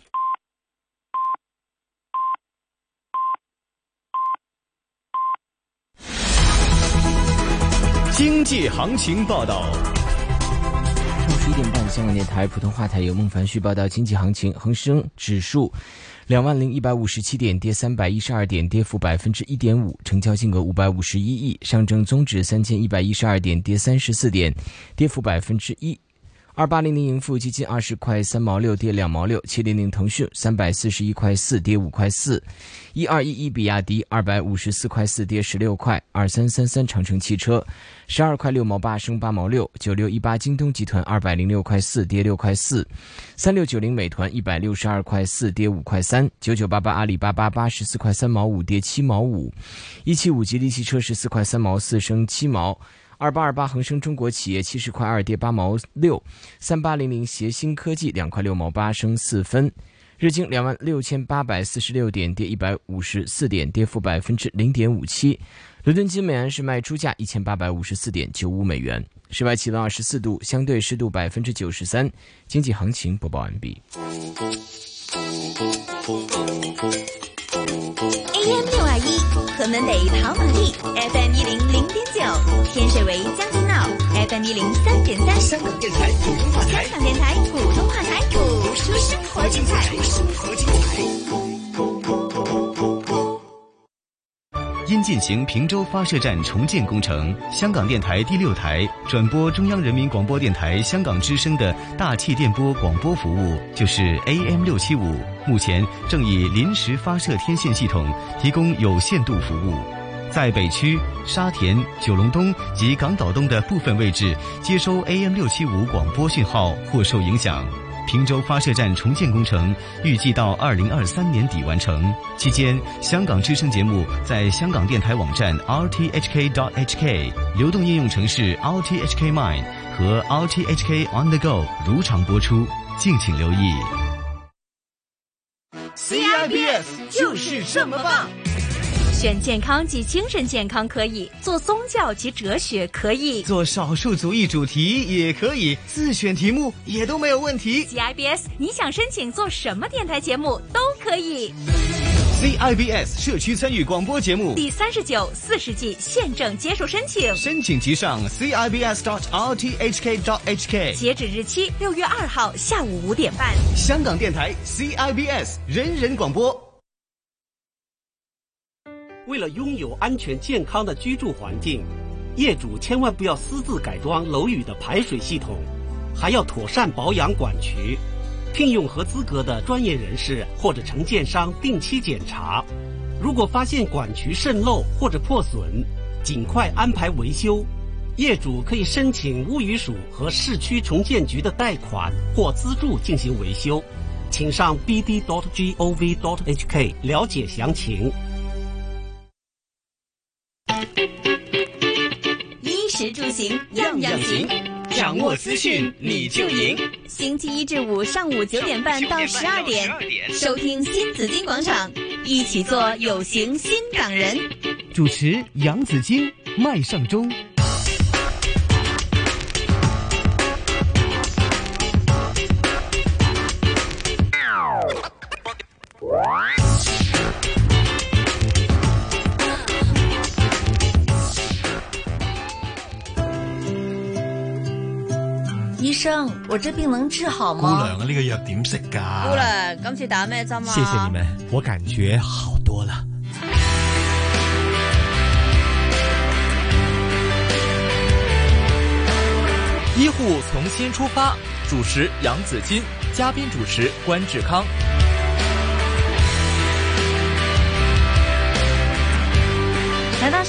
经济行情报道。 上午十一点半，香港电台普通话台由孟凡旭报道经济行情。恒生指数两万零一百五十七点，跌三百一十二点，跌幅百分之一点五，成交金额五百五十一亿。上证综指三千一百一十二点，跌三十四点，跌幅百分之一。二八零零盈富基金二十块三毛六，跌两毛六。七零零腾讯三百四十一块四，跌五块四。一二一一比亚迪二百五十四块四，跌十六块。二三三三长城汽车十二块六毛八，升八毛六。九六一八京东集团二百零六块四，跌六块四。三六九零美团一百六十二块四，跌五块三。九九八八阿里巴巴八十四块三毛五，跌七毛五。一七五吉利汽车十四块三毛四，升七毛。二八二八恒生中国企业七十块二，跌八毛六。三八零零协鑫科技两块六毛八，升四分。日经两万六千八百四十六点，跌一百五十四点，跌幅百分之零点五七。伦敦金每安士卖出价一千八百五十四点九五美元。室外气温二十四度，相对湿度百分之九十三。经济行情播报完毕。 A M 六二一，河门北跑马地 ，F M 一零零点九，天水围将军澳 ，F M 一零三点三， 香港电台普通话台， 香港电台普通话台，谱出生活精彩， 生活精彩。 因进行平洲发射站重建工程，香港电台第六台转播中央人民广播电台香港之声的大气电波广播服务，就是 A M 六七五，目前正以临时发射天线系统提供有限度服务。在北区、沙田、九龙东及港岛东的部分位置接收 A M 六七五广播讯号或受影响。平洲发射站重建工程预计到二零二三年底完成，期间香港之声节目在香港电台网站 r t h k dot h k、 流动应用程式 r t h k mine 和 r t h k on the go 如常播出，敬请留意。 C I B S 就是这么棒。选健康及精神健康可以，做宗教及哲学可以， 做少数族裔主题也可以，自选题目也都没有问题。 C I B S 你想申请做什么电台节目都可以。 C I B S 社区参与广播节目第三十九、四十季现正接受申请， 申请即上 c i b s dot r t h k dot h k， 截止日期六月二号下午五点半。 香港电台 C I B S 人人广播。 为了拥有安全健康的居住环境，业主千万不要私自改装楼宇的排水系统，还要妥善保养管渠，聘用合资格的专业人士或者承建商定期检查。如果发现管渠渗漏或者破损，尽快安排维修。业主可以申请屋宇署和市区重建局的贷款或资助进行维修，请上 b d dot gov dot h k 了解详情。 衣食住行样样行， 掌握资讯你就赢。 星期一至五上午九点半到十二点，收听新紫金广场，一起做有型新港人。 主持杨紫金、麦尚中。 醫生，我這病能治好嗎？ 姑娘啊，呢個藥點食㗎？ 姑娘，今次打咩針啊？ 謝謝你們，我感覺好多了。 醫護從新出發，主持楊紫金，嘉賓主持關志康。 來到上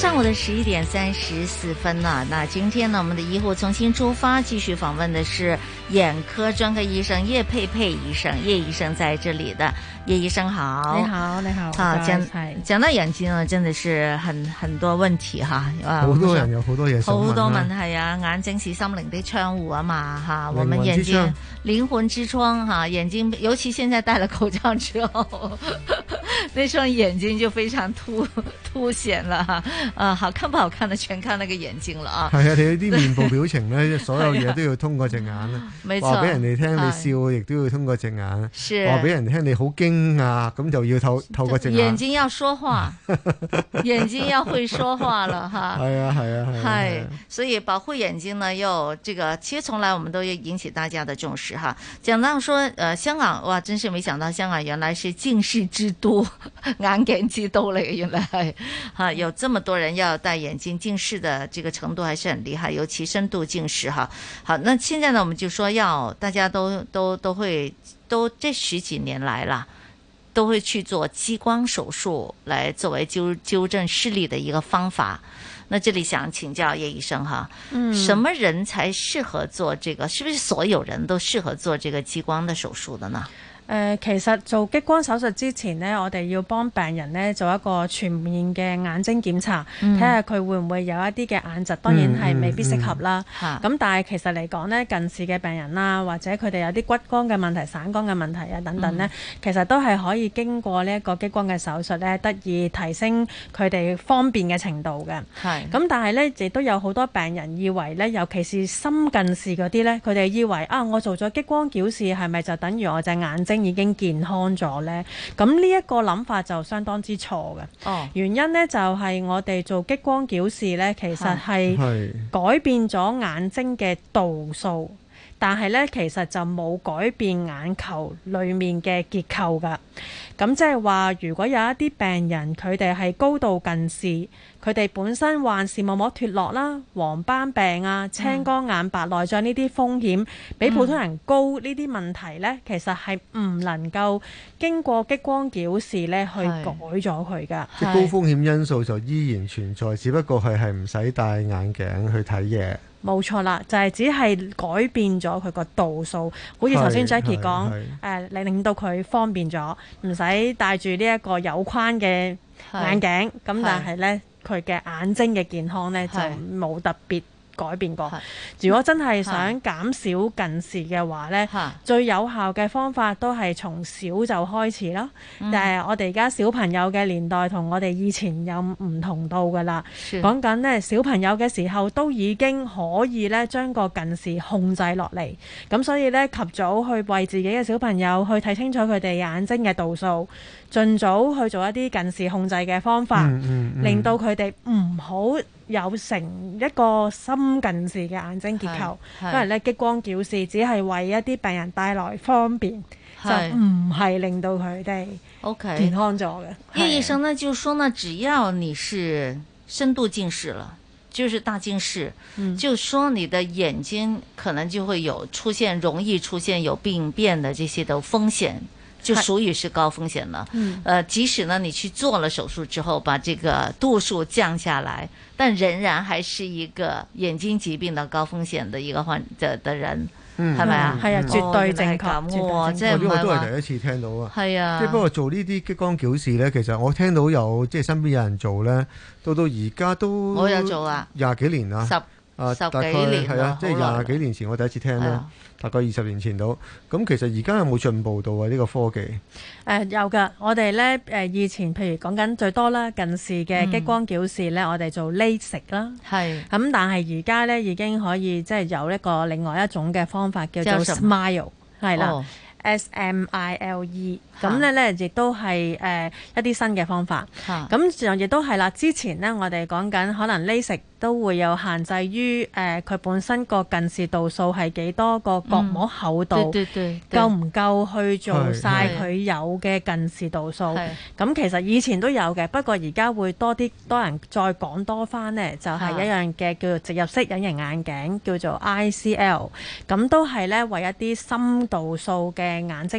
上午的十一點三十四分了。那今天呢，我們的醫護重新出發，繼續訪問的是眼科專科醫生葉佩佩醫生，葉醫生在這裡的。葉醫生好， 你好，你好。 好，講講到眼睛呢，真的是很很多問題哈。 好多人有好多嘢想問。好多問題啊，眼睛是心靈的窗戶啊嘛，哈，我們眼睛靈魂之窗哈，眼睛尤其現在戴了口罩之後，那雙眼睛就非常突凸顯了哈。啊，好看不好看的全看那個眼睛了啊。 係啊，你啲面部表情咧，所有嘢都要通過隻眼啊。 沒錯。 話俾人哋聽你笑，亦都要通過隻眼。是。話俾人聽你好驚啊，咁就要透透過隻眼。 眼睛要說話，眼睛要會說話了哈。 係啊，係啊，係。 係，所以保護眼睛呢，又這個其實從來我們都要引起大家的重視哈。講到說，呃，香港哇，真是沒想到香港原來是近視之都，眼鏡之都嚟嘅，原來係哈，有這麼多人要戴眼鏡，近視的這個程度還是很厲害，尤其深度近視哈。好，那現在呢，我們就說要大家都都都會都這十幾年來啦，都會去做激光手術來作為糾糾正視力的一個方法。那這裡想請教葉醫生哈，嗯，什麼人才適合做這個？是不是所有人都適合做這個激光的手術的呢？ 誒、呃，其實做激光手術之前呢，我哋要幫病人呢做一個全面嘅眼睛檢查，睇下佢會唔會有一啲嘅眼疾。當然係未必適合啦。咁、嗯嗯、但係其實嚟講呢，近視嘅病人啦，或者佢哋有啲骨光嘅問題、散光嘅問題啊等等呢、嗯，其實都係可以經過呢一個激光嘅手術呢，得以提升佢哋方便嘅程度嘅。係。咁但係呢，亦都有好多病人以為呢，尤其是深近視嗰啲呢，佢哋以為啊，我做咗激光矯視係咪就等於我隻眼睛已經健康咗呢？咁呢一個諗法就相當之錯嘅。哦，原因呢就係、是、我哋做激光矯視呢，其實係改變咗眼睛嘅度數，但係呢，其實就冇改變眼球裡面嘅結構㗎。咁即係話，如果有一啲病人佢哋係高度近視，佢哋本身患視網膜脫落啦、黃斑病啊、青光眼、白內障呢啲風險比普通人高，呢啲問題呢，其實係唔能夠經過激光矯視呢去改咗佢㗎。 即係高風險因素就依然存在，只不過係係唔使戴眼鏡去睇嘢。冇錯啦，就係、是、只係改變咗佢個度數，好似頭先 Jackie 講，誒、呃，你令到佢方便咗，唔使戴住呢一個有框嘅眼鏡，咁但係呢，佢嘅眼睛嘅健康呢，就冇特別改變過。如果真係想減少近視嘅話呢，最有效嘅方法都係從小就開始啦。但係我哋而家小朋友嘅年代同我哋以前有唔同到噶啦。講緊呢，小朋友嘅時候都已經可以呢將個近視控制落嚟，咁所以呢，及早去為自己嘅小朋友去睇清楚佢哋眼睛嘅度數，盡早去做一啲近視控制嘅方法，嗯嗯嗯、令到佢哋唔好有成一個深近視嘅眼睛結構。因為咧激光矯視只係為一啲病人帶來方便，就唔係令到佢哋健康咗嘅。 葉醫生呢就說呢，只要你是深度近視了，就是大近視，嗯，就說你的眼睛可能就會有出現容易出現有病變的這些的風險。就屬於是高風險了，嗯，呃，即使呢你去做了手術之後，把這個度數降下來，但仍然還是一個眼睛疾病的高風險的一個患者的人，嗯，係咪啊？係啊，絕對正確， 即係我都係第一次聽到啊。係啊，即係不過做呢啲激光矯視咧，其實我聽到有即係身邊有人做咧，到到而家都我有做啊， 廿幾年啦， 十啊十幾年係啊，即係廿幾年前我第一次聽啦。大概二十年前到，咁其實而家有冇進步到啊？呢、這個科技？誒、 呃、有㗎，我哋咧誒以前譬如講緊最多啦，近視嘅激光矯視咧、嗯，我哋做 LASIK 啦，係咁，但係而家咧已經可以即係有一個另外一種嘅方法叫做 Smile， 係啦。哦S M I L E， 咁咧咧亦都係誒、呃、一啲新嘅方法，咁就亦都係啦。之前咧我哋講緊可能 LASIK 都會有限制於誒佢、呃、本身個近視度數係幾多，個角膜厚度、嗯、對對對夠唔夠去做晒佢有嘅近視度數。咁其實以前都有嘅，不過而家會多啲多人再講多翻呢，就係、是、一樣嘅叫做植入式隱形眼鏡，叫做 I C L， 咁都係咧為一啲深度數嘅眼睛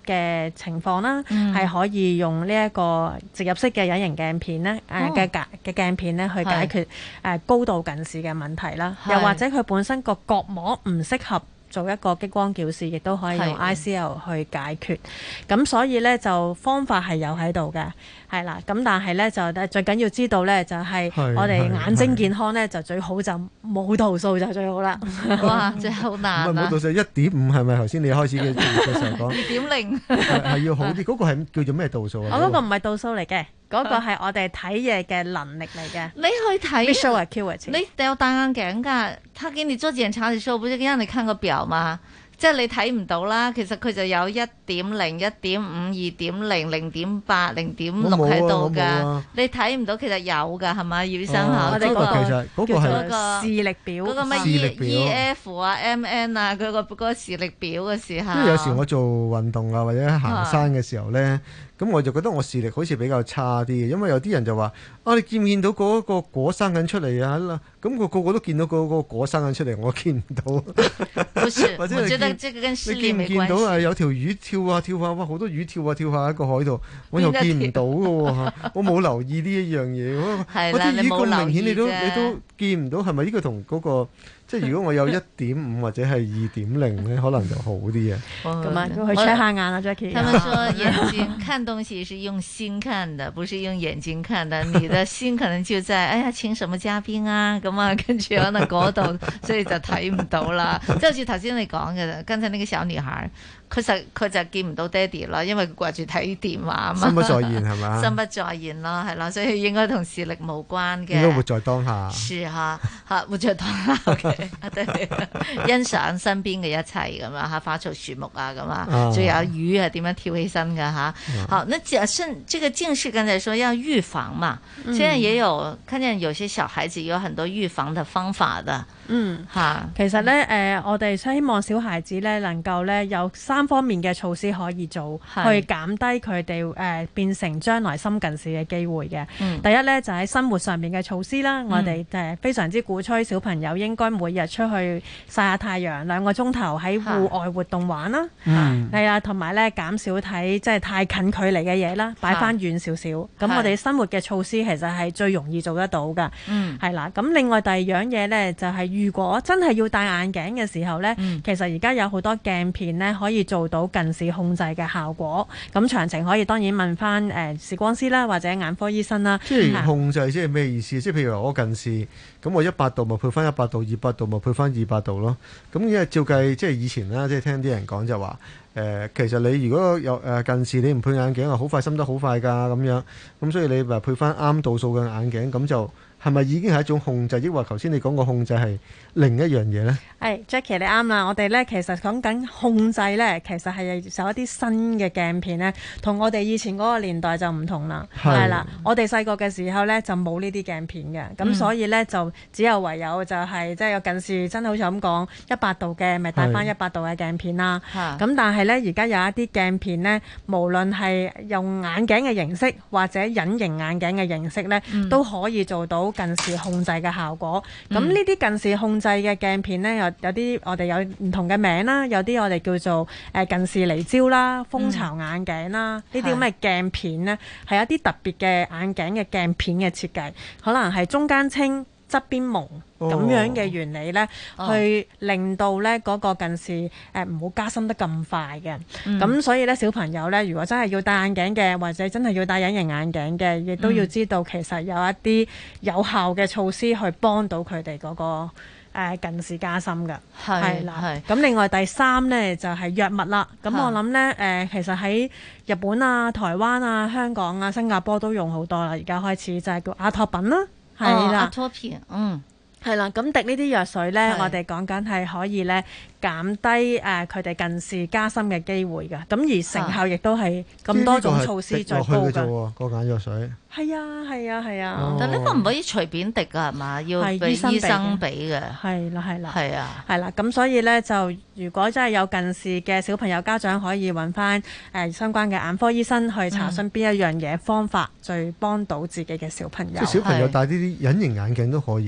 嘅情況啦，係、 嗯、 可以用呢一個植入式嘅隱形鏡片咧，誒嘅鏡嘅鏡片咧去解決誒高度近視嘅問題啦。又或者佢本身個角膜唔適合做一個激光矯視，亦都可以用 I C L 去解決。咁所以咧就方法係有喺度嘅，係啦。咁但係咧就最緊要知道咧就係我哋眼睛健康咧就最好就冇度數就最好啦。 哇，真係好難唔係冇度數，一點五係咪頭先你開始嘅嘅時候講？ 二點零係要好啲，嗰、嗰個係叫做咩度數啊？ 我嗰個唔係度數嚟嘅。嗰、那個係我哋睇嘢嘅能力嚟嘅。 你去睇 visual acuity， 你有戴眼鏡㗎？他給你做檢查嘅時候，不是讓你看個表嗎？即係你睇唔到啦。其實佢就有一點零、一點五、二點零、零點八、零點六喺度㗎。你睇唔到，其實有㗎，係咪？葉醫生嚇，我哋嗰個其實嗰個係嗰個視力表， 嗰個咩 E E F 啊、M N 啊，佢個嗰個視力表嘅時候。 因為有時我做運動啊，或者行山嘅時候咧。咁我就覺得我視力好似比較差啲嘅，因為有啲人就話：啊，你見唔見到嗰個果生緊出嚟啊？咁個個個都見到嗰個果生緊出嚟，我見唔到。 不是， 或者我覺得這個跟視力沒關係。 你見唔見到啊？有條魚跳下跳下，哇！好多魚跳下跳下喺個海度，我又見唔到嘅喎，我冇留意呢一樣嘢。 係啦， 你冇留意啫。你都你都見唔到，係咪呢個同嗰個？即係如果我有一點五或者係二點零咧，可能就好啲嘅。 咁啊，去 check 下眼啊 Jackie。 他們說眼睛看東西是用心看的，不是用眼睛看的。你的心可能就在，哎呀請什麼嘉賓啊，咁啊跟住可能嗰度，所以就睇唔到啦。即係好似頭先你講嘅，剛才那個小女孩。佢實佢就見唔到爹哋啦，因為佢掛住睇電話啊嘛。 心不在焉係嘛？ 心不在焉咯，係啦，所以應該同視力無關嘅。 應該活在當下。 是嚇嚇，活在當下嘅，對，欣賞身邊嘅一切咁啊嚇，花草樹木啊咁啊，仲有魚係點樣跳起身㗎嚇。好，那假設這個近視，剛才說要預防嘛，現在也有看見有些小孩子有很多預防的方法的。 嗯嚇， 其實咧誒、呃，我哋希望小孩子咧能夠咧有三方面嘅措施可以做，去減低佢哋誒變成將來深近視嘅機會嘅。嗯、第一咧就喺、是、生活上面嘅措施啦，嗯、我哋誒非常之鼓吹小朋友應該每日出去曬下太陽兩個鐘頭，喺戶外活動玩啦。係啊，同埋咧減少睇即係太近距離嘅嘢啦，擺翻遠少少。咁我哋生活嘅措施其實係最容易做得到㗎。嗯，係啦。咁另外第二樣嘢咧就係、是如果真係要戴眼鏡嘅時候呢，嗯、其實而家有好多鏡片呢可以做到近視控制嘅效果。咁詳情可以當然問翻誒視光師啦，或者眼科醫生啦。 即係控制，即係咩意思？即係譬如話我近視，咁我一百度咪配翻一百度，二百度咪配翻二百度咯。咁因為照計，即係以前啦，即係聽啲人講就話，誒、呃、其實你如果有誒、呃、近視，你唔配眼鏡啊，好快深得好快㗎咁樣。咁所以你咪配翻啱度數嘅眼鏡，咁就。係咪已經係一種控制，抑或頭先你講個控制係另一樣嘢呢？ 係 Jackie 你啱啦，我哋咧其實講緊控制咧，其實係有一啲新嘅鏡片咧，同我哋以前嗰個年代就唔同啦。係啦，我哋細個嘅時候咧就冇呢啲鏡片嘅，咁、嗯、所以咧就只有唯有就係即係有近視，真係好似咁講一百度嘅，咪戴翻一百度嘅鏡片啦。咁但係咧而家有一啲鏡片咧，無論係用眼鏡嘅形式或者隱形眼鏡嘅形式咧，嗯、都可以做到近視控制嘅效果。咁呢啲近視控制嘅鏡片呢，有有啲我哋有唔同嘅名啦，有啲我哋叫做誒近視離焦啦、蜂巢眼鏡啦，呢啲咁嘅鏡片呢，係有啲特別嘅眼鏡嘅鏡片嘅設計，可能係中間清側邊朦咁樣嘅原理呢，哦、去令到呢嗰個近視誒唔好加深得咁快嘅。咁、嗯、所以呢，小朋友呢，如果真係要戴眼鏡嘅，或者真係要戴隱形眼鏡嘅，亦都要知道其實有一啲有效嘅措施去幫到佢哋嗰個誒近視加深㗎。係啦，咁另外第三呢，就係、是、藥物啦。咁我諗呢，誒、呃、其實喺日本啊、台灣啊、香港啊、新加坡都用好多啦。而家開始就係叫阿托品啦。係啦，阿托片，嗯， 係啦，咁滴呢啲藥水咧，我哋講緊係可以咧減低誒佢哋近視加深嘅機會㗎，咁而成效亦都係咁多種措施最高㗎。 個眼藥水係啊係啊係啊， 哦、但呢個唔可以隨便滴㗎係嘛？要俾醫生俾嘅。 係啦係啦。 係啊， 係啦，咁所以咧就如果真係有近視嘅小朋友家長，可以揾翻誒相關嘅眼科醫生去查詢邊一樣嘢方法最幫到自己嘅小朋友。 即係小朋友戴呢啲隱形眼鏡都可以嘅。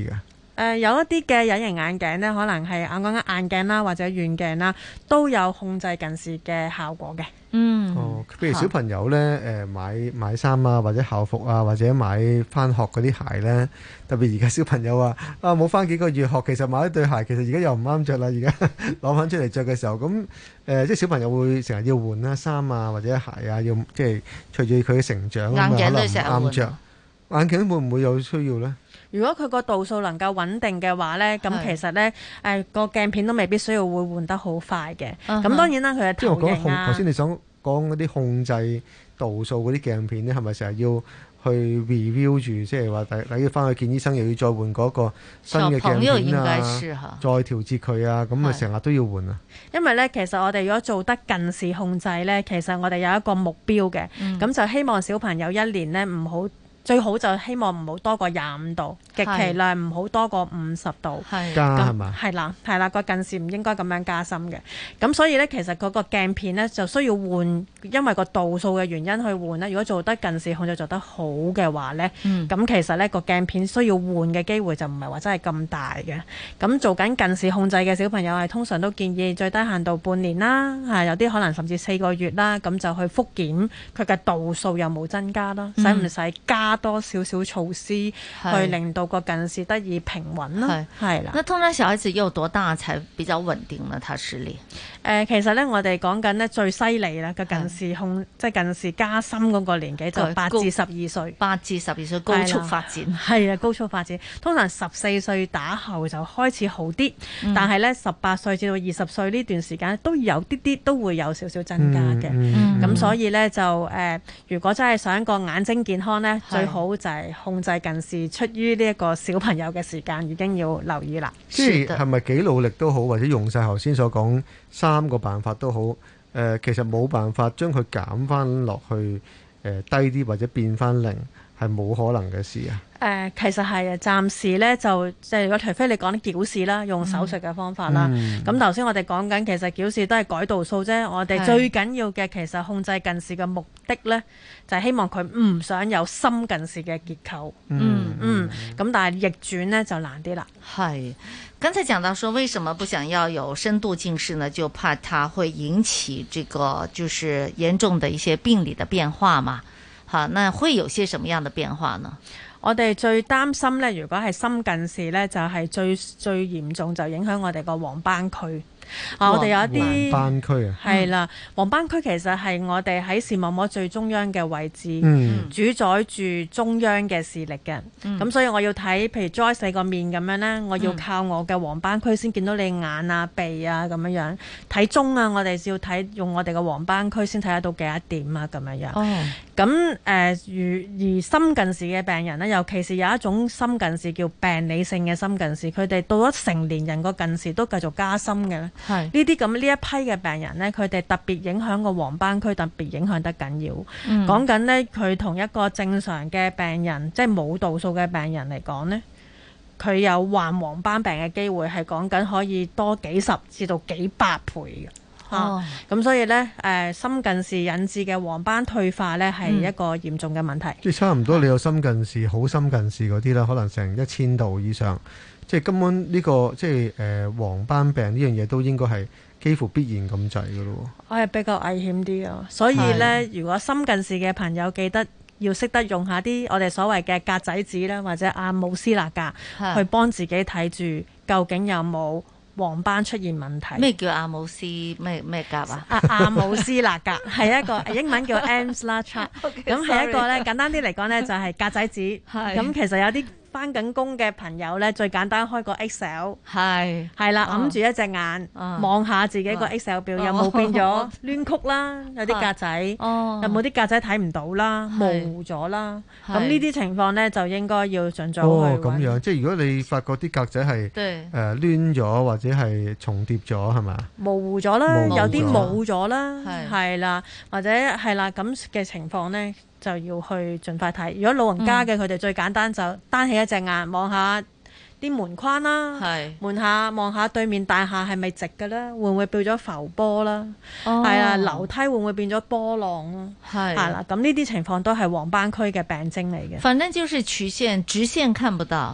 誒、呃、有一啲嘅隱形眼鏡咧，可能係眼講緊眼鏡啦，或者遠鏡啦，都有控制近視嘅效果嘅。 嗯， 哦，譬如小朋友咧，誒、呃、買買衫啊，或者校服啊，或者買翻學嗰啲鞋咧，特別而家小朋友話啊冇翻幾個月學，其實買一對鞋，其實而家又唔啱着啦，而家攞翻出嚟着嘅時候，咁誒、呃、即係小朋友會成日要換啦衫啊，或者鞋啊，要即係隨住佢嘅成長啊，可能唔啱着。眼鏡會唔會有需要咧？ 如果佢個度數能夠穩定嘅話咧，咁其實咧誒個鏡片都未必需要會換得好快嘅。咁、uh-huh. 當然啦，佢嘅投影啊， 頭先你想講嗰啲控制度數嗰啲鏡片咧，係咪成日要去 review 住，即係話第第要翻去見醫生，又要再換嗰個新嘅鏡片啊，再調節佢啊，咁啊成日都要換啊。 因為咧，其實我哋如果做得近視控制咧，其實我哋有一個目標嘅，咁、嗯、就希望小朋友一年咧唔好。最好就希望唔好多過廿五度，極其量唔好多過五十度。 加係嘛？ 係啦，係啦，個近視唔應該咁樣加深嘅。咁所以咧，其實嗰個鏡片咧就需要換，因為個度數嘅原因去換咧。如果做得近視控制做得好嘅話咧，咁、嗯、其實咧個鏡片需要換嘅機會就唔係話真係咁大嘅。咁做緊近視控制嘅小朋友係通常都建議最低限度半年啦，係有啲可能甚至四個月啦，咁就去復檢佢嘅度數有冇增加啦，使唔使加多少少措施去令到個近視得以平穩啦，係啦。 那通常小孩子有多大才比較穩定呢？他視力？誒、 呃，其實咧，我哋講緊咧最犀利咧個近視控，即係近視加深嗰個年紀就八至十二歲。八至十二歲高速發展，係啊，高速發展。通常十四歲打後就開始好啲、嗯，但係咧十八歲至到二十歲呢段時間都有啲啲都會有少少增加嘅。咁、嗯嗯、所以咧就誒、呃，如果真係想個眼睛健康咧，最好就係控制近視，出於呢一個小朋友嘅時間已經要留意啦。 即係係咪幾努力都好，或者用晒頭先所講三個辦法都好，誒、呃，其實冇辦法將佢減翻落去，誒、呃，低啲或者變翻零，係冇可能嘅事啊。 誒、呃，其實係啊，暫時咧就即係如果除非你講啲矯視啦，用手術嘅方法啦。咁頭先我哋講緊其實矯視都係改度數啫。我哋最緊要嘅其實控制近視嘅目的咧，就係、是、希望佢唔想有深近視嘅結構。嗯嗯。咁、嗯、但係逆轉咧就難啲啦。 係。剛才講到說，為什麼不想要有深度近視呢？就怕它會引起這個就是嚴重的一些病理的變化嘛。好，那會有些什麼樣的變化呢？ 我哋最擔心咧，如果係深近視咧，就係、是、最最嚴重就影響我哋個黃斑區。啊！我哋有一啲黃斑區啊， 係啦，黃斑區其實係我哋喺視網膜最中央嘅位置，嗯、主宰住中央嘅視力嘅。咁、嗯、所以我要睇，譬如 Joyce 你個面咁樣咧，我要靠我嘅黃斑區先見到你眼啊、鼻啊咁樣樣。睇中啊，我哋要睇用我哋嘅黃斑區先睇得到幾多點啊咁樣樣。哦，咁誒，如、呃、而深近視嘅病人咧，尤其是有一種深近視叫病理性嘅深近視，佢哋到咗成年人個近視都繼續加深嘅咧。係呢啲咁呢一批嘅病人呢，佢哋特別影響個黃斑區，特別影響得緊要。講緊呢，佢同一個正常嘅病人，即係冇度數嘅病人嚟講呢，佢有患黃斑病嘅機會係講緊可以多幾十至到幾百倍嘅。哦，咁、啊、所以呢，誒、呃、深近視引致嘅黃斑退化呢，係一個嚴重嘅問題。 即、嗯、係差唔多，你有深近視、好深近視嗰啲啦，可能成一千度以上。即係根本呢、這個即係誒黃斑病呢樣嘢都應該係幾乎必然咁滯嘅咯。 我係比較危險啲啊，所以咧，如果深近視嘅朋友記得要識得用下啲我哋所謂嘅格仔紙啦，或者阿姆斯勒格去幫自己睇住究竟有冇黃斑出現問題。 咩叫阿姆斯咩咩格啊？ 阿阿姆斯勒格係一個英文叫 Amsler chart， 咁係一個咧簡單啲嚟講咧就係格仔紙。咁其實有啲翻緊工嘅朋友咧，最簡單開個 Excel， 係係啦，揞住一隻眼，望、哦、下自己個 Excel 表、哦、有冇變咗攣曲啦，哦、有啲格仔，哦、有冇啲格仔睇唔到啦，模糊咗啦，咁呢啲情況咧就應該要盡早去。哦，咁樣， 即係如果你發覺啲格仔係誒攣咗或者係重疊咗，係嘛？ 模糊咗啦，有啲冇咗啦，係啦，或者係啦咁嘅情況咧，就要去盡快睇。如果老人家嘅，佢哋最簡單就單起一隻眼望下啲門框啦，門下望下對面大廈係咪直嘅咧？會唔會變咗浮波啦？係啊，樓梯會唔會變咗波浪啦？係啦，咁呢啲情況都係黃斑區嘅病徵嚟嘅。 反正就是曲線直線看不到。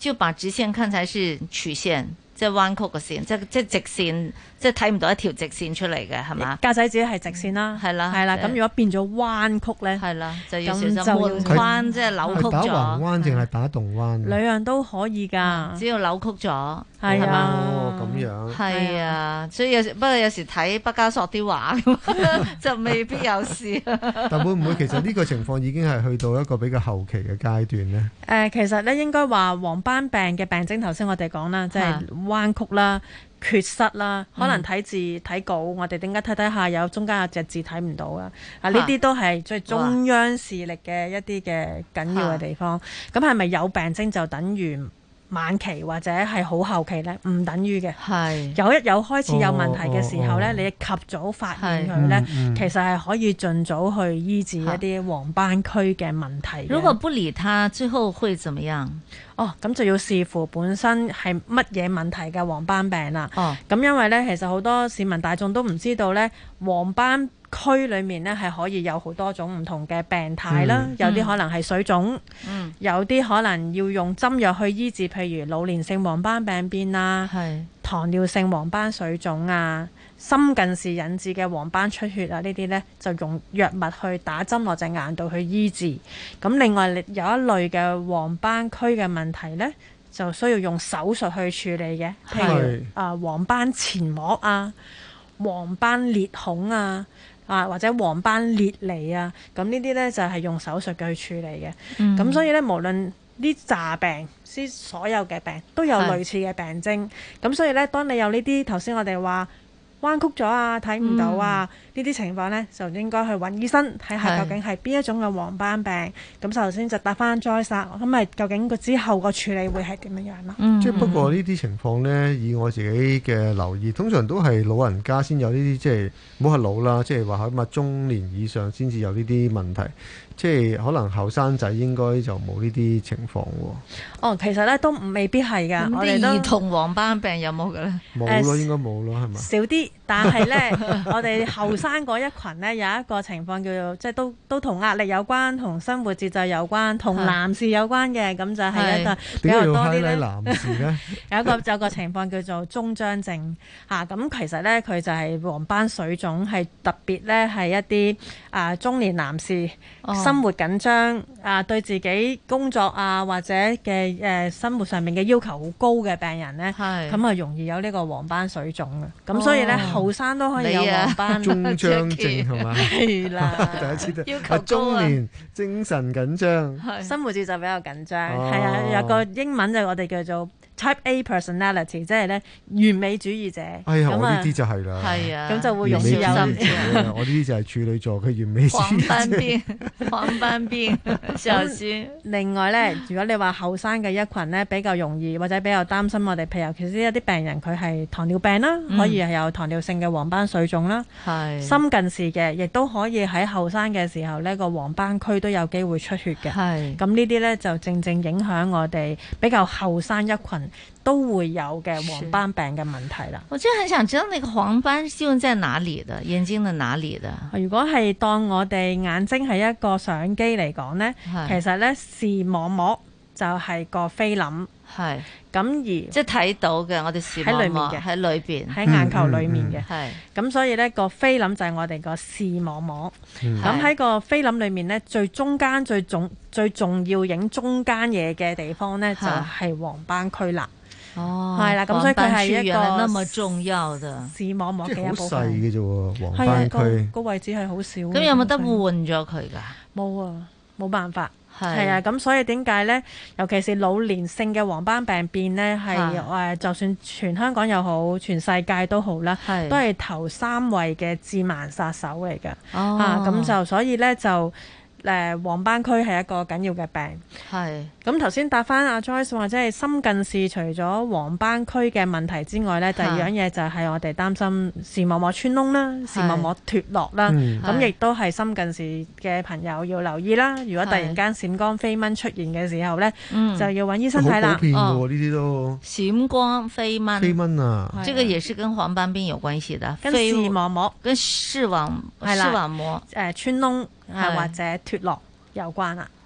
就把直線看成是曲線，即係彎曲嘅線，即係即係直線，即係睇唔到一條直線出嚟嘅，係嘛？ 格仔紙係直線啦， 係啦， 係啦。咁如果變咗彎曲咧， 係啦，就要小心彎，即係扭曲咗。 打橫彎定係打戙彎？ 兩樣都可以㗎， 只要扭曲咗， 係啊。 哦，咁樣。 係啊，所以有時不過有時睇畢加索啲畫就未必有事。 但會唔會其實呢個情況已經係去到一個比較後期嘅階段咧？ 誒，其實咧應該話黃斑病嘅病徵，頭先我哋講啦，即係彎曲啦、缺失啦，可能睇字睇稿，我哋點解睇睇下有中間有隻字睇唔到啊？啊，呢啲都係最中央視力嘅一啲嘅緊要嘅地方。咁係咪有病徵就等於晚期或者係好後期呢？唔等於嘅，係有一有開始有問題嘅時候呢，你及早發現佢呢，其實係可以盡早去醫治一啲黃斑區嘅問題。 如果不理它，最後會怎麼樣？ 哦，咁就要視乎本身係乜嘢問題嘅黃斑病啦。哦，咁因為呢，其實好多市民大眾都唔知道呢，黃斑區裏面呢係可以有好多種唔同嘅病態啦，嗯、有啲可能係水腫，嗯、有啲可能要用針藥去醫治，譬如老年性黃斑病變啊，糖尿性黃斑水腫啊，深近視引致嘅黃斑出血啊，呢啲呢就用藥物去打針落隻眼度去醫治。咁另外有一類嘅黃斑區嘅問題呢，就需要用手術去處理嘅，譬如啊黃斑前膜啊、黃斑裂孔啊。啊，或者黃斑裂離啊，咁呢啲呢就係用手術去處理嘅。咁、嗯、所以呢，無論呢紮病，啲所有嘅病都有類似嘅病徵。咁所以呢，當你有呢啲頭先我哋話彎曲咗啊、睇唔到啊呢啲、嗯、情況呢，就應該去揾醫生睇下究竟係邊一種嘅黃斑病。咁首先就答翻 Joyce，咁咪究竟個之後個處理會係點樣樣咯？ 即係不過呢啲情況呢，以我自己嘅留意，通常都係老人家先有呢啲，即係唔好係老啦，即係話起碼中年以上先至有呢啲問題。即係可能後生仔應該就冇呢啲情況喎。 哦，其實咧都未必係㗎。 咁啲兒童黃斑病有冇嘅咧？ 冇咯，應該冇咯，係咪？ 少啲，但係咧，我哋後生嗰一群咧有一個情況叫做，即係都都同壓力有關，同生活節奏有關，同男士有關嘅，咁就係一個比較多啲咧。 男士咧有一個有一個情況叫做中張症嚇，咁、啊、其實咧佢就係黃斑水腫，係特別咧係一啲啊中年男士。哦生活緊張啊，對自己工作啊或者嘅誒、呃、生活上面嘅要求好高嘅病人咧，咁啊容易有呢個黃斑水腫嘅。咁、哦、所以咧後生都可以有黃斑中張症係嘛？ 係啦， 第一次都要求高啊。 中年精神緊張， 生活節奏比較緊張，係啊、哦，有個英文就我哋叫做Type A personality， 即係咧完美主義者。 哎呀，我呢啲就係啦。 係啊， 咁就會容易有。 我呢啲就係處女座，佢完美主義者。 黃斑病，黃斑病，小心。 另外咧，如果你話後生嘅一群咧，比較容易或者比較擔心我哋，譬如尤其是一啲病人佢係糖尿病啦，嗯、可以係有糖尿性嘅黃斑水腫啦。係。深近視嘅，亦都可以喺後生嘅時候呢個黃斑區都有機會出血嘅。係。咁呢啲咧就正正影響我哋比較後生一群。都會有嘅黃斑病嘅問題啦。 我真係很想知道，那個黃斑是用在哪裡的？眼睛的哪裡的？ 如果係當我哋眼睛係一個相機嚟講呢，其實呢視網膜就係個菲林。係。咁而即係睇到嘅，我哋視網膜喺裏邊， 喺眼球裡面嘅。係、嗯。咁、嗯、所以呢個菲林就係我哋個視網膜。咁喺、嗯、個菲林裡面呢，最中間最重最重要影中間嘢嘅地方呢，就係黃斑區啦。哦，係啦，咁所以佢係一個那麼重要的視網膜嘅一部分。 好細嘅啫喎，黃斑區。係啊， 個個位置係好少。 咁有冇得換咗佢㗎？ 冇啊，冇辦法。係啊，咁所以點解咧？尤其是老年性嘅黃斑病變咧，係誒，就算全香港又好，全世界都好啦，都係頭三位嘅致盲殺手嚟嘅。哦，啊，咁就所以咧就。誒黃斑區係一個緊要嘅病，係咁頭先答翻阿 Joyce 或者係深近視，除咗黃斑區嘅問題之外咧，第二樣嘢就係我哋擔心視網膜穿窿啦、視網膜脫落啦，咁亦都係深近視嘅朋友要留意啦。如果突然間閃光飛蚊出現嘅時候咧，就要揾醫生睇啦。 好普遍嘅喎，呢啲都閃光飛蚊， 飛蚊啊， 這個也是跟黃斑病有關係的， 跟視網膜、 跟視網視網膜誒穿窿。係或者脫落有關啦。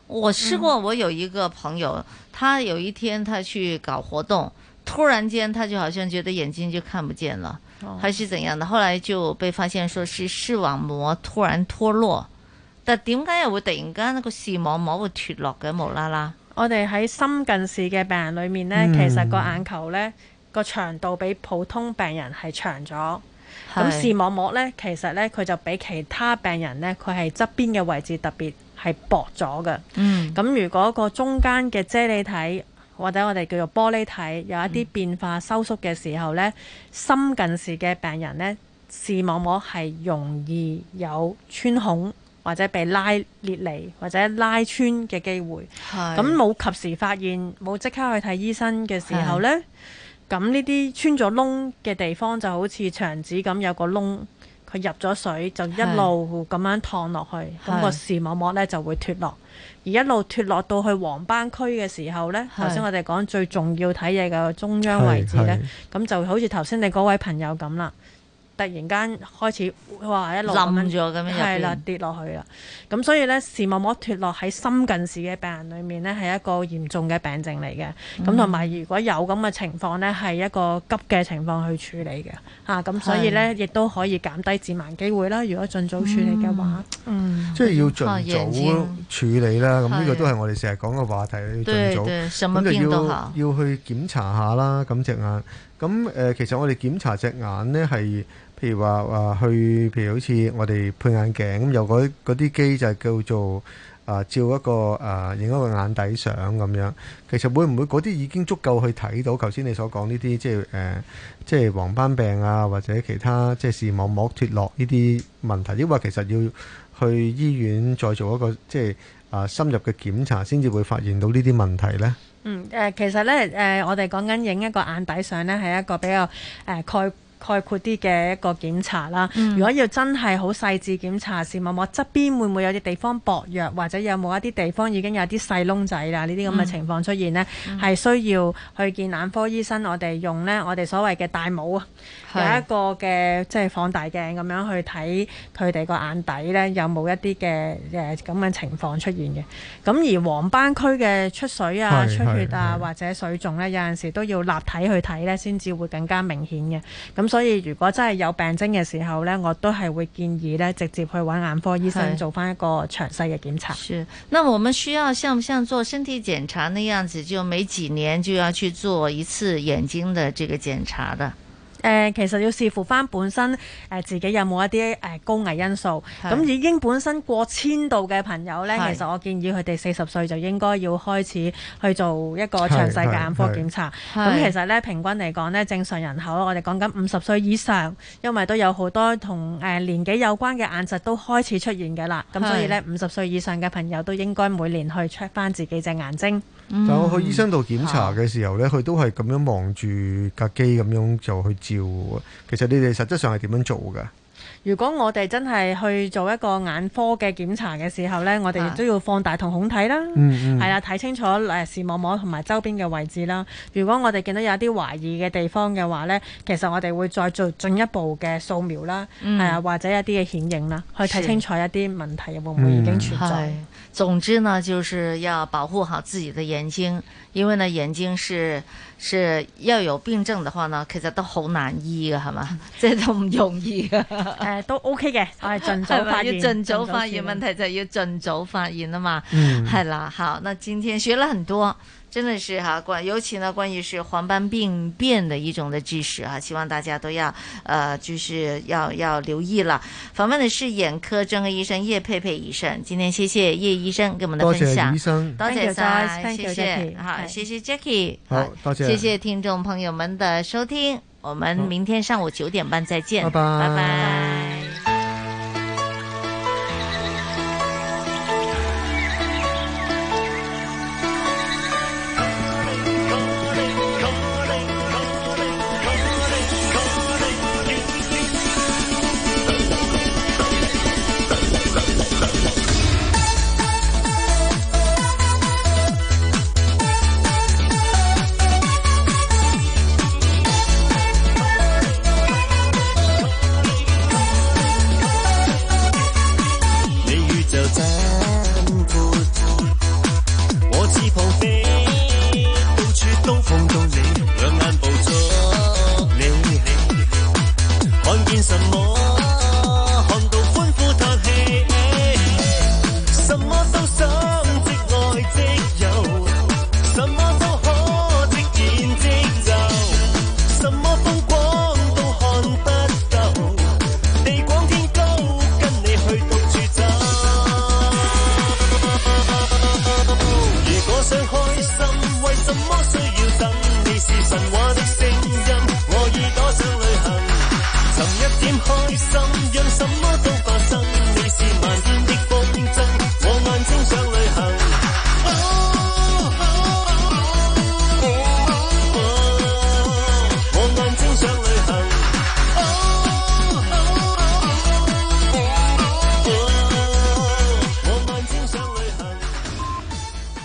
我試過，我有一個朋友，他有一天他去搞活動，突然間他就好像覺得眼睛就看不見了，哦、還是怎樣的，後來就被發現說是視網膜突然脫落。但點解又會突然間個視網膜會脫落嘅無啦啦？ 我哋喺深近視嘅病人裏面呢，嗯、其實個眼球呢個長度比普通病人係長咗。咁視網膜呢，其實呢，佢就比其他病人呢，佢係側邊嘅位置特別係薄咗嘅。嗯。咁如果個中間嘅啫喱體或者我哋叫做玻璃體有一啲變化收縮嘅時候呢，嗯、深近視嘅病人呢，視網膜係容易有穿孔或者被拉裂離或者拉穿嘅機會。係。咁冇及時發現，冇即刻去睇醫生嘅時候呢。咁呢啲穿咗窿嘅地方就好似牆紙咁有個窿，佢入咗水就一路咁樣燙落去，咁個視網膜呢就會脫落，而一路脫落到去黃斑區嘅時候呢，頭先我哋講最重要睇嘢嘅中央位置呢，咁就好似頭先你嗰位朋友咁啦。突然間開始哇一路冧咗咁樣，係啦跌落去啦。咁所以咧視網膜脫落喺深近視嘅病人裏面咧係一個嚴重嘅病症嚟嘅。咁同埋如果有咁嘅情況咧係一個急嘅情況去處理嘅。嚇咁所以咧亦都可以減低致盲機會啦。如果盡早處理嘅話，嗯， 即係要盡早處理啦。咁呢個都係我哋成日講嘅話題，要盡早。咁就要要去檢查下啦。咁隻眼咁誒，其實我哋檢查隻眼咧係。譬如話話去，譬如好似我哋配眼鏡咁，有嗰嗰啲機就係叫做啊、呃、照一個啊影、呃、一個眼底相咁樣。其實會唔會嗰啲已經足夠去睇到頭先你所講呢啲，即係誒、呃、即係黃斑病啊，或者其他即係視網膜脫落呢啲問題？抑或其實要去醫院再做一個即係啊、呃、深入嘅檢查，先至會發現到呢啲問題呢？ 嗯誒、呃，其實咧誒、呃，我哋講緊影一個眼底相咧，係一個比較誒、呃、概概括啲嘅一個檢查啦。嗯、如果要真係好細緻檢查視網膜側邊會唔會有啲地方薄弱，或者有冇一啲地方已經有啲細窿仔啦，呢啲咁嘅情況出現呢，係、嗯、需要去見眼科醫生。我哋用呢，我哋所謂嘅大帽啊，有一個嘅即係放大鏡咁樣去睇佢哋個眼底呢，有冇一啲嘅誒咁嘅情況出現嘅。咁而黃斑區嘅出水啊、出血啊或者水腫呢，有陣時都要立體去睇呢，先至會更加明顯嘅。咁所以如果真係有病徵嘅時候呢，我都係會建議呢，直接去揾眼科醫生做翻一個詳細嘅檢查。 是，那我們需要像不像做身體檢查那樣子，就每幾年就要去做一次眼睛的這個檢查的？ 誒、呃，其實要視乎翻本身誒、呃、自己有冇一啲誒、呃、高危因素。咁已經本身過千度嘅朋友呢，其實我建議佢哋四十歲就應該要開始去做一個詳細嘅眼科檢查。咁其實呢，平均嚟講呢，正常人口我哋講緊五十歲以上，因為都有好多同誒、呃、年紀有關嘅眼疾都開始出現嘅啦。咁所以呢，五十歲以上嘅朋友都應該每年去 check 翻自己隻眼睛。 嗯、但我去醫生度檢查嘅時候呢，佢、嗯、都係咁樣望住架機咁樣就去照。其實你哋實質上係點樣做㗎？ 如果我哋真係去做一個眼科嘅檢查嘅時候呢，我哋亦都要放大瞳孔睇啦，係啦，睇清楚誒視網膜同埋周邊嘅位置啦。如果我哋見到有啲懷疑嘅地方嘅話呢，其實我哋會再做進一步嘅掃描啦，係、嗯、啊，或者一啲嘅顯影啦，去睇清楚一啲問題會唔會已經存在。 嗯、總之呢，就是要保護好自己的眼睛，因為呢眼睛是是要有病症的話呢，其實都好難醫嘅，係嘛？即係都唔容易嘅。 誒，都 OK 嘅，我係盡早發現， 要盡早發現問題就要盡早發現啊嘛。嗯，係啦，好，那今天學了很多，真的是哈關，尤其呢關於是黃斑病變的一種的知識哈，希望大家都要，呃，就是要要留意了。訪問的是眼科專科醫生葉佩佩醫生，今天謝謝葉醫生給我們的分享， 多謝醫生， 多謝晒，謝謝，好，謝謝 Jackie， 好，多謝， 謝謝聽眾朋友們的收聽。我們明天上午九點半再見， 拜拜。 拜拜。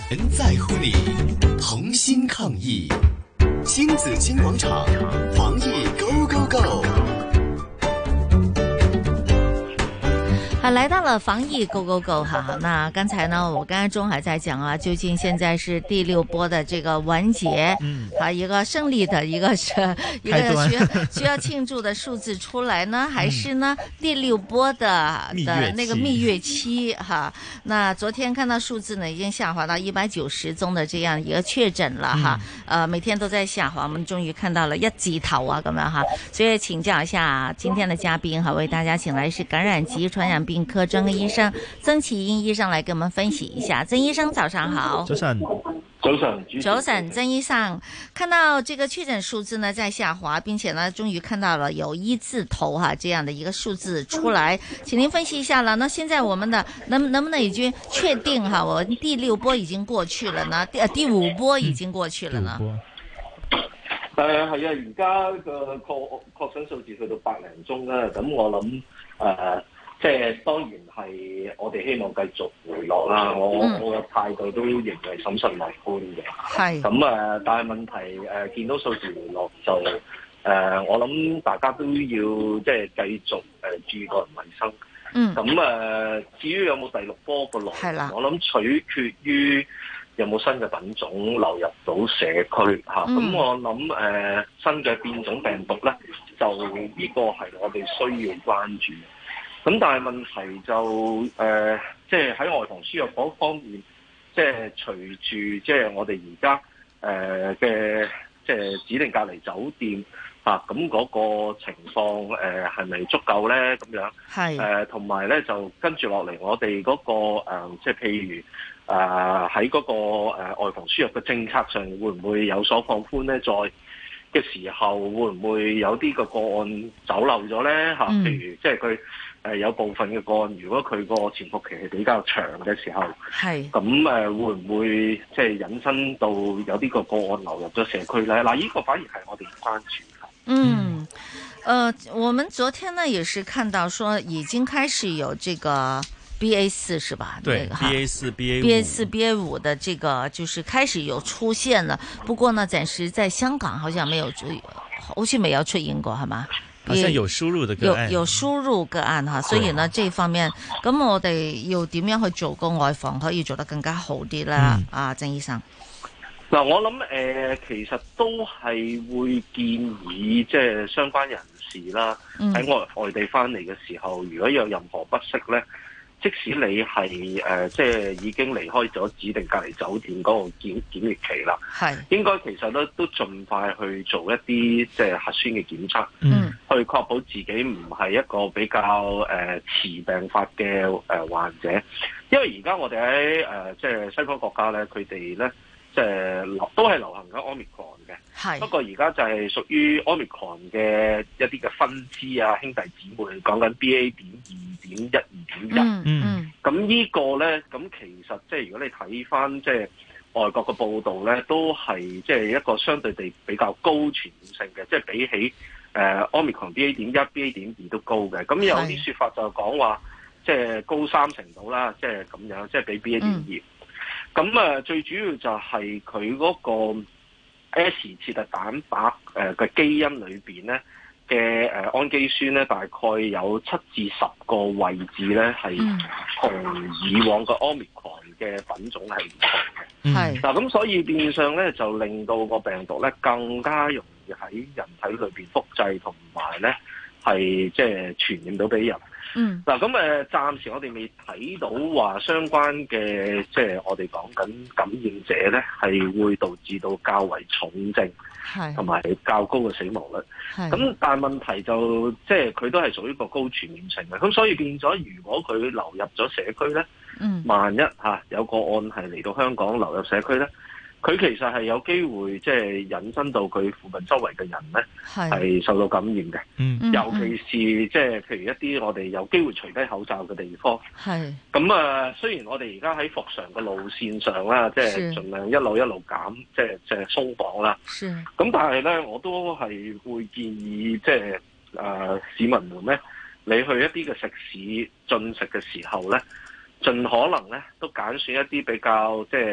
人在乎你，同心抗疫。新紫金广场，防疫 Go Go Go！ 好，来到了防疫 Go Go Go 哈，那刚才呢，我刚才中还在讲啊，究竟现在是第六波的这个完结，嗯，啊，一个胜利的一个是一个需要需要庆祝的数字出来呢，还是呢、嗯、第六波的的那个蜜月期哈？那昨天看到数字呢，已经下滑到一百九十宗的这样一个确诊了哈，嗯、呃，每天都在下滑，我们终于看到了一字頭啊咁樣哈，所以請教一下今天的嘉賓哈，為大家請來是感染及傳染病科專科醫生曾祈殷醫生來給我們分析一下。曾醫生早上好。 早晨， 早晨， 早晨，曾醫生，看到這個確診數字呢在下滑，並且呢終於看到了有一字頭哈這樣的一個數字出來，請您分析一下了。那現在我們的能能不能已經確定哈，我第六波已經過去了呢？第第五波已經過去了呢？ 誒係啊，而家嘅確確診數字去到百零宗啦，咁我諗誒。呃即係當然係我哋希望繼續回落啦，我、嗯、我嘅態度都仍係審慎樂觀嘅。係咁誒，但係問題誒、呃、見到數字回落就誒、呃，我諗大家都要即係繼續誒、呃、注意個人衞生。嗯。咁誒、呃，至於有冇第六波個來源，我諗取決於有冇新嘅品種流入到社區嚇。咁、嗯啊、我諗誒、呃、新嘅變種病毒咧，就呢個係我哋需要關注。咁但係問題就誒、呃，即係喺外防輸入嗰方面，即係隨住即係我哋而家誒嘅即係指定隔離酒店啊，咁嗰個情況誒係咪足夠咧？咁樣係誒，同埋咧就跟住落嚟，我哋嗰、嗰個、呃、即係譬如誒喺嗰個、呃、外防輸入嘅政策上，會唔會有所放寬咧？再嘅時候，會唔會有啲個個案走漏咗咧？嚇、嗯，譬如即係佢。誒有部分嘅個案，如果佢個潛伏期係比較長嘅時候，係咁誒，會唔會即係引申到有啲個個案流入咗社區咧？嗱，呢個反而係我哋關注嘅。嗯，呃，我們昨天呢也是看到說已經開始有這個 B A 四是吧？ 對、 那個、 ，B A 四、B A 五、 B A 四、B A 五的這個就是開始有出現了。不過呢，暫時在香港好像沒有，好似沒有出現過，係嘛？ 好像有輸入的個案， 有有輸入個案哈，所以呢，這方面咁我哋要點樣去做個外防可以做得更加好啲咧？啊、嗯，曾醫生， 嗱，我諗誒、呃，其實都係會建議即係相關人士啦，喺外外地翻嚟嘅時候，如果有任何不適咧。即使你係誒、呃，即係已經離開咗指定隔離酒店嗰個檢檢疫期啦，係應該其實咧都盡快去做一啲即係核酸嘅檢測，嗯，去確保自己唔係一個比較誒遲病發嘅誒、呃、患者，因為而家我哋喺誒即係西方國家咧，佢哋咧即係流都係流行緊 Omicron 嘅，係不過而家就係屬於 Omicron 嘅一啲嘅分支啊，兄弟姊妹講緊 B A 點二點一、二點一，嗯，咁呢個咧，咁其實即係如果你睇翻即係外國嘅報道咧，都係即係一個相對地比較高傳染性嘅，即係比起誒、呃、Omicron B A 點一、B A 點二都高嘅。咁有啲說法就講話即係高三成度啦，即係咁樣，即係比 B A 點二。咁啊，最主要就係佢嗰個 S 刺突蛋白誒嘅基因裏邊咧嘅誒氨基酸咧，大概有七至十個位置咧係同以往嘅 Omicron 嘅品種係唔同嘅。係嗱，咁所以變相咧就令到個病毒咧更加容易喺人體裏邊複製，同埋咧係即係傳染到俾人。嗯，嗱咁誒，暫時我哋未睇到話相關嘅，即係我哋講緊感染者咧，係會導致到較為重症，係同埋較高嘅死亡率。係咁，但係問題就即係佢都係屬於一個高傳染性嘅，咁所以變咗，如果佢流入咗社區咧，嗯，萬一嚇有個案係嚟到香港流入社區咧。佢其實係有機會即係引申到佢附近周圍嘅人咧，係受到感染嘅。嗯，尤其是即係譬如一啲我哋有機會除低口罩嘅地方。係。咁啊，雖然我哋而家喺復常嘅路線上啦，即係盡量一路一路減，即係即係鬆綁啦。是。咁但係咧，我都係會建議即係誒市民們咧，你去一啲嘅食肆進食嘅時候咧，盡可能咧都揀選一啲比較即係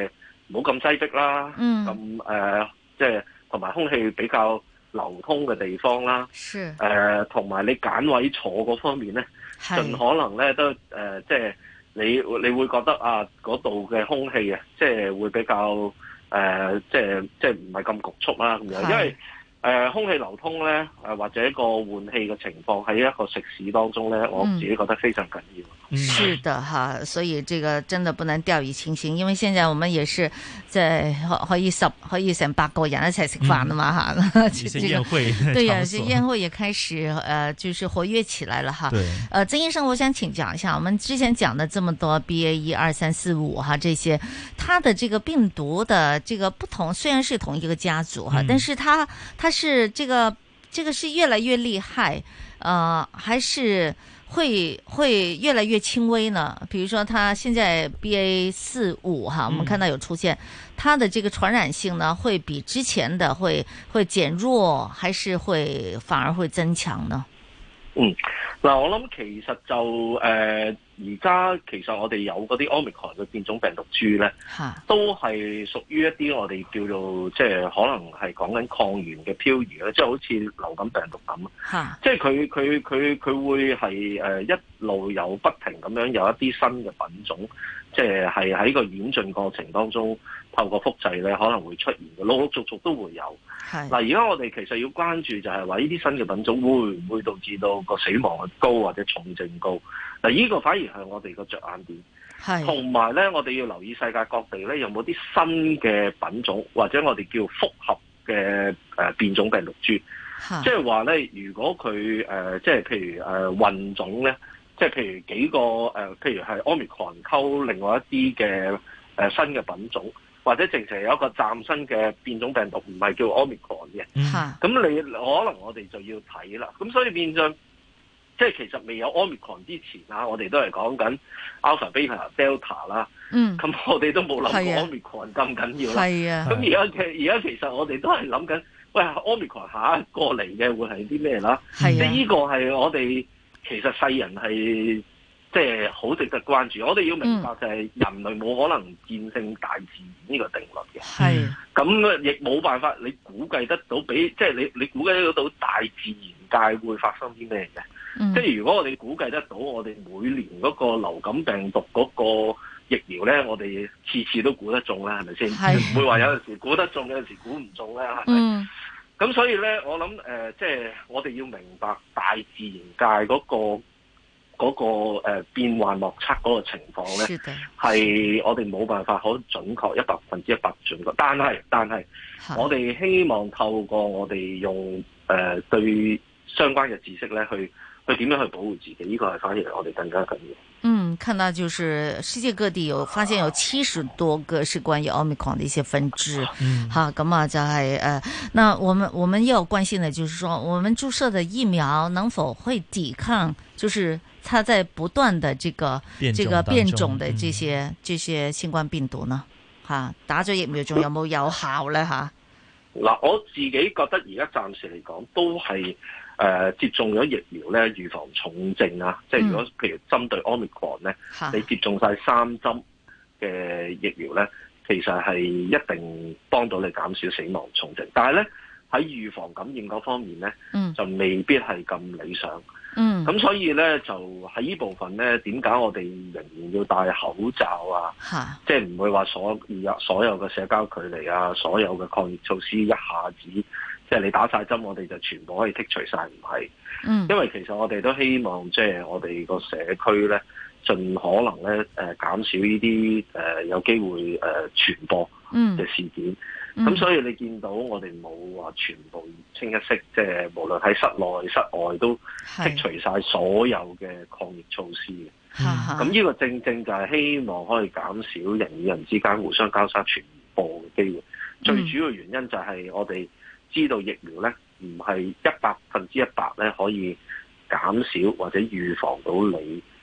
唔好咁擠迫啦，咁誒即係同埋空氣比較流通嘅地方啦，誒同埋你揀位坐嗰方面咧，盡可能咧都誒即係你你會覺得啊嗰度嘅空氣啊，即係會比較誒即係即係唔係咁局促啦咁樣，因為誒、呃、空氣流通咧誒或者一個換氣嘅情況喺一個食肆當中咧，我自己覺得非常緊要。 嗯、是的哈，所以這個真的不能掉以輕心，因為現在我們也是在可以十可以成百個人一齊食飯了嘛哈。 嗯、這些宴會對呀、啊，這宴會也開始呃就是活躍起來了哈。對。呃，曾醫生，我想請講一下，我們之前講的這麼多 B A 一二三四五哈這些，它的這個病毒的這個不同，雖然是同一個家族哈，嗯、但是它它是這個這個是越來越厲害，呃，還是？會會越來越輕微呢？比如說，它現在 B A 四五哈，我們看到有出現，它的這個傳染性呢，會比之前的會會減弱，還是會反而會增強呢？ 嗯，嗱，我諗其實就誒，而、呃、家其實我哋有嗰啲 Omicron 嘅變種病毒株咧，都係屬於一啲我哋叫做即係可能係講緊抗原嘅漂移咧，即係好似流感病毒咁，即係佢佢佢佢會係誒一路有不停咁樣有一啲新嘅品種，即係係喺個演進過程當中透過複製咧可能會出現嘅，陸陸續續都會有。嗱，而家我哋其實要關注就係話呢啲新嘅品種會唔會導致到個死亡率高或者重症高？嗱，呢個反而係我哋個着眼點。係，同埋咧，我哋要留意世界各地咧有冇啲新嘅品種或者我哋叫複合嘅誒變種病毒株。即係話咧，如果佢誒、呃、即係譬如誒、呃、混種咧，即係譬如幾個誒、呃，譬如係 Omicron 溝另外一啲嘅誒新嘅品種。或者直情有一個嶄新嘅變種病毒，唔係叫 Omicron 嘅。咁、嗯、你可能我哋就要睇啦。咁所以變相即係其實未有 Omicron 之前啊，我哋都係講緊 Alpha、Beta、Delta 啦。嗯。咁我哋都冇諗過 Omicron 咁緊要啦。係啊。咁而家嘅而家其實我哋都係諗緊，喂 Omicron 下一個嚟嘅會係啲咩啦？係啊。即係呢個係我哋其實世人係。即係好值得關注，我哋要明白就係人類冇可能戰勝大自然呢個定律嘅。係，咁亦冇辦法你估計得到比，比即係你你估計得到大自然界會發生啲咩嘅？嗯、即係如果我哋估計得到，我哋每年嗰個流感病毒嗰個疫苗咧，我哋次次都估得中啦，係咪先？係，唔會話有陣時估得中，有陣時估唔中啦，係咪？咁、嗯、所以咧，我諗誒、呃，即係我哋要明白大自然界嗰、嗰個。嗰、那個誒、呃、變幻莫測嗰個情況咧，係我哋冇辦法好準確一百分之一百準確。但係但係，我哋希望透過我哋用誒、呃、對相關嘅知識咧，去去點樣去保護自己，呢、這個係反而我哋更加緊要。 嗯，看到就是世界各地有發現有七十多個是關於 Omicron 的一些分支。嗯，好，咁啊就係、是、誒、呃，那我們我們要關心的，就是說我們注射的疫苗能否會抵抗，就是。它在不斷的這個這個變種的這些、嗯、這些新冠病毒呢？吓，打咗疫苗仲有冇有效咧？吓， 嗱，我自己覺得而家暫時嚟講都係誒、呃、接種咗疫苗咧，預防重症啊。即係如果譬如針對 Omicron 咧，你接種晒三針嘅疫苗咧，其實係一定幫到你減少死亡重症。但係咧喺預防感染嗰方面咧、嗯，就未必係咁理想。嗯，咁所以咧就喺呢部分咧，點解我哋仍然要戴口罩啊？吓，即係唔會話所而家所有嘅社交距離啊，所有嘅抗疫措施一下子，即係你打晒針，我哋就全部可以剔除晒，唔係。嗯，因為其實我哋都希望即係我哋個社區咧，盡可能咧誒減少呢啲誒有機會誒傳播嘅事件。嗯咁、嗯、所以你見到我哋冇話全部清一色，即係無論喺室內室外都剔除晒所有嘅抗疫措施嘅。咁呢個正正就係希望可以減少人與人之間互相交叉傳播嘅機會。嗯、最主要原因就係我哋知道疫苗咧唔係一百分之一百咧可以減少或者預防到你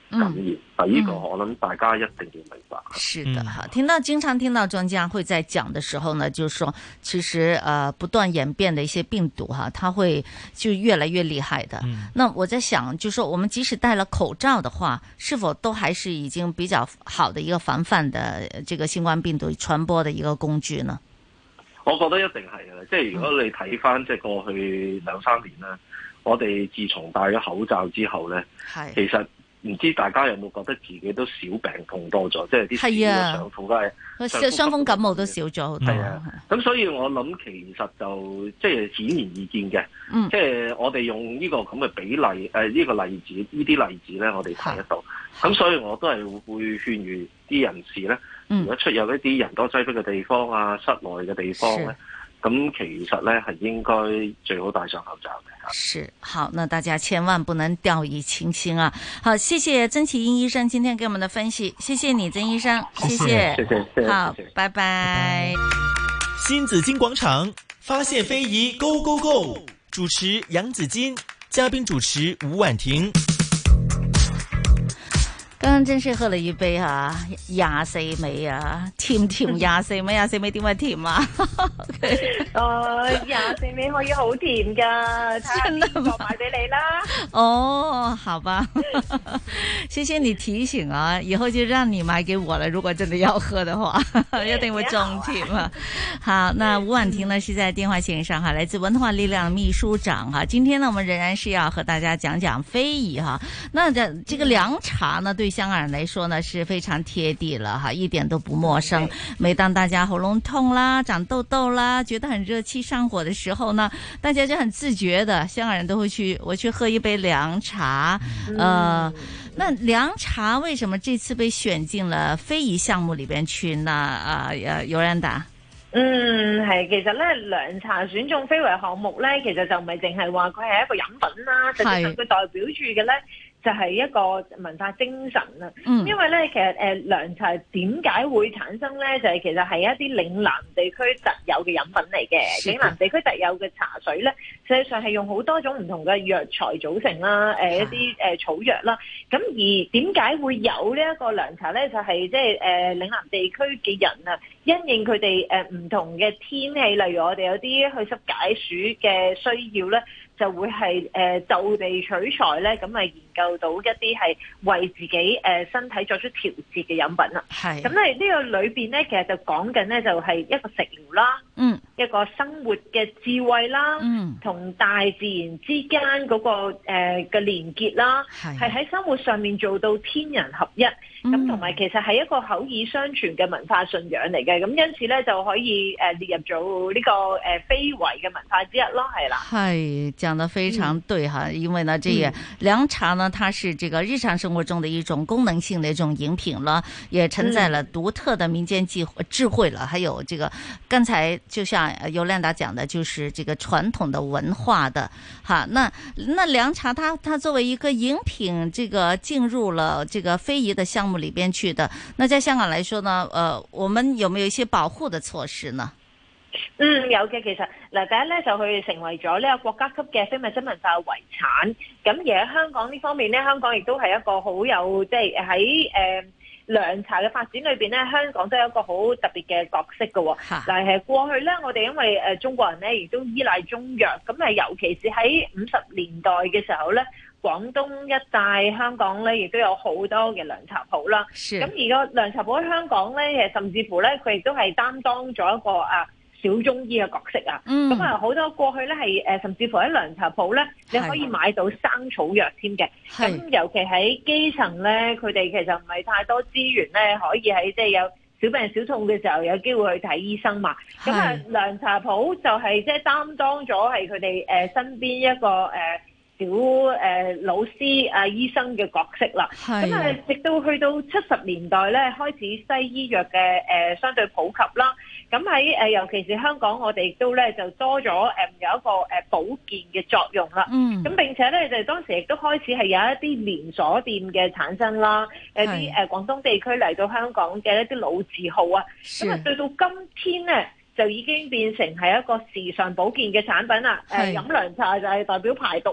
感染。嗯、啊，呢、這個我諗大家一定要明白。 是的哈，聽到經常聽到專家會在講的時候呢，就是說其實呃不斷演變的一些病毒哈，它會就越來越厲害的。嗯、那我在想，就是說我們即使戴了口罩的話，是否都還是已經比較好的一個防範的這個新冠病毒傳播的一個工具呢？ 我覺得一定係嘅，即係如果你睇翻即係過去兩三年啦，我哋自從戴咗口罩之後咧，其實。唔知大家有冇覺得自己都小病痛多咗，即係啲小嘅傷風都係傷風感冒都少咗好多。 係啊，咁所以我諗其實就即係顯而易見嘅，嗯、即係我哋用呢個咁嘅比例，誒、呃、呢、呢個例子，呢啲例子咧，我哋睇得到。咁所以我都係會勸喻啲人士咧，如果出入一啲人多擠迫嘅地方啊、室內嘅地方咧。咁其實咧係應該最好戴上口罩嘅。 是，好，那大家千萬不能掉以輕心啊！好，謝謝曾祈殷醫生今天給我們的分析，謝謝你曾醫生，謝謝， 謝謝，謝謝， 好，拜拜。 新紫荊廣場發現非遺 ，Go Go Go！主持楊子矜，嘉賓主持吳婉婷。 剛剛真是喝了一杯啊，廿四味啊，甜甜廿四味，廿四味點會甜啊？ 誒，廿四味可以好甜噶，真係我買俾你啦。 哦，好吧，謝謝你提醒啊，以後就讓你買給我了。如果真的要喝的話，一定會中甜啊。好，那吳婉婷呢是在電話線上哈，來自文化力量秘書長哈。今天呢，我們仍然是要和大家講講非遺哈。那這這個涼茶呢，對香港人來說呢是非常貼地了哈，一點都不陌生。每當大家喉嚨痛啦、長痘痘啦、覺得很熱氣上火的時候呢，大家就很自覺的，香港人都會去我去喝一杯涼茶。呃，那涼茶為什麼這次被選進了非遺項目裏邊去呢？啊，尤蘭達。 嗯，係，其實咧涼茶選中非遺項目咧，其實就唔係淨係話佢係一個飲品啦，實際上佢代表住嘅咧。就係一個文化精神啦，嗯、因為咧其實誒涼茶點解會產生咧？就係、是、其實係一啲嶺南地區特有嘅飲品嚟嘅。嶺南地區特有嘅茶水咧，實際上係用好多種唔同嘅藥材組成啦，誒、呃、一啲誒草藥啦。咁而點解會有呢一個涼茶咧？就係即係誒嶺南地區嘅人啊，因應佢哋誒唔同嘅天氣，例如我哋有啲去濕解暑嘅需要咧。就會係誒、呃、就地取材咧，咁咪研究到一啲係為自己誒、呃、身體作出調節嘅飲品啦。係咁咧，呢個裏邊咧，其實就講緊咧，就係一個食療啦，嗯，一個生活嘅智慧啦，嗯，同大自然之間嗰、那個誒嘅、呃、連結啦，係喺生活上面做到天人合一。咁同埋其實係一個口耳相傳嘅文化信仰嚟嘅，咁因此咧就可以誒列入咗呢個誒非遺嘅文化之一咯，係啦。係講得非常對哈，嗯、因為呢，這也涼茶呢，它是這個日常生活中的一種功能性的一種飲品了，也承載了獨特的民間智智慧了，還有這個剛才就像尤蘭達講的，就是這個傳統的文化的哈。那那涼茶它它作為一個飲品，這個進入了這個非遺的項目裏邊去的，那在香港來說呢，呃，我們有沒有一些保護的措施呢？ 嗯，有嘅，其實嗱，第一咧就佢成為咗呢個國家級嘅非物質文化遺產，咁而喺香港呢方面咧，香港亦都係一個好有即係喺誒涼茶嘅發展裏邊咧，香港都有一個好特別嘅角色嘅、哦。嗱係過去咧，我哋因為誒中國人咧亦都依賴中藥，咁係尤其是喺五十年代嘅時候咧。廣東一帶香港咧，亦都有好多嘅涼茶鋪啦。咁而個涼茶鋪喺香港咧，甚至乎咧，佢亦都係擔當咗一個啊小中醫嘅角色啊。咁啊、嗯，好多過去咧係誒，甚至乎喺涼茶鋪咧，你可以買到生草藥添嘅。咁尤其喺基層咧，佢哋其實唔係太多資源咧，可以喺即係有小病小痛嘅時候有機會去睇醫生嘛。咁啊，涼茶鋪就係即係擔當咗係佢哋誒身邊一個誒。呃小誒、呃、老師啊醫生嘅角色啦，咁啊直到去到七十年代咧，開始西醫藥嘅誒、呃、相對普及啦。咁喺誒尤其是香港，我哋亦都咧就多咗誒、呃、有一個誒保健嘅作用啦。嗯，咁並且咧就當時亦都開始係有一啲連鎖店嘅產生啦，有啲誒廣東地區嚟到香港嘅一啲老字號啊。咁啊，對到今天咧，就已經變成係一個時尚保健嘅產品啦。誒飲涼茶就係代表排毒啦。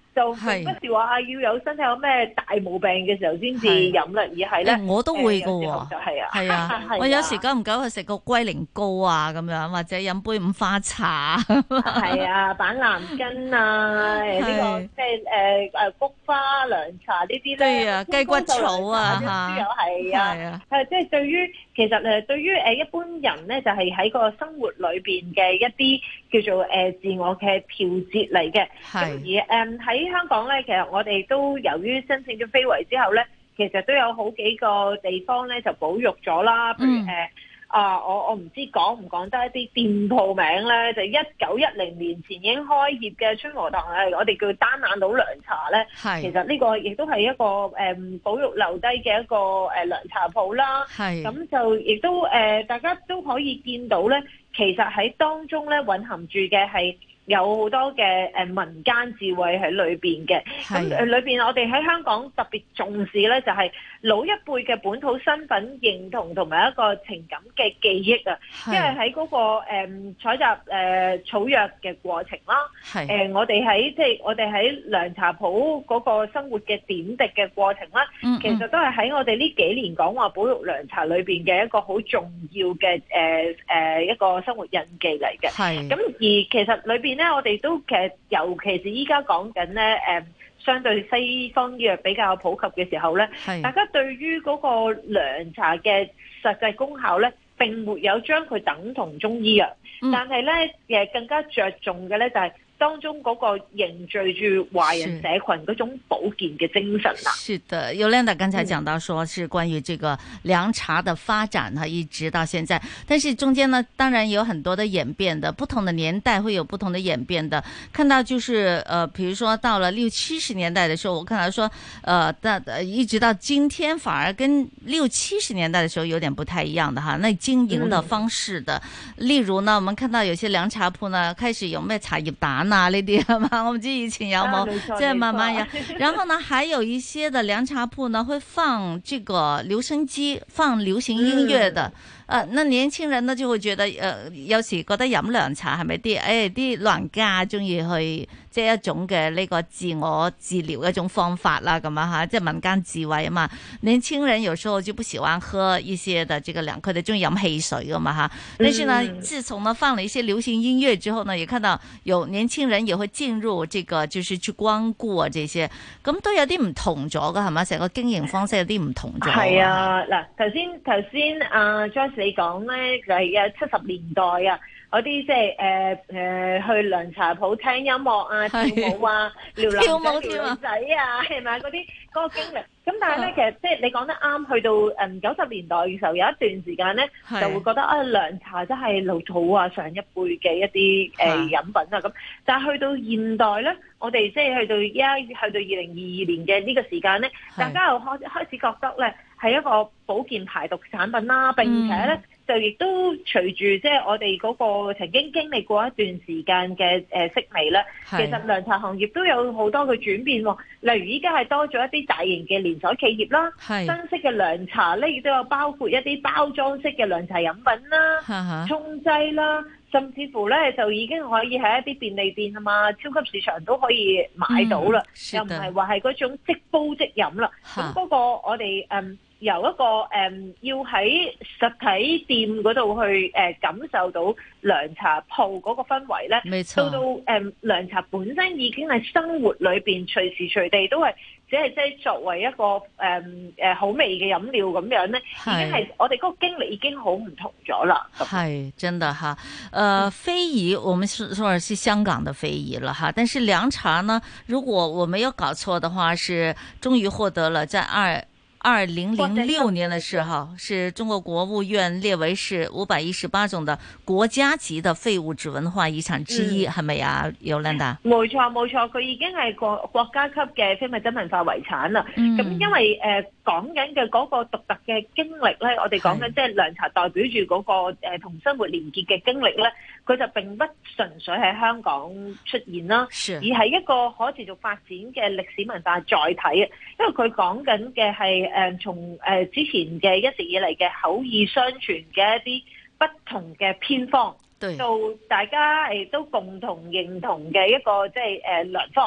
就並不是話啊要有身體有咩大毛病嘅時候先至飲啦，而係咧、 欸、我都會㗎喎， 係啊， 係啊，我有時久唔久去食個龜苓膏啊咁樣，或者飲杯五花茶， 係啊，板藍根啊，誒呢、這個即係誒誒菊花涼茶呢啲咧， 對啊，雞骨草啊嚇， 又係啊，係即係對於其實誒對於誒一般人咧，就係喺個生活裏邊嘅一啲叫做誒自我嘅調節嚟嘅，咁而誒喺香港咧，其實我哋都由於申請咗非遺之後咧，其實都有好幾個地方咧就保育咗啦。譬如誒、嗯、啊，我我唔知講唔講得一啲店鋪名咧，就一九一零年前已經開業嘅春和堂咧，我哋叫單眼島涼茶咧。係其實呢個亦都係一個誒、嗯、保育留低嘅一個誒涼茶鋪啦。係咁就亦都誒、呃，大家都可以見到咧，其實喺當中咧蘊含住嘅係有好多嘅誒民間智慧喺裏邊嘅，咁誒裏邊我哋喺香港特別重視咧，就係老一輩嘅本土身份認同同埋一個情感嘅記憶啊，因為喺嗰個誒採集誒草藥嘅過程啦，誒我哋喺即係我哋喺涼茶鋪嗰個生活嘅點滴嘅過程啦，其實都係喺我哋呢幾年講話保育涼茶裏邊嘅一個好重要嘅誒誒一個生活印記嚟嘅，係咁而其實裏邊咧，我哋都其實，尤其是依家講緊咧，誒，相對西方醫藥比較普及嘅時候咧，大家對於嗰個涼茶嘅實際功效咧，並沒有將佢等同中醫藥，嗯、但係咧，誒更加着重嘅咧就係、是。當中嗰個凝聚住華人社群嗰種保健嘅精神啦。 是的，Yolanda 剛才講到說是關於這個涼茶的發展哈，一直到現在，但是中間呢，當然有很多的演變的，不同的年代會有不同的演變的。看到就是呃，比如說到了六七十年代的時候，我看到說呃，到一直到今天反而跟六七十年代的時候有點不太一樣的哈，那經營的方式的，嗯、例如呢，我們看到有些涼茶鋪呢，開始有咩茶葉蛋啊，呢啲係嘛？我唔知以前有冇，即係慢慢有。然後呢，還有一些的涼茶鋪呢，會放這個留聲機，放流行音樂的。呃，那年輕人呢就會覺得，呃，有時覺得飲涼茶係咪啲，誒，啲老人家中意去，即係一種嘅呢個自我治療一種方法啦，咁樣吓，即係民間智慧啊嘛。年輕人有時候就不喜歡喝一些的這個涼，佢哋中意飲汽水噶嘛吓。但是呢，自從呢放了一些流行音樂之後呢，也看到有年輕人也會進入這個，就是去光顧啊，這些，咁都有啲唔同咗噶，係嘛？成個經營方式有啲唔同咗。係啊，嗱，頭先頭先阿 Joyce 你講咧，就係啊七十年代啊。嗰啲即係誒誒去涼茶鋪聽音樂啊、跳舞啊、撩男仔撩女仔啊，係咪嗰啲嗰個經歷？咁但係咧，其實即係你講得啱，去到誒九十年代嘅時候，有一段時間咧，就會覺得啊涼茶真係老土啊，上一輩嘅一啲誒、呃、飲品啊咁。但係去到現代咧，我哋即係去到而家去到二零二二年嘅呢個時間咧，大家又開開始覺得咧係一個保健排毒產品啦，並且咧。嗯就亦都隨住即係我哋嗰個曾經經歷過一段時間嘅誒式微咧，其實涼茶行業都有好多嘅轉變喎。例如依家係多咗一啲大型嘅連鎖企業啦，新式嘅涼茶咧亦都有包括一啲包裝式嘅涼茶飲品啦、沖劑啦，甚至乎咧就已經可以喺一啲便利店啊嘛、超級市場都可以買到啦、嗯，又唔係話係嗰種即煲即飲啦。咁嗰個我哋誒。嗯由一個誒、嗯、要喺實體店嗰度去誒、呃、感受到涼茶鋪嗰個氛圍咧，到到誒、嗯、涼茶本身已經係生活裏邊隨時隨地都係只係即係作為一個誒誒、呃、好味嘅飲料咁樣咧，已經係我哋嗰個經歷已經好唔同咗啦。係真的哈，呃非遺我們說說是香港的非遺了哈，但是涼茶呢，如果我沒有搞錯的話，是終於獲得了在二。二零零六年的時候，是中國國務院列為是五百一十八種的國家級的非物質文化遺產之一，係咪啊，Yolanda？冇錯冇錯，佢已經係國國家級嘅非物質文化遺產啦。咁、嗯、因為誒講緊嘅嗰個獨特嘅經歷咧，我哋講緊即係涼茶代表住嗰個誒同生活連結嘅經歷咧，佢就並不純粹喺香港出現啦，而係一個可持續發展嘅歷史文化載體啊。因為佢講緊嘅係。誒從誒之前嘅一直以嚟嘅口耳相傳嘅一啲不同嘅偏方，到大家誒都共同認同嘅一個即係誒良方。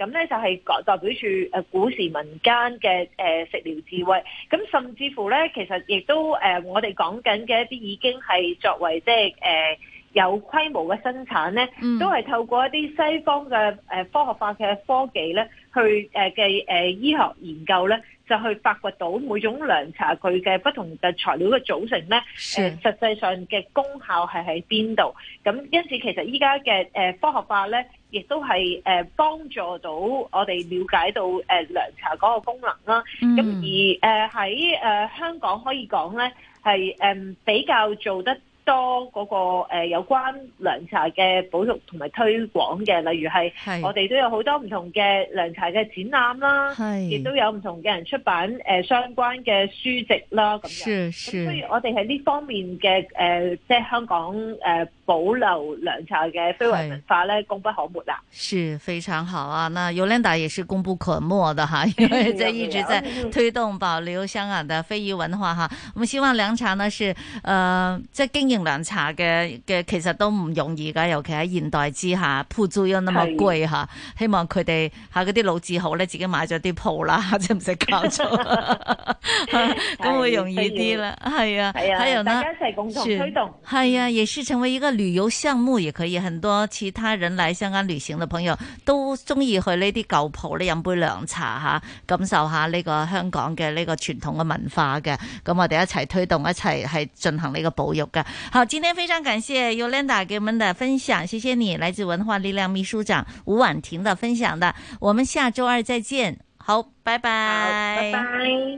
咁咧就係代表住誒古時民間嘅誒食療智慧。咁甚至乎咧，其實亦都誒我哋講緊嘅一啲已經係作為即係誒有規模嘅生產咧，嗯、都係透過一啲西方嘅誒科學化嘅科技咧，去誒嘅誒醫學研究咧，就去發掘到每種涼茶佢嘅不同嘅材料嘅組成咧，誒實際上嘅功效係喺邊度？咁因此其實依家嘅誒科學化咧，亦都係誒幫助到我哋了解到誒涼茶嗰個功能啦。咁、嗯、而誒喺誒香港可以講咧，係誒比較做得多嗰個誒有關涼茶嘅保育同埋推廣嘅，例如係我哋都有好多唔同嘅涼茶嘅展覽啦，亦都有唔同嘅人出版誒相關嘅書籍啦，咁樣。咁所以我哋喺呢方面嘅誒，即係香港誒保留涼茶嘅非遺文化咧，功不可沒啦。 是非常好啊！那 Yolanda 也是功不可沒的哈，因為在一直在推動保留香港的非遺文化哈。我們希望涼茶呢是呃即係經營涼茶嘅嘅，其實都唔容易噶，尤其喺現代之下，鋪租又那麼貴吓。希望佢哋吓嗰啲老字號咧，自己買咗啲鋪啦，即係唔使交租，咁會容易啲啦。係啊，係啊，還有呢， 大家一齊共同推動。 係啊，也是成為一個旅遊項目，也可以很多其他人來香港旅行嘅朋友都中意去呢啲舊鋪咧飲杯涼茶吓，感受下呢個香港嘅呢個傳統嘅文化嘅。咁我哋一齊推動，一齊係進行呢個保育嘅。好，今天非常感謝 Yolanda 給我們的分享，謝謝你，來自文化力量秘書長伍婉婷的分享的，我們下周二再見，好，拜拜， 拜拜。